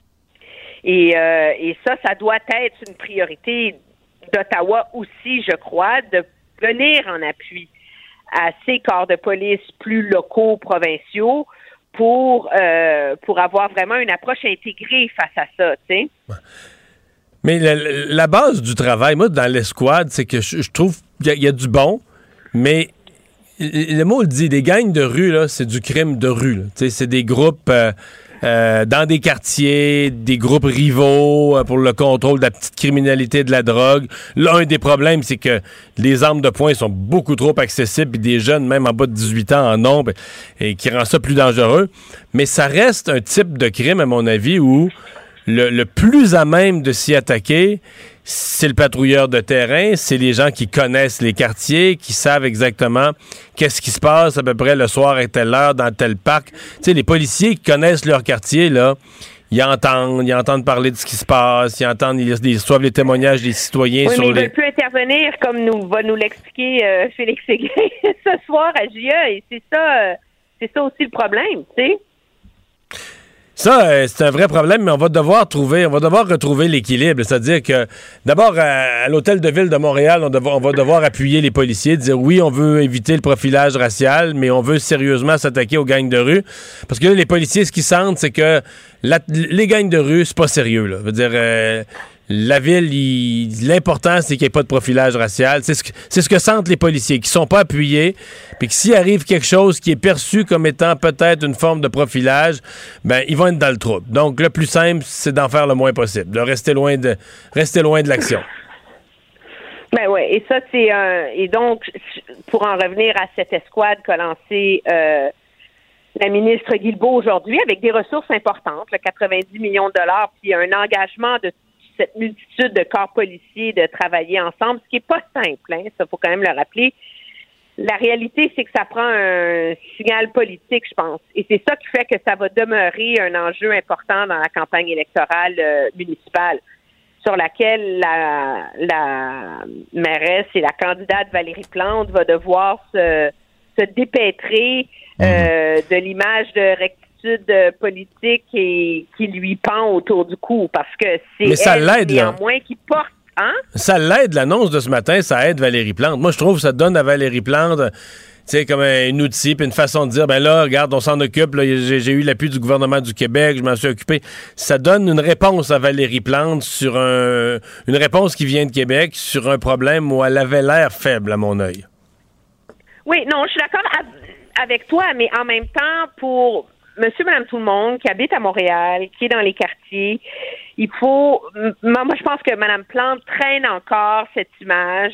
Et, euh, et ça, ça doit être une priorité d'Ottawa aussi, je crois, de venir en appui à ces corps de police plus locaux, provinciaux, pour, euh, pour avoir vraiment une approche intégrée face à ça, tu sais. Mais la, la base du travail, moi, dans l'escouade, c'est que je, je trouve qu'il y, y a du bon, mais le mot le dit, des gangs de rue, là, c'est du crime de rue. C'est des groupes euh, euh, dans des quartiers, des groupes rivaux euh, pour le contrôle de la petite criminalité de la drogue. Là, un des problèmes, c'est que les armes de poing sont beaucoup trop accessibles, et des jeunes, même en bas de dix-huit ans, en nombre, et qui rend ça plus dangereux. Mais ça reste un type de crime, à mon avis, où le, le plus à même de s'y attaquer, c'est le patrouilleur de terrain, c'est les gens qui connaissent les quartiers, qui savent exactement qu'est-ce qui se passe à peu près le soir à telle heure dans tel parc. Tu sais, les policiers qui connaissent leur quartier, là, ils entendent, ils entendent parler de ce qui se passe, ils entendent, ils, ils reçoivent les témoignages des citoyens oui, sur mais les... il ne veut plus intervenir, comme nous va nous l'expliquer euh, Félix Séguin ce soir à J A, et c'est ça, euh, c'est ça aussi le problème, tu sais. Ça, euh, c'est un vrai problème, mais on va devoir trouver, on va devoir retrouver l'équilibre. C'est-à-dire que, d'abord, à, à l'hôtel de ville de Montréal, on, dev- on va devoir appuyer les policiers, dire oui, on veut éviter le profilage racial, mais on veut sérieusement s'attaquer aux gangs de rue. Parce que là, les policiers, ce qu'ils sentent, c'est que la, les gangs de rue, c'est pas sérieux, là. Je veux dire, euh, la ville, il, l'important, c'est qu'il n'y ait pas de profilage racial. C'est ce, que, c'est ce que sentent les policiers, qui sont pas appuyés, puis que s'il arrive quelque chose qui est perçu comme étant peut-être une forme de profilage, ben ils vont être dans le trouble. Donc, le plus simple, c'est d'en faire le moins possible, de rester loin de, rester loin de l'action. Ben oui, et ça, c'est un... Et donc, pour en revenir à cette escouade qu'a lancée euh, la ministre Guilbeault aujourd'hui, avec des ressources importantes, là, quatre-vingt-dix millions de dollars, puis un engagement de cette multitude de corps policiers de travailler ensemble, ce qui n'est pas simple, hein, ça faut quand même le rappeler. La réalité, c'est que ça prend un signal politique, je pense. Et c'est ça qui fait que ça va demeurer un enjeu important dans la campagne électorale euh, municipale, sur laquelle la, la mairesse et la candidate Valérie Plante va devoir se, se dépêtrer euh, de l'image de rectitude politique et qui lui pend autour du cou, parce que c'est Mais ça elle, l'aide, là. néanmoins, qui porte. Hein? Ça l'aide, l'annonce de ce matin, ça aide Valérie Plante. Moi, je trouve que ça donne à Valérie Plante, tu sais, comme un, un outil, puis une façon de dire, ben là, regarde, on s'en occupe, là, j'ai, j'ai eu l'appui du gouvernement du Québec, je m'en suis occupé. Ça donne une réponse à Valérie Plante sur un, une réponse qui vient de Québec sur un problème où elle avait l'air faible, à mon œil. Oui, non, je suis d'accord avec toi, mais en même temps, pour monsieur, madame, tout le monde qui habite à Montréal, qui est dans les quartiers, il faut... Moi, je pense que madame Plante traîne encore cette image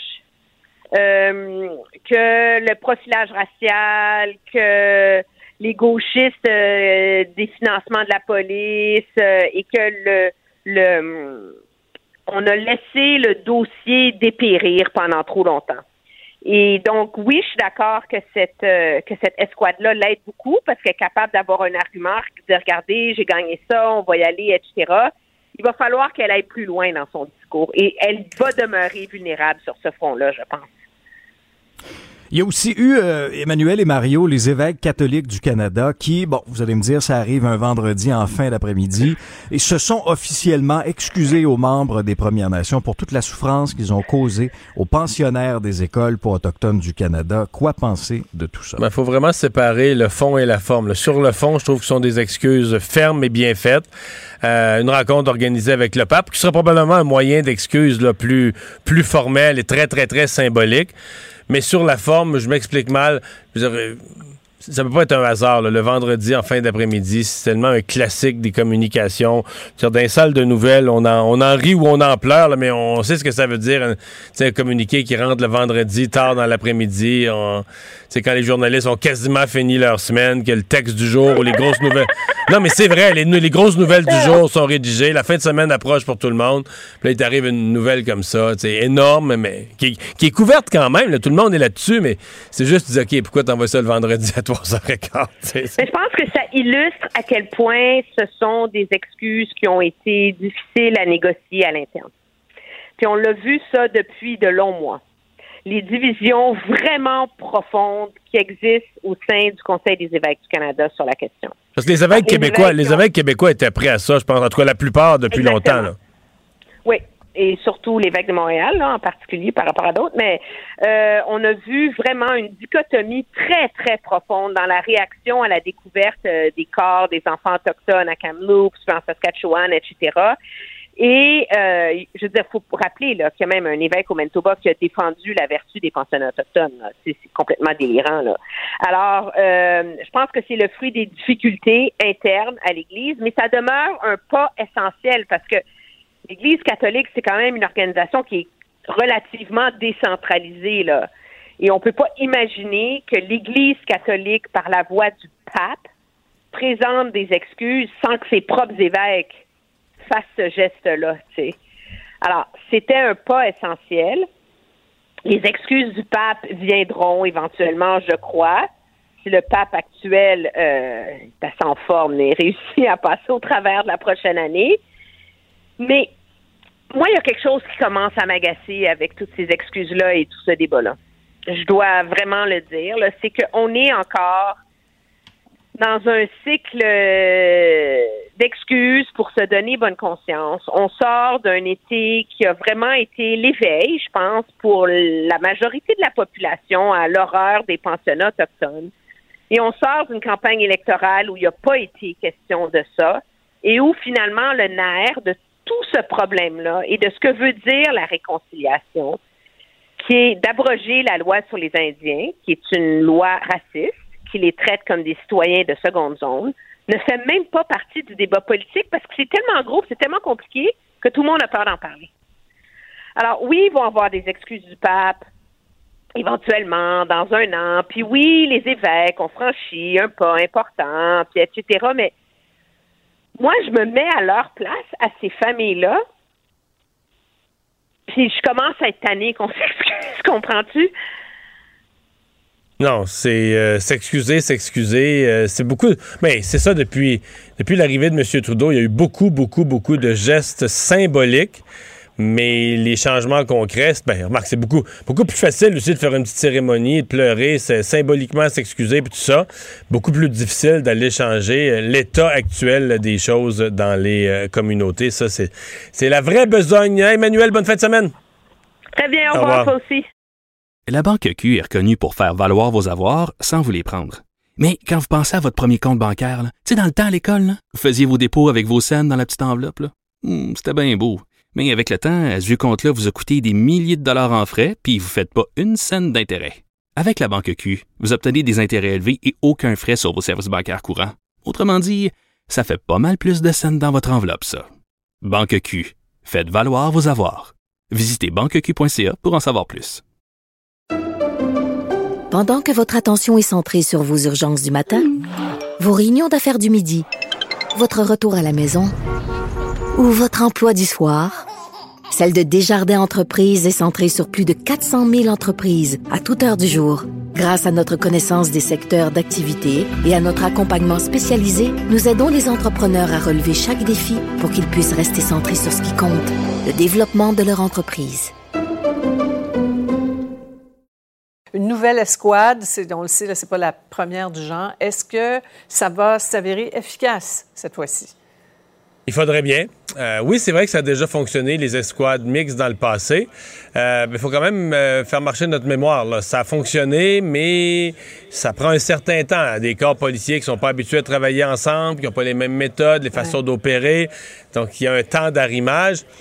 euh, que le profilage racial, que les gauchistes euh, des financements de la police euh, et que le, le on a laissé le dossier dépérir pendant trop longtemps. Et donc, oui, je suis d'accord que cette euh, que cette escouade-là l'aide beaucoup parce qu'elle est capable d'avoir un argument, de regarder, j'ai gagné ça, on va y aller, et cetera. Il va falloir qu'elle aille plus loin dans son discours. Et elle va demeurer vulnérable sur ce front-là, je pense. Il y a aussi eu, euh, Emmanuel et Mario, les évêques catholiques du Canada qui, bon, vous allez me dire, ça arrive un vendredi en fin d'après-midi, et se sont officiellement excusés aux membres des Premières Nations pour toute la souffrance qu'ils ont causée aux pensionnaires des écoles pour autochtones du Canada. Quoi penser de tout ça? Il ben, faut vraiment séparer le fond et la forme. Là. Sur le fond, je trouve que ce sont des excuses fermes et bien faites. Euh, une rencontre organisée avec le pape, qui sera probablement un moyen d'excuse là, plus, plus formel et très, très, très symbolique. Mais sur la forme, je m'explique mal. Je veux dire, ça peut pas être un hasard, là, le vendredi en fin d'après-midi, c'est tellement un classique des communications. Dans les salles de nouvelles, on en, on en rit ou on en pleure, là, mais on sait ce que ça veut dire, un, un communiqué qui rentre le vendredi tard dans l'après-midi. C'est quand les journalistes ont quasiment fini leur semaine, que le texte du jour ou les grosses nouvelles... Non, mais c'est vrai, les, les grosses nouvelles du jour sont rédigées, la fin de semaine approche pour tout le monde, puis là, il t'arrive une nouvelle comme ça, c'est énorme, mais qui, qui est couverte quand même, là, tout le monde est là-dessus, mais c'est juste, tu dis, OK, pourquoi t'envoies ça le vendredi à trois heures quinze? Mais je pense que ça illustre à quel point ce sont des excuses qui ont été difficiles à négocier à l'interne. Puis on l'a vu ça depuis de longs mois. Les divisions vraiment profondes qui existent au sein du Conseil des évêques du Canada sur la question. Parce que les évêques les québécois, évêques, les évêques québécois étaient prêts à ça, je pense, en tout cas la plupart depuis Exactement. longtemps. Là. Oui, et surtout l'évêque de Montréal, là, en particulier par rapport à d'autres, mais euh, on a vu vraiment une dichotomie très, très profonde dans la réaction à la découverte euh, des corps des enfants autochtones à Kamloops, en Saskatchewan, et cetera. Et, euh, je veux dire, il faut rappeler là, qu'il y a même un évêque au Manitoba qui a défendu la vertu des pensionnats autochtones. C'est, c'est complètement délirant. Là. Alors, euh, je pense que c'est le fruit des difficultés internes à l'Église, mais ça demeure un pas essentiel parce que l'Église catholique, c'est quand même une organisation qui est relativement décentralisée. Là. Et on ne peut pas imaginer que l'Église catholique, par la voix du pape, présente des excuses sans que ses propres évêques fasse ce geste-là, tu sais. Alors, c'était un pas essentiel. Les excuses du pape viendront éventuellement, je crois, si le pape actuel euh, est assez en forme et réussit à passer au travers de la prochaine année. Mais moi, il y a quelque chose qui commence à m'agacer avec toutes ces excuses-là et tout ce débat-là. Je dois vraiment le dire, là, c'est qu'on est encore dans un cycle d'excuses pour se donner bonne conscience. On sort d'un été qui a vraiment été l'éveil, je pense, pour la majorité de la population à l'horreur des pensionnats autochtones. Et on sort d'une campagne électorale où il n'y a pas été question de ça et où finalement le nerf de tout ce problème-là et de ce que veut dire la réconciliation, qui est d'abroger la loi sur les Indiens, qui est une loi raciste, qui les traite comme des citoyens de seconde zone, ne fait même pas partie du débat politique parce que c'est tellement gros, c'est tellement compliqué que tout le monde a peur d'en parler. Alors oui, ils vont avoir des excuses du pape, éventuellement, dans un an, puis oui, les évêques ont franchi un pas important, puis et cetera, mais moi, je me mets à leur place, à ces familles-là, puis je commence à être tannée qu'on s'excuse, comprends-tu? Non, c'est euh, s'excuser, s'excuser. Euh, c'est beaucoup. Mais c'est ça depuis, depuis l'arrivée de M. Trudeau. Il y a eu beaucoup, beaucoup, beaucoup de gestes symboliques. Mais les changements concrets, ben, remarque, c'est beaucoup, beaucoup plus facile aussi de faire une petite cérémonie, de pleurer, c'est symboliquement s'excuser, puis tout ça. Beaucoup plus difficile d'aller changer l'état actuel des choses dans les euh, communautés. Ça, c'est, c'est la vraie besogne. Hein, Emmanuel, bonne fin de semaine. Très bien, au revoir, toi aussi. La Banque Q est reconnue pour faire valoir vos avoirs sans vous les prendre. Mais quand vous pensez à votre premier compte bancaire, tu sais, dans le temps à l'école, là, vous faisiez vos dépôts avec vos scènes dans la petite enveloppe. Là. Hum, c'était bien beau. Mais avec le temps, à ce vieux compte-là vous a coûté des milliers de dollars en frais, puis vous ne faites pas une scène d'intérêt. Avec la Banque Q, vous obtenez des intérêts élevés et aucun frais sur vos services bancaires courants. Autrement dit, ça fait pas mal plus de scènes dans votre enveloppe, ça. Banque Q. Faites valoir vos avoirs. Visitez banque q point c a pour en savoir plus. Pendant que votre attention est centrée sur vos urgences du matin, vos réunions d'affaires du midi, votre retour à la maison ou votre emploi du soir, celle de Desjardins Entreprises est centrée sur plus de quatre cent mille entreprises à toute heure du jour. Grâce à notre connaissance des secteurs d'activité et à notre accompagnement spécialisé, nous aidons les entrepreneurs à relever chaque défi pour qu'ils puissent rester centrés sur ce qui compte, le développement de leur entreprise. Une nouvelle escouade, c'est, on le sait, là, c'est pas la première du genre. Est-ce que ça va s'avérer efficace cette fois-ci? Il faudrait bien. Euh, oui, c'est vrai que ça a déjà fonctionné, les escouades mixtes dans le passé. Euh, mais il faut quand même euh, faire marcher notre mémoire. Là. Ça a fonctionné, mais ça prend un certain temps. Des corps policiers qui sont pas habitués à travailler ensemble, qui n'ont pas les mêmes méthodes, les façons ouais. d'opérer. Donc, il y a un temps d'arrimage.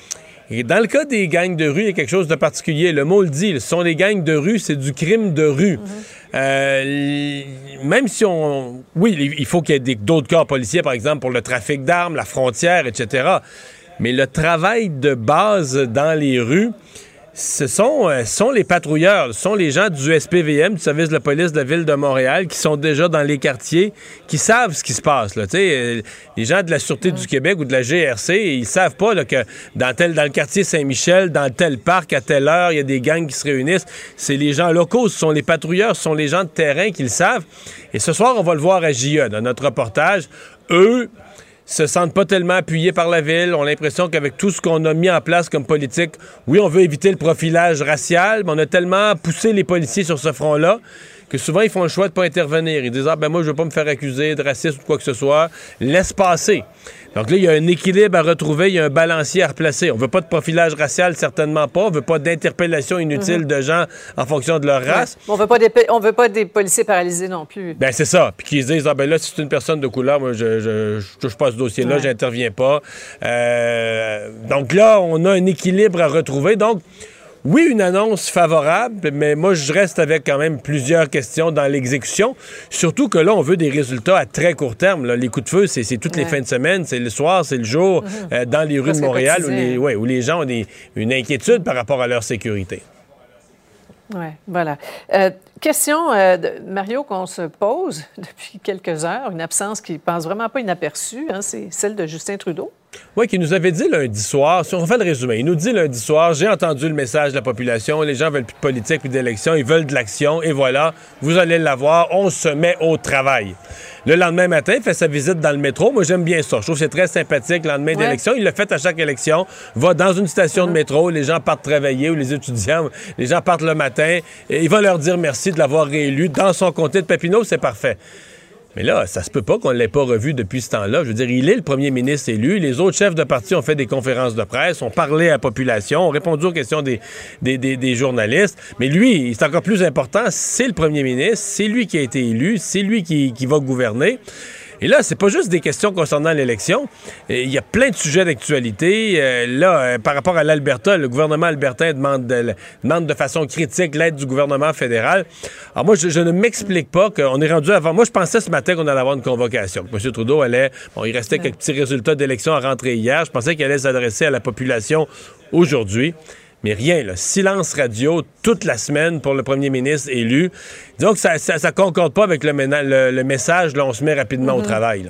Et dans le cas des gangs de rue, il y a quelque chose de particulier. Le mot le dit, ce sont les gangs de rue, c'est du crime de rue. Mm-hmm. Euh, même si on... Oui, il faut qu'il y ait des, d'autres corps policiers, par exemple, pour le trafic d'armes, la frontière, et cetera. Mais le travail de base dans les rues, ce sont, euh, sont les patrouilleurs, ce sont les gens du S P V M, du service de la police de la Ville de Montréal, qui sont déjà dans les quartiers, qui savent ce qui se passe. Là. Euh, les gens de la Sûreté mmh. du Québec ou de la G R C, ils savent pas là, que dans, tel, dans le quartier Saint-Michel, dans tel parc, à telle heure, il y a des gangs qui se réunissent. C'est les gens locaux, ce sont les patrouilleurs, ce sont les gens de terrain qui le savent. Et ce soir, on va le voir à J E, dans notre reportage. Eux se sentent pas tellement appuyés par la Ville. On a l'impression qu'avec tout ce qu'on a mis en place comme politique, oui, on veut éviter le profilage racial, mais on a tellement poussé les policiers sur ce front-là que souvent, ils font le choix de pas intervenir. Ils disent « Ah, ben moi, je veux pas me faire accuser de racisme ou quoi que ce soit. Laisse passer. » Donc là, il y a un équilibre à retrouver, il y a un balancier à replacer. On veut pas de profilage racial, certainement pas. On veut pas d'interpellation inutile mm-hmm. de gens en fonction de leur race. Ouais. On veut pas des, on veut pas des policiers paralysés non plus. Ben c'est ça. Puis qu'ils se disent « Ah, ben là, si c'est une personne de couleur, moi, je, je, je touche pas à ce dossier-là, ouais. j'interviens pas. Euh, » Donc là, on a un équilibre à retrouver. Donc, oui, une annonce favorable, mais moi, je reste avec quand même plusieurs questions dans l'exécution. Surtout que là, on veut des résultats à très court terme. Là. Les coups de feu, c'est, c'est toutes ouais. les fins de semaine, c'est le soir, c'est le jour, mm-hmm. euh, dans les rues de Montréal, où les, ouais, où les gens ont des, une inquiétude par rapport à leur sécurité. Oui, voilà. Euh, question, euh, de Mario, qu'on se pose depuis quelques heures, une absence qui ne passe vraiment pas inaperçue, hein, c'est celle de Justin Trudeau. Oui, qui nous avait dit lundi soir, si on fait le résumé, il nous dit lundi soir, j'ai entendu le message de la population, les gens veulent plus de politique, plus d'élection, ils veulent de l'action, et voilà, vous allez l'avoir, on se met au travail. Le lendemain matin, il fait sa visite dans le métro. Moi, j'aime bien ça. Je trouve que c'est très sympathique, le lendemain ouais. d'élection. Il le fait à chaque élection. Va dans une station mm-hmm. de métro, les gens partent travailler, ou les étudiants, les gens partent le matin, et il va leur dire merci de l'avoir réélu. Dans son comté de Papineau, c'est parfait. Mais là, ça se peut pas qu'on ne l'ait pas revu depuis ce temps-là. Je veux dire, il est le premier ministre élu. Les autres chefs de parti ont fait des conférences de presse, ont parlé à la population, ont répondu aux questions des, des, des, des journalistes. Mais lui, c'est encore plus important, c'est le premier ministre, c'est lui qui a été élu, c'est lui qui, qui va gouverner. Et là, c'est pas juste des questions concernant l'élection. Il y a plein de sujets d'actualité. Euh, là, euh, par rapport à l'Alberta, le gouvernement albertain demande de, demande de façon critique l'aide du gouvernement fédéral. Alors moi, je, je ne m'explique pas qu'on est rendu avant. Moi, je pensais ce matin qu'on allait avoir une convocation. M. Trudeau allait... Bon, il restait quelques petits résultats d'élection à rentrer hier. Je pensais qu'il allait s'adresser à la population aujourd'hui. Mais rien, là. Silence radio toute la semaine pour le premier ministre élu. Disons que ça ne concorde pas avec le, le, le message, là, on se met rapidement mm-hmm. au travail.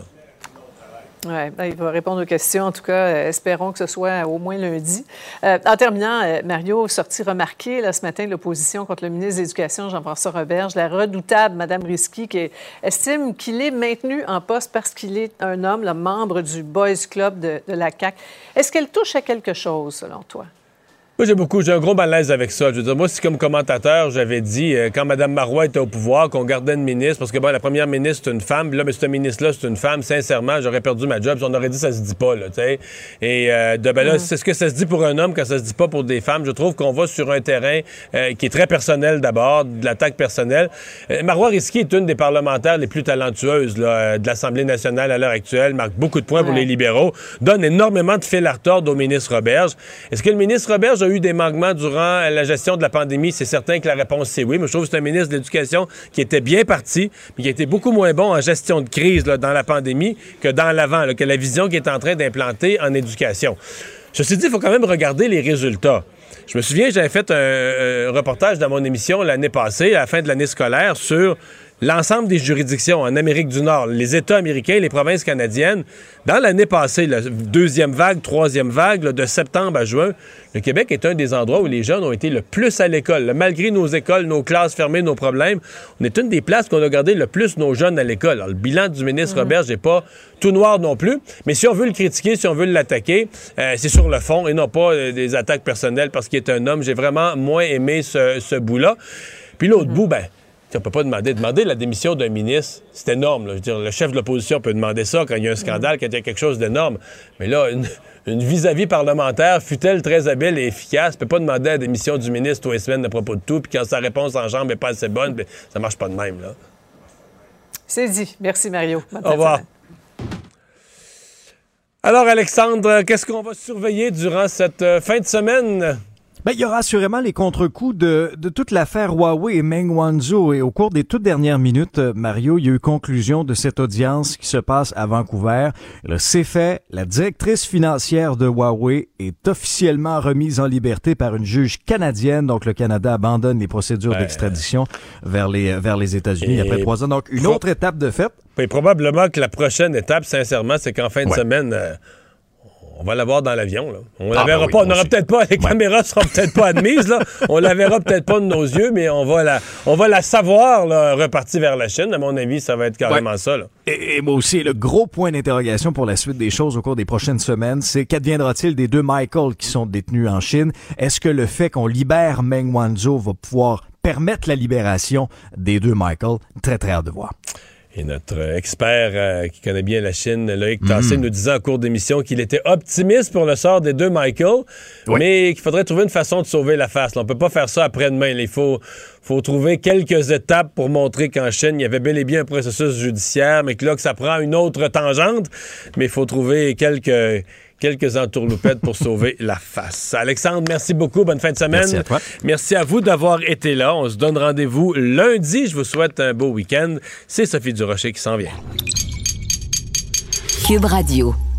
Oui, il va répondre aux questions. En tout cas, euh, espérons que ce soit au moins lundi. Euh, en terminant, euh, Mario, sortie remarquée là, ce matin de l'opposition contre le ministre de l'Éducation, Jean-François Roberge, la redoutable Mme Risky, qui estime qu'il est maintenu en poste parce qu'il est un homme, le membre du Boys Club de, de la C A Q. Est-ce qu'elle touche à quelque chose, selon toi? Moi, j'ai beaucoup, j'ai un gros malaise avec ça. Je veux dire, moi, c'est comme commentateur, j'avais dit, euh, quand Mme Marois était au pouvoir, qu'on gardait une ministre, parce que, bon, la première ministre, c'est une femme, puis là, mais cette ministre-là, c'est une femme, sincèrement, j'aurais perdu ma job, on aurait dit, ça se dit pas, là, tu sais. Et, euh, de, ben là, mm. c'est ce que ça se dit pour un homme quand ça se dit pas pour des femmes. Je trouve qu'on va sur un terrain euh, qui est très personnel d'abord, de l'attaque personnelle. Euh, Marois Risky est une des parlementaires les plus talentueuses, là, euh, de l'Assemblée nationale à l'heure actuelle, marque beaucoup de points ouais. pour les libéraux, donne énormément de fil à retordre au ministre Roberge. Est-ce que le ministre Roberge a eu des manquements durant la gestion de la pandémie? C'est certain que la réponse, c'est oui. Mais je trouve que c'est un ministre de l'Éducation qui était bien parti, mais qui a été beaucoup moins bon en gestion de crise là, dans la pandémie que dans l'avant, là, que la vision qu'il est en train d'implanter en éducation. Ceci dit, il faut quand même regarder les résultats. Je me souviens, j'avais fait un, un reportage dans mon émission l'année passée, à la fin de l'année scolaire, sur l'ensemble des juridictions en Amérique du Nord, les États américains, les provinces canadiennes. Dans l'année passée, la deuxième vague, troisième vague, là, de septembre à juin, le Québec est un des endroits où les jeunes ont été le plus à l'école. Là, malgré nos écoles, nos classes fermées, nos problèmes, on est une des places qu'on a gardé le plus nos jeunes à l'école. Alors, le bilan du ministre mmh. Roberge n'est pas tout noir non plus, mais si on veut le critiquer, si on veut l'attaquer, euh, c'est sur le fond et non pas euh, des attaques personnelles parce qu'il est un homme. J'ai vraiment moins aimé ce, ce bout-là. Puis l'autre mmh. bout, ben on ne peut pas demander. Demander la démission d'un ministre, c'est énorme. Là. Je veux dire, le chef de l'opposition peut demander ça quand il y a un scandale, quand il y a quelque chose d'énorme. Mais là, une, une vis-à-vis parlementaire, fut-elle très habile et efficace, ne peut pas demander la démission du ministre tous les semaines à propos de tout, puis quand sa réponse en jambe n'est pas assez bonne, bien, ça ne marche pas de même. Là. C'est dit. Merci, Mario. Au revoir. Alors, Alexandre, qu'est-ce qu'on va surveiller durant cette euh, fin de semaine? Ben, il y aura assurément les contre-coups de, de toute l'affaire Huawei et Meng Wanzhou. Et au cours des toutes dernières minutes, Mario, il y a eu conclusion de cette audience qui se passe à Vancouver. Là, c'est fait. La directrice financière de Huawei est officiellement remise en liberté par une juge canadienne. Donc, le Canada abandonne les procédures ben, d'extradition vers les, vers les États-Unis après trois ans. Donc, une autre étape de fait. Et probablement que la prochaine étape, sincèrement, c'est qu'en fin de ouais. semaine... Euh, on va la voir dans l'avion. Là. On la ah, verra ben oui, pas. On n'aura peut-être pas. Les ouais. caméras seront peut-être pas admises. Là. On la verra peut-être pas de nos yeux, mais on va la, on va la savoir là, repartie vers la Chine. À mon avis, ça va être carrément ouais. ça. Là. Et, et moi aussi, le gros point d'interrogation pour la suite des choses au cours des prochaines semaines, c'est qu'adviendra-t-il des deux Michael qui sont détenus en Chine? Est-ce que le fait qu'on libère Meng Wanzhou va pouvoir permettre la libération des deux Michael? Très, très hâte de voir. Et notre expert euh, qui connaît bien la Chine, Loïc Tassé, mmh. nous disait en cours d'émission qu'il était optimiste pour le sort des deux Michael, oui. mais qu'il faudrait trouver une façon de sauver la face. Là, on peut pas faire ça après-demain. Là. Il faut, faut trouver quelques étapes pour montrer qu'en Chine, il y avait bel et bien un processus judiciaire, mais que là, que ça prend une autre tangente. Mais il faut trouver quelques... quelques entourloupettes pour sauver la face. Alexandre, merci beaucoup. Bonne fin de semaine. Merci à toi. Merci à vous d'avoir été là. On se donne rendez-vous lundi. Je vous souhaite un beau week-end. C'est Sophie Durocher qui s'en vient. Cube Radio.